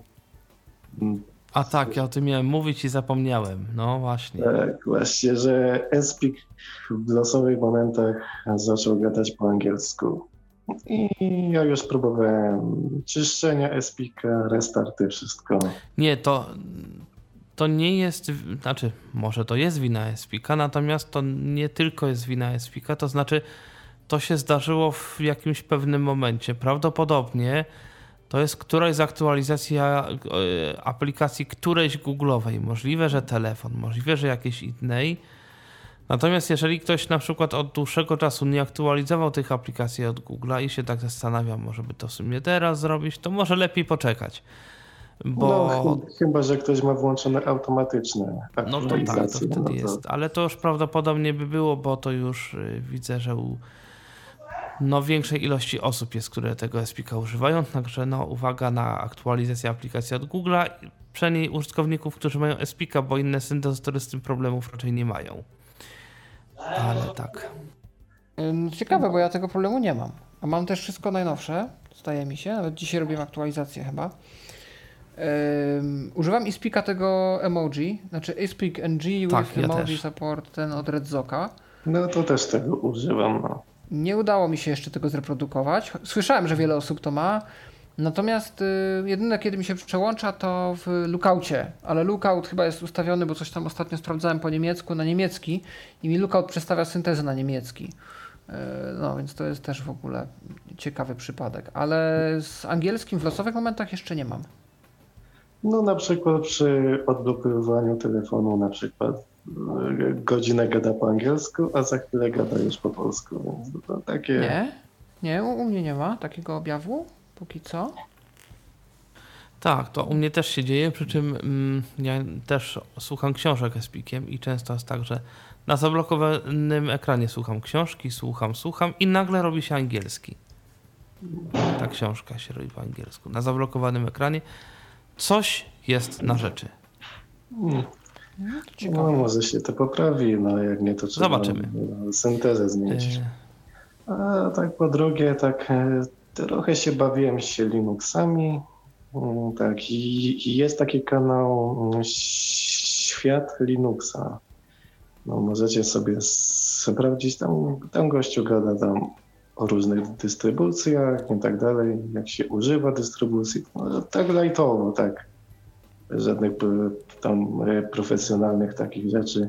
A tak, ja o tym miałem mówić i zapomniałem. No właśnie. Tak, właśnie, że Espik w losowych momentach zaczął gadać po angielsku. I ja już próbowałem czyszczenia Espika, restarty, wszystko. Nie, to, to nie jest, znaczy może to jest wina Espika, natomiast to nie tylko jest wina Espika, to znaczy to się zdarzyło w jakimś pewnym momencie. Prawdopodobnie to jest któraś z aktualizacji aplikacji którejś googlowej. Możliwe, że telefon, możliwe, że jakiejś innej. Natomiast jeżeli ktoś na przykład od dłuższego czasu nie aktualizował tych aplikacji od Google'a i się tak zastanawia, może by to w sumie teraz zrobić, to może lepiej poczekać. Bo... No, chyba, że ktoś ma włączone automatyczne aktualizacje. No to tak, to wtedy no to... jest. Ale to już prawdopodobnie by było, bo to już y, widzę, że u no, większej ilości osób jest, które tego Espika używają. Także no, uwaga na aktualizację aplikacji od Google'a. Przynajmniej użytkowników, którzy mają Espika, bo inne syntezotory z tym problemów raczej nie mają. Ale tak. Ciekawe, bo ja tego problemu nie mam. A mam też wszystko najnowsze, zdaje mi się. Nawet dzisiaj robiłem aktualizację chyba. Um, używam Espika tego emoji, znaczy Espik N G tak, with ja emoji też. support, ten od Redzoka. No to też tego używam. No. Nie udało mi się jeszcze tego zreprodukować. Słyszałem, że wiele osób to ma. Natomiast y, jedyne, kiedy mi się przełącza, to w lookoutie, ale lookout chyba jest ustawiony, bo coś tam ostatnio sprawdzałem po niemiecku, na niemiecki i mi lookout przestawia syntezę na niemiecki. Y, no więc to jest też w ogóle ciekawy przypadek, ale z angielskim w losowych momentach jeszcze nie mam. No na przykład przy odblokowywaniu telefonu na przykład godzinę gada po angielsku, a za chwilę gada już po polsku. Więc to takie... Nie, nie, u, u mnie nie ma takiego objawu. Póki co? Tak, to u mnie też się dzieje, przy czym mm, ja też słucham książek Espikiem i często jest tak, że na zablokowanym ekranie słucham książki, słucham, słucham i nagle robi się angielski. Ta książka się robi po angielsku. Na zablokowanym ekranie coś jest na rzeczy. Hmm. No może się to poprawi, no jak nie to trzeba Zobaczymy. syntezę zmienić. A tak po drugie, tak trochę się bawiłem się Linuxami. Tak, i, i jest taki kanał Świat Linuxa. No możecie sobie sprawdzić, tam, tam gościu gada tam o różnych dystrybucjach i tak dalej, jak się używa dystrybucji. No, tak lightowo, tak. Bez żadnych tam profesjonalnych takich rzeczy.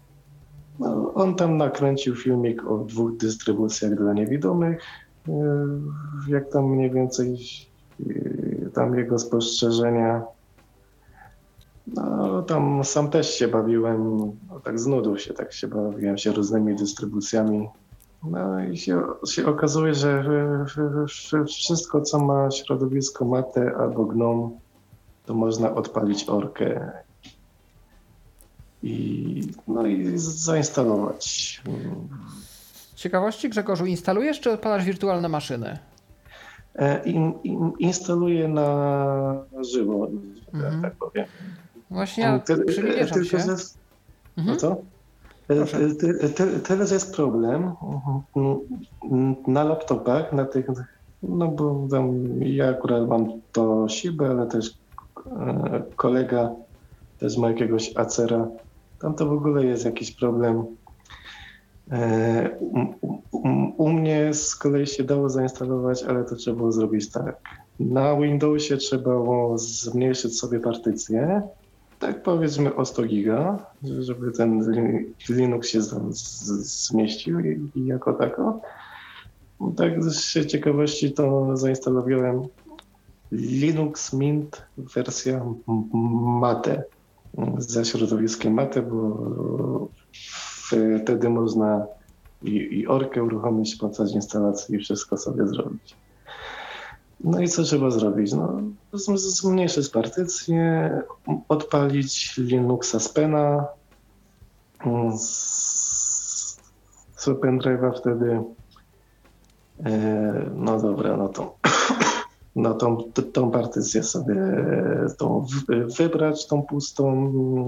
No, on tam nakręcił filmik o dwóch dystrybucjach dla niewidomych. Jak tam mniej więcej tam jego spostrzeżenia. No tam sam też się bawiłem, no, tak z nudów się, tak się bawiłem się różnymi dystrybucjami. No i się, się okazuje, że wszystko co ma środowisko Mate albo Gnome, to można odpalić Orkę i, no i zainstalować. Z ciekawości, Grzegorzu, instalujesz czy odpalasz wirtualne maszyny? In, in, instaluję na żywo, mhm. tak powiem. Właśnie ja Ty, przymierzam tylko, się. Że, mhm. co? Ty, ty, teraz jest problem na laptopach, na tych No bo tam ja akurat mam to Shibę, ale też e, kolega też ma jakiegoś Acera. Tam to w ogóle jest jakiś problem. E, u, u, u mnie z kolei się dało zainstalować, ale to trzeba było zrobić tak. Na Windowsie trzeba było zmniejszyć sobie partycję, tak powiedzmy o sto giga, żeby ten Linux się z, z, zmieścił i, i jako tako. Tak z ciekawości to zainstalowałem Linux Mint wersja Mate ze środowiskiem Mate, bo wtedy można i, i orkę uruchomić, podać instalację i wszystko sobie zrobić. No i co trzeba zrobić? No, zmniejszyć partycję, odpalić Linuxa z pena, z, z pendrive'a wtedy. No dobra, no to no tą, tą partycję sobie tą wybrać, tą pustą,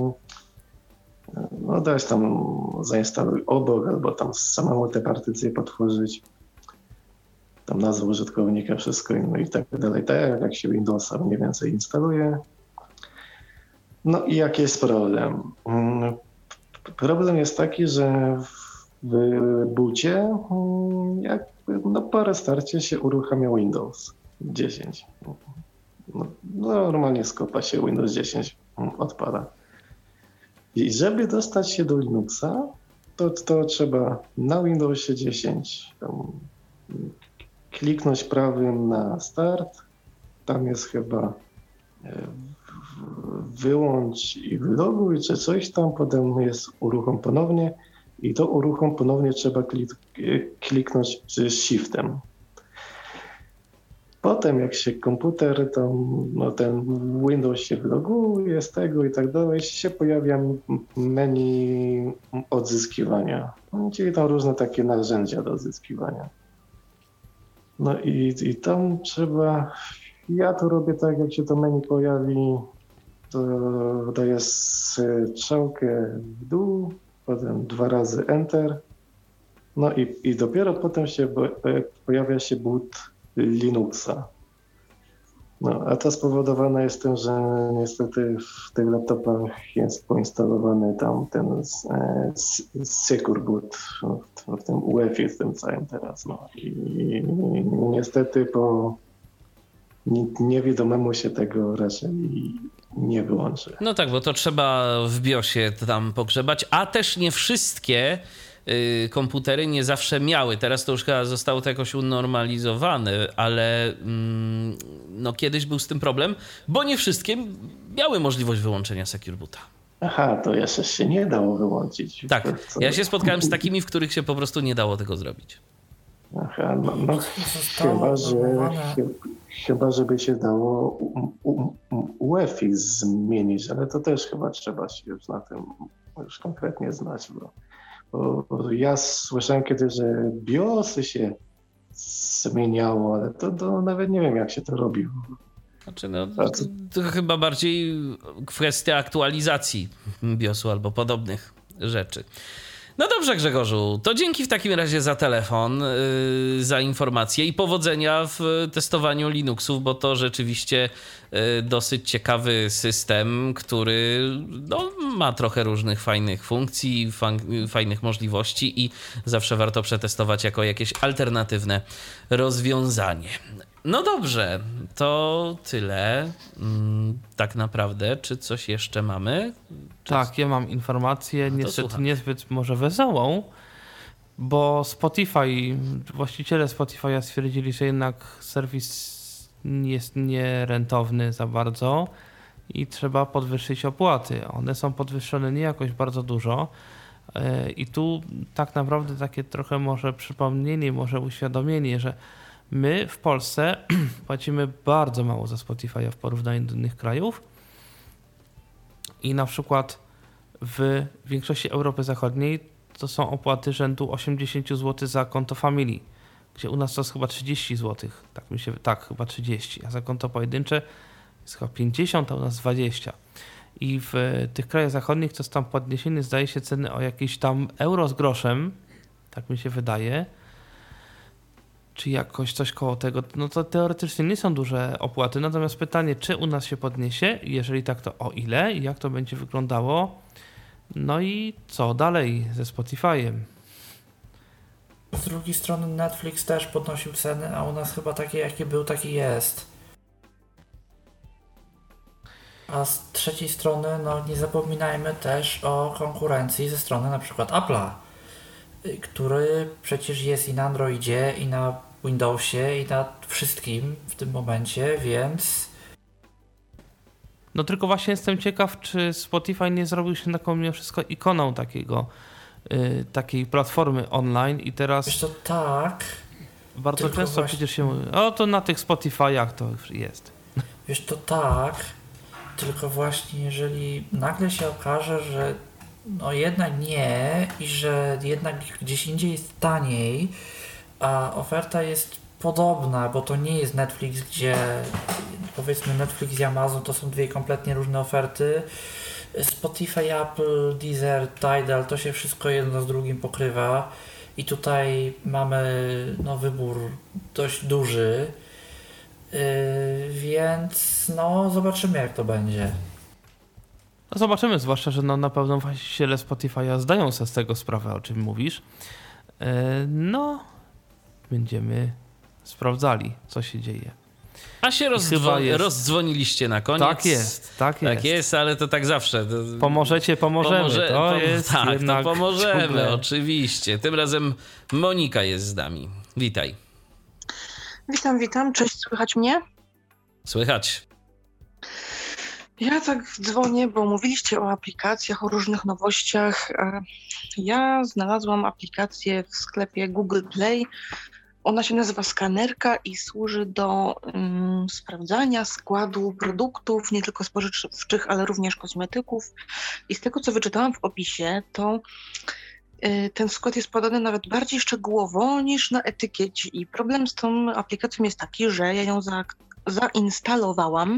no dać tam, zainstaluj obok, albo tam samemu tę partycję potworzyć, tam nazwę użytkownika, wszystko inne i tak dalej, tak jak się Windowsa mniej więcej instaluje. No i jaki jest problem? Problem jest taki, że w boocie jak no po restarcie się uruchamia Windows dziesięć. No, normalnie z kopa się Windows dziesięć odpala. I żeby dostać się do Linuxa, to, to trzeba na Windowsie dziesięć tam kliknąć prawym na start. Tam jest chyba wyłącz i wyloguj, czy coś tam. Potem jest uruchom ponownie. I to uruchom ponownie trzeba klik, kliknąć shiftem. Potem jak się komputer, to no ten Windows się wyloguje z tego i tak dalej, się pojawia menu odzyskiwania. Czyli tam różne takie narzędzia do odzyskiwania. No i, i tam trzeba, ja to robię tak, jak się to menu pojawi, to daję strzałkę w dół, potem dwa razy Enter, no i, i dopiero potem się pojawia się boot Linuxa. No, a to spowodowane jest tym, że niestety w tych laptopach jest poinstalowany tam ten e, Secure Boot w, w tym U E F ie, w tym całym teraz. No. I, i niestety po niewiadomemu się tego raczej nie wyłączy. No tak, bo to trzeba w BIOSie tam pogrzebać, a też nie wszystkie y, komputery nie zawsze miały. Teraz to już chyba zostało to jakoś unormalizowane, ale mm, no kiedyś był z tym problem, bo nie wszystkie miały możliwość wyłączenia Secure Boota. Aha, to jeszcze się nie dało wyłączyć. Tak, ja się spotkałem z takimi, w których się po prostu nie dało tego zrobić. Aha, no, no chyba, że, chyba, żeby się dało U E F I zmienić, ale to też chyba trzeba się już na tym już konkretnie znać, bo, bo, bo ja słyszałem kiedyś, że BIOSy się zmieniało, ale to, to nawet nie wiem, jak się to robi. Znaczy, no, to, to chyba bardziej kwestia aktualizacji BIOSu albo podobnych rzeczy. No dobrze, Grzegorzu, to dzięki w takim razie za telefon, yy, za informacje i powodzenia w testowaniu Linuxów, bo to rzeczywiście yy, dosyć ciekawy system, który no, ma trochę różnych fajnych funkcji, fa- fajnych możliwości i zawsze warto przetestować jako jakieś alternatywne rozwiązanie. No dobrze, to tyle mm, tak naprawdę. Czy coś jeszcze mamy? Czy... Tak, ja mam informację, no niestety słucham. Niezbyt może wesołą, bo Spotify, właściciele Spotify'a stwierdzili, że jednak serwis jest nierentowny za bardzo i trzeba podwyższyć opłaty. One są podwyższone nie jakoś bardzo dużo i tu tak naprawdę takie trochę może przypomnienie, może uświadomienie, że my w Polsce płacimy bardzo mało za Spotify'a w porównaniu do innych krajów i na przykład w większości Europy Zachodniej to są opłaty rzędu osiemdziesiąt złotych za konto Family, gdzie u nas to jest chyba trzydzieści złotych, tak mi się, tak, chyba trzydzieści, a za konto pojedyncze jest chyba pięćdziesiąt, a u nas dwadzieścia. I w tych krajach zachodnich to jest tam podniesienie, zdaje się, ceny o jakieś tam euro z groszem, tak mi się wydaje. czy jakoś coś koło tego, no to teoretycznie nie są duże opłaty, natomiast pytanie, czy u nas się podniesie, jeżeli tak, to o ile i jak to będzie wyglądało, no i co dalej ze Spotify'em. Z drugiej strony Netflix też podnosił ceny, a u nas chyba taki jaki był, taki jest. A z trzeciej strony, no nie zapominajmy też o konkurencji ze strony na przykład Apple'a, który przecież jest i na Androidzie, i na Windowsie, i na wszystkim w tym momencie, więc... No tylko właśnie jestem ciekaw, czy Spotify nie zrobił się taką mimo wszystko ikoną takiego, yy, takiej platformy online i teraz... Wiesz to tak... Bardzo tylko często właśnie... przecież się mówi, o to na tych Spotify'ach to jest. Wiesz to tak, tylko właśnie jeżeli nagle się okaże, że no jednak nie i że jednak gdzieś indziej jest taniej, a oferta jest podobna, bo to nie jest Netflix, gdzie powiedzmy Netflix i Amazon to są dwie kompletnie różne oferty. Spotify, Apple, Deezer, Tidal, to się wszystko jedno z drugim pokrywa i tutaj mamy no, wybór dość duży, yy, więc no zobaczymy jak to będzie. No zobaczymy, zwłaszcza, że no, na pewno właściciele Spotify'a zdają sobie z tego sprawę, o czym mówisz. Yy, no, będziemy sprawdzali, co się dzieje. A się rozdzwo- jest... rozdzwoniliście na koniec. Tak jest, tak jest. Tak jest, ale to tak zawsze. To... Pomożecie, pomożemy. Pomoże... To Pom- jest tak, jednak to pomożemy, ciągle... oczywiście. Tym razem Monika jest z nami. Witaj. Witam, witam. Cześć, słychać mnie? Słychać. Ja tak dzwonię, bo mówiliście o aplikacjach, o różnych nowościach. Ja znalazłam aplikację w sklepie Google Play. Ona się nazywa Skanerka i służy do um, sprawdzania składu produktów, nie tylko spożywczych, ale również kosmetyków. I z tego, co wyczytałam w opisie, to y, ten skład jest podany nawet bardziej szczegółowo niż na etykiecie. I problem z tą aplikacją jest taki, że ja ją za, zainstalowałam.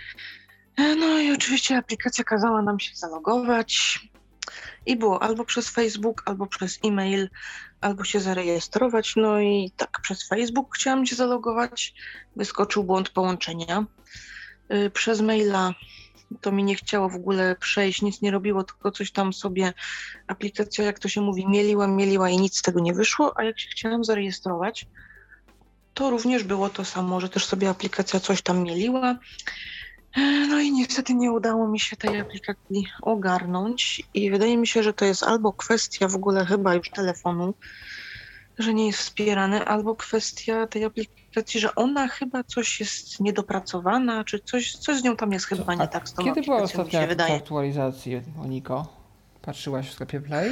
No i oczywiście aplikacja kazała nam się zalogować. I było albo przez Facebook, albo przez e-mail, albo się zarejestrować. No i tak, przez Facebook chciałam się zalogować. Wyskoczył błąd połączenia. Yy, przez maila to mi nie chciało w ogóle przejść, nic nie robiło, tylko coś tam sobie aplikacja, jak to się mówi, mieliła, mieliła i nic z tego nie wyszło. A jak się chciałam zarejestrować, to również było to samo, że też sobie aplikacja coś tam mieliła. No i niestety nie udało mi się tej aplikacji ogarnąć i wydaje mi się, że to jest albo kwestia w ogóle chyba już telefonu, że nie jest wspierany, albo kwestia tej aplikacji, że ona chyba coś jest niedopracowana, czy coś, coś z nią tam jest chyba nie tak z tą Kiedy była aplikacją, ostatnia mi się wydaje. aktualizacja, Moniko? Patrzyłaś w sklepie Play?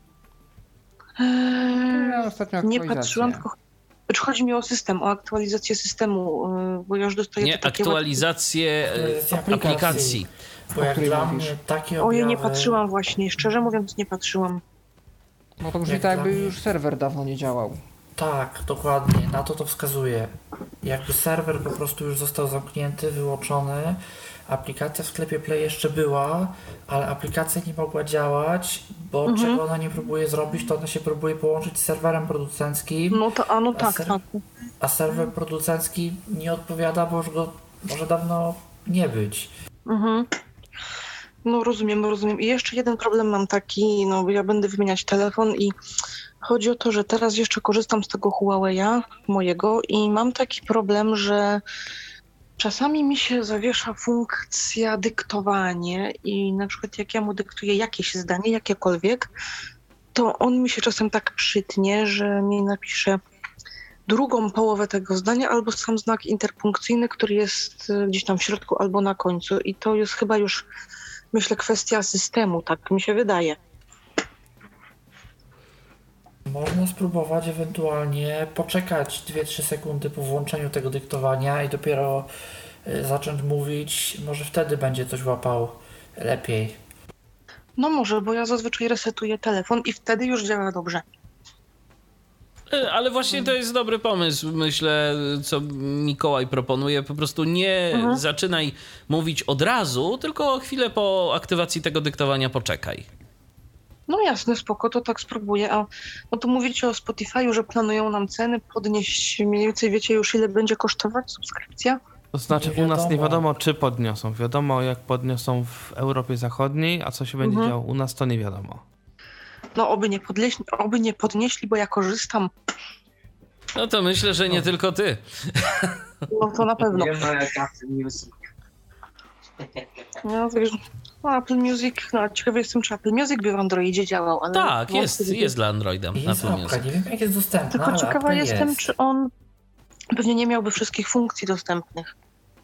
Eee, ja ostatnią nie patrzyłam, tylko chodzi mi o system, o aktualizację systemu, bo ja już dostaję nie, te takie... aktualizację Aktualizacja aplikacji. aplikacji. Bo jak dla mnie takie objawy... Ojej, nie patrzyłam właśnie, szczerze mówiąc nie patrzyłam. Bo to brzmi tak, jakby już serwer dawno nie działał. Tak, dokładnie, na to to wskazuje. Jakby serwer po prostu już został zamknięty, wyłączony, aplikacja w sklepie Play jeszcze była, ale aplikacja nie mogła działać, bo mhm. czego ona nie próbuje zrobić, to ona się próbuje połączyć z serwerem producenckim. No to, a no tak, ser- tak. A serwer producencki nie odpowiada, bo już go może dawno nie być. Mhm. No rozumiem, rozumiem. I jeszcze jeden problem mam taki, no ja będę wymieniać telefon i chodzi o to, że teraz jeszcze korzystam z tego Huawei'a mojego i mam taki problem, że czasami mi się zawiesza funkcja dyktowanie i na przykład jak ja mu dyktuję jakieś zdanie, jakiekolwiek, to on mi się czasem tak przytnie, że mi napisze drugą połowę tego zdania albo sam znak interpunkcyjny, który jest gdzieś tam w środku albo na końcu i to jest chyba już, myślę, kwestia systemu, tak mi się wydaje. Można spróbować ewentualnie poczekać dwie trzy sekundy po włączeniu tego dyktowania i dopiero y, zacząć mówić, może wtedy będzie coś łapał lepiej. No może, bo ja zazwyczaj resetuję telefon i wtedy już działa dobrze. Ale właśnie to jest dobry pomysł, myślę, co Mikołaj proponuje. Po prostu nie mhm. zaczynaj mówić od razu, tylko chwilę po aktywacji tego dyktowania poczekaj. No jasne, spoko, to tak spróbuję. A no to mówicie o Spotify'u, że planują nam ceny podnieść. Mniej więcej wiecie już, ile będzie kosztować subskrypcja? To znaczy u nas nie wiadomo, czy podniosą. Wiadomo, jak podniosą w Europie Zachodniej, a co się będzie Mhm. działo u nas, to nie wiadomo. No oby nie, podnieśli, oby nie podnieśli, bo ja korzystam. No to myślę, że nie no. tylko ty. No to na pewno. Nie ma jak Apple Music. No, to już, no, Apple Music, no ciekawy jestem, czy Apple Music by w Androidzie działał, ale... Tak, no, jest, wtedy... jest dla Androida Jest Apple apka, Music. nie wiem jak jest dostępna, Tylko ale ciekawa apka jestem, jest. czy on pewnie nie miałby wszystkich funkcji dostępnych.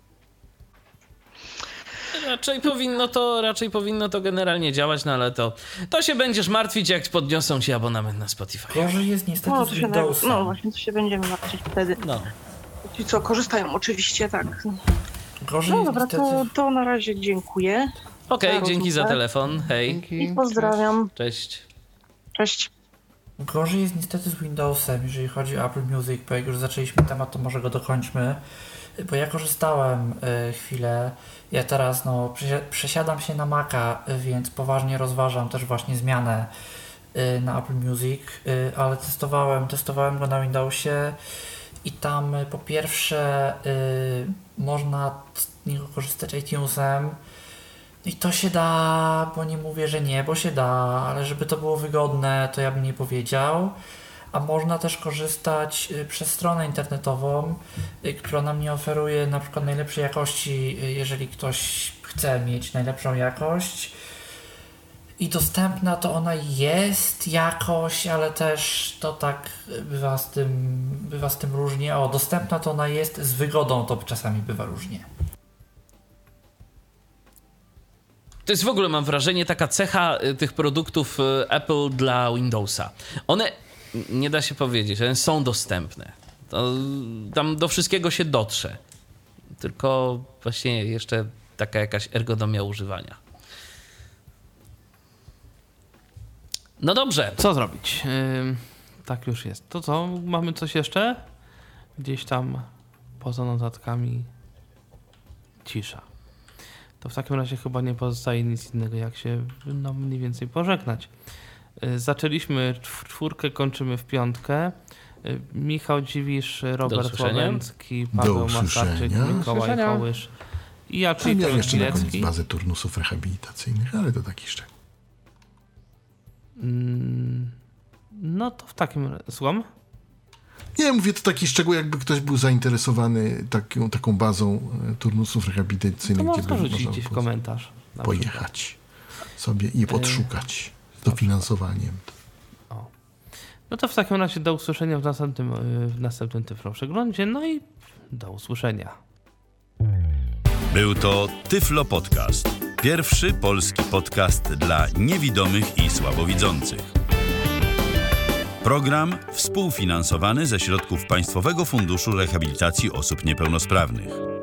Raczej powinno to, raczej powinno to generalnie działać, no ale to, to się będziesz martwić, jak podniosą ci abonament na Spotify. Gorzej jest niestety No, z to się na... Windowsem. no właśnie, to się będziemy martwić wtedy. No. Ci co, korzystają oczywiście, tak. Gorzej No jest dobra, niestety... to, to na razie dziękuję. Okej, Za dzięki za rozmowę. telefon, hej. Dzięki. I pozdrawiam. Cześć. Cześć. Gorzej jest niestety z Windowsem, jeżeli chodzi o Apple Music, bo jak już zaczęliśmy temat, to może go dokończmy. Bo ja korzystałem y, chwilę, ja teraz no przesi- przesiadam się na Maca, y, więc poważnie rozważam też właśnie zmianę y, na Apple Music, y, ale testowałem, testowałem go na Windowsie i tam y, po pierwsze y, można z niego korzystać iTunesem i to się da, bo nie mówię, że nie, bo się da, ale żeby to było wygodne, to ja bym nie powiedział. A można też korzystać y, przez stronę internetową, y, która nam nie oferuje na przykład najlepszej jakości, y, jeżeli ktoś chce mieć najlepszą jakość. I dostępna to ona jest jakoś, ale też to tak y, bywa z tym, bywa z tym różnie. O, dostępna to ona jest, z wygodą to czasami bywa różnie. To jest w ogóle, mam wrażenie, taka cecha y, tych produktów y, Apple dla Windowsa. One, nie da się powiedzieć, one są dostępne. To, tam do wszystkiego się dotrze. Tylko właśnie jeszcze taka jakaś ergonomia używania. No dobrze. Co zrobić? Yy, tak już jest. To co? Mamy coś jeszcze? Gdzieś tam poza notatkami cisza. To w takim razie chyba nie pozostaje nic innego, jak się no, mniej więcej pożegnać. Yy, zaczęliśmy w czwórkę, kończymy w piątkę. Yy, Michał Dziwisz, Robert Łabęcki, Paweł Masarczyk, Mikołaj Kołysz i ja, czyli miałem jeszcze na koniec Pilecki. bazę turnusów rehabilitacyjnych, ale to taki szczegół. Mm, no to w takim złom. Nie, mówię, to taki szczegół, jakby ktoś był zainteresowany taką, taką bazą turnusów rehabilitacyjnych, To gdzie można by rzucić można gdzieś w komentarz. na pojechać przykład. sobie i podszukać z dofinansowaniem. O. No to w takim razie do usłyszenia w następnym, w następnym Tyflo Przeglądzie. No i do usłyszenia. Był to Tyflo Podcast. Pierwszy polski podcast dla niewidomych i słabowidzących. Program współfinansowany ze środków Państwowego Funduszu Rehabilitacji Osób Niepełnosprawnych.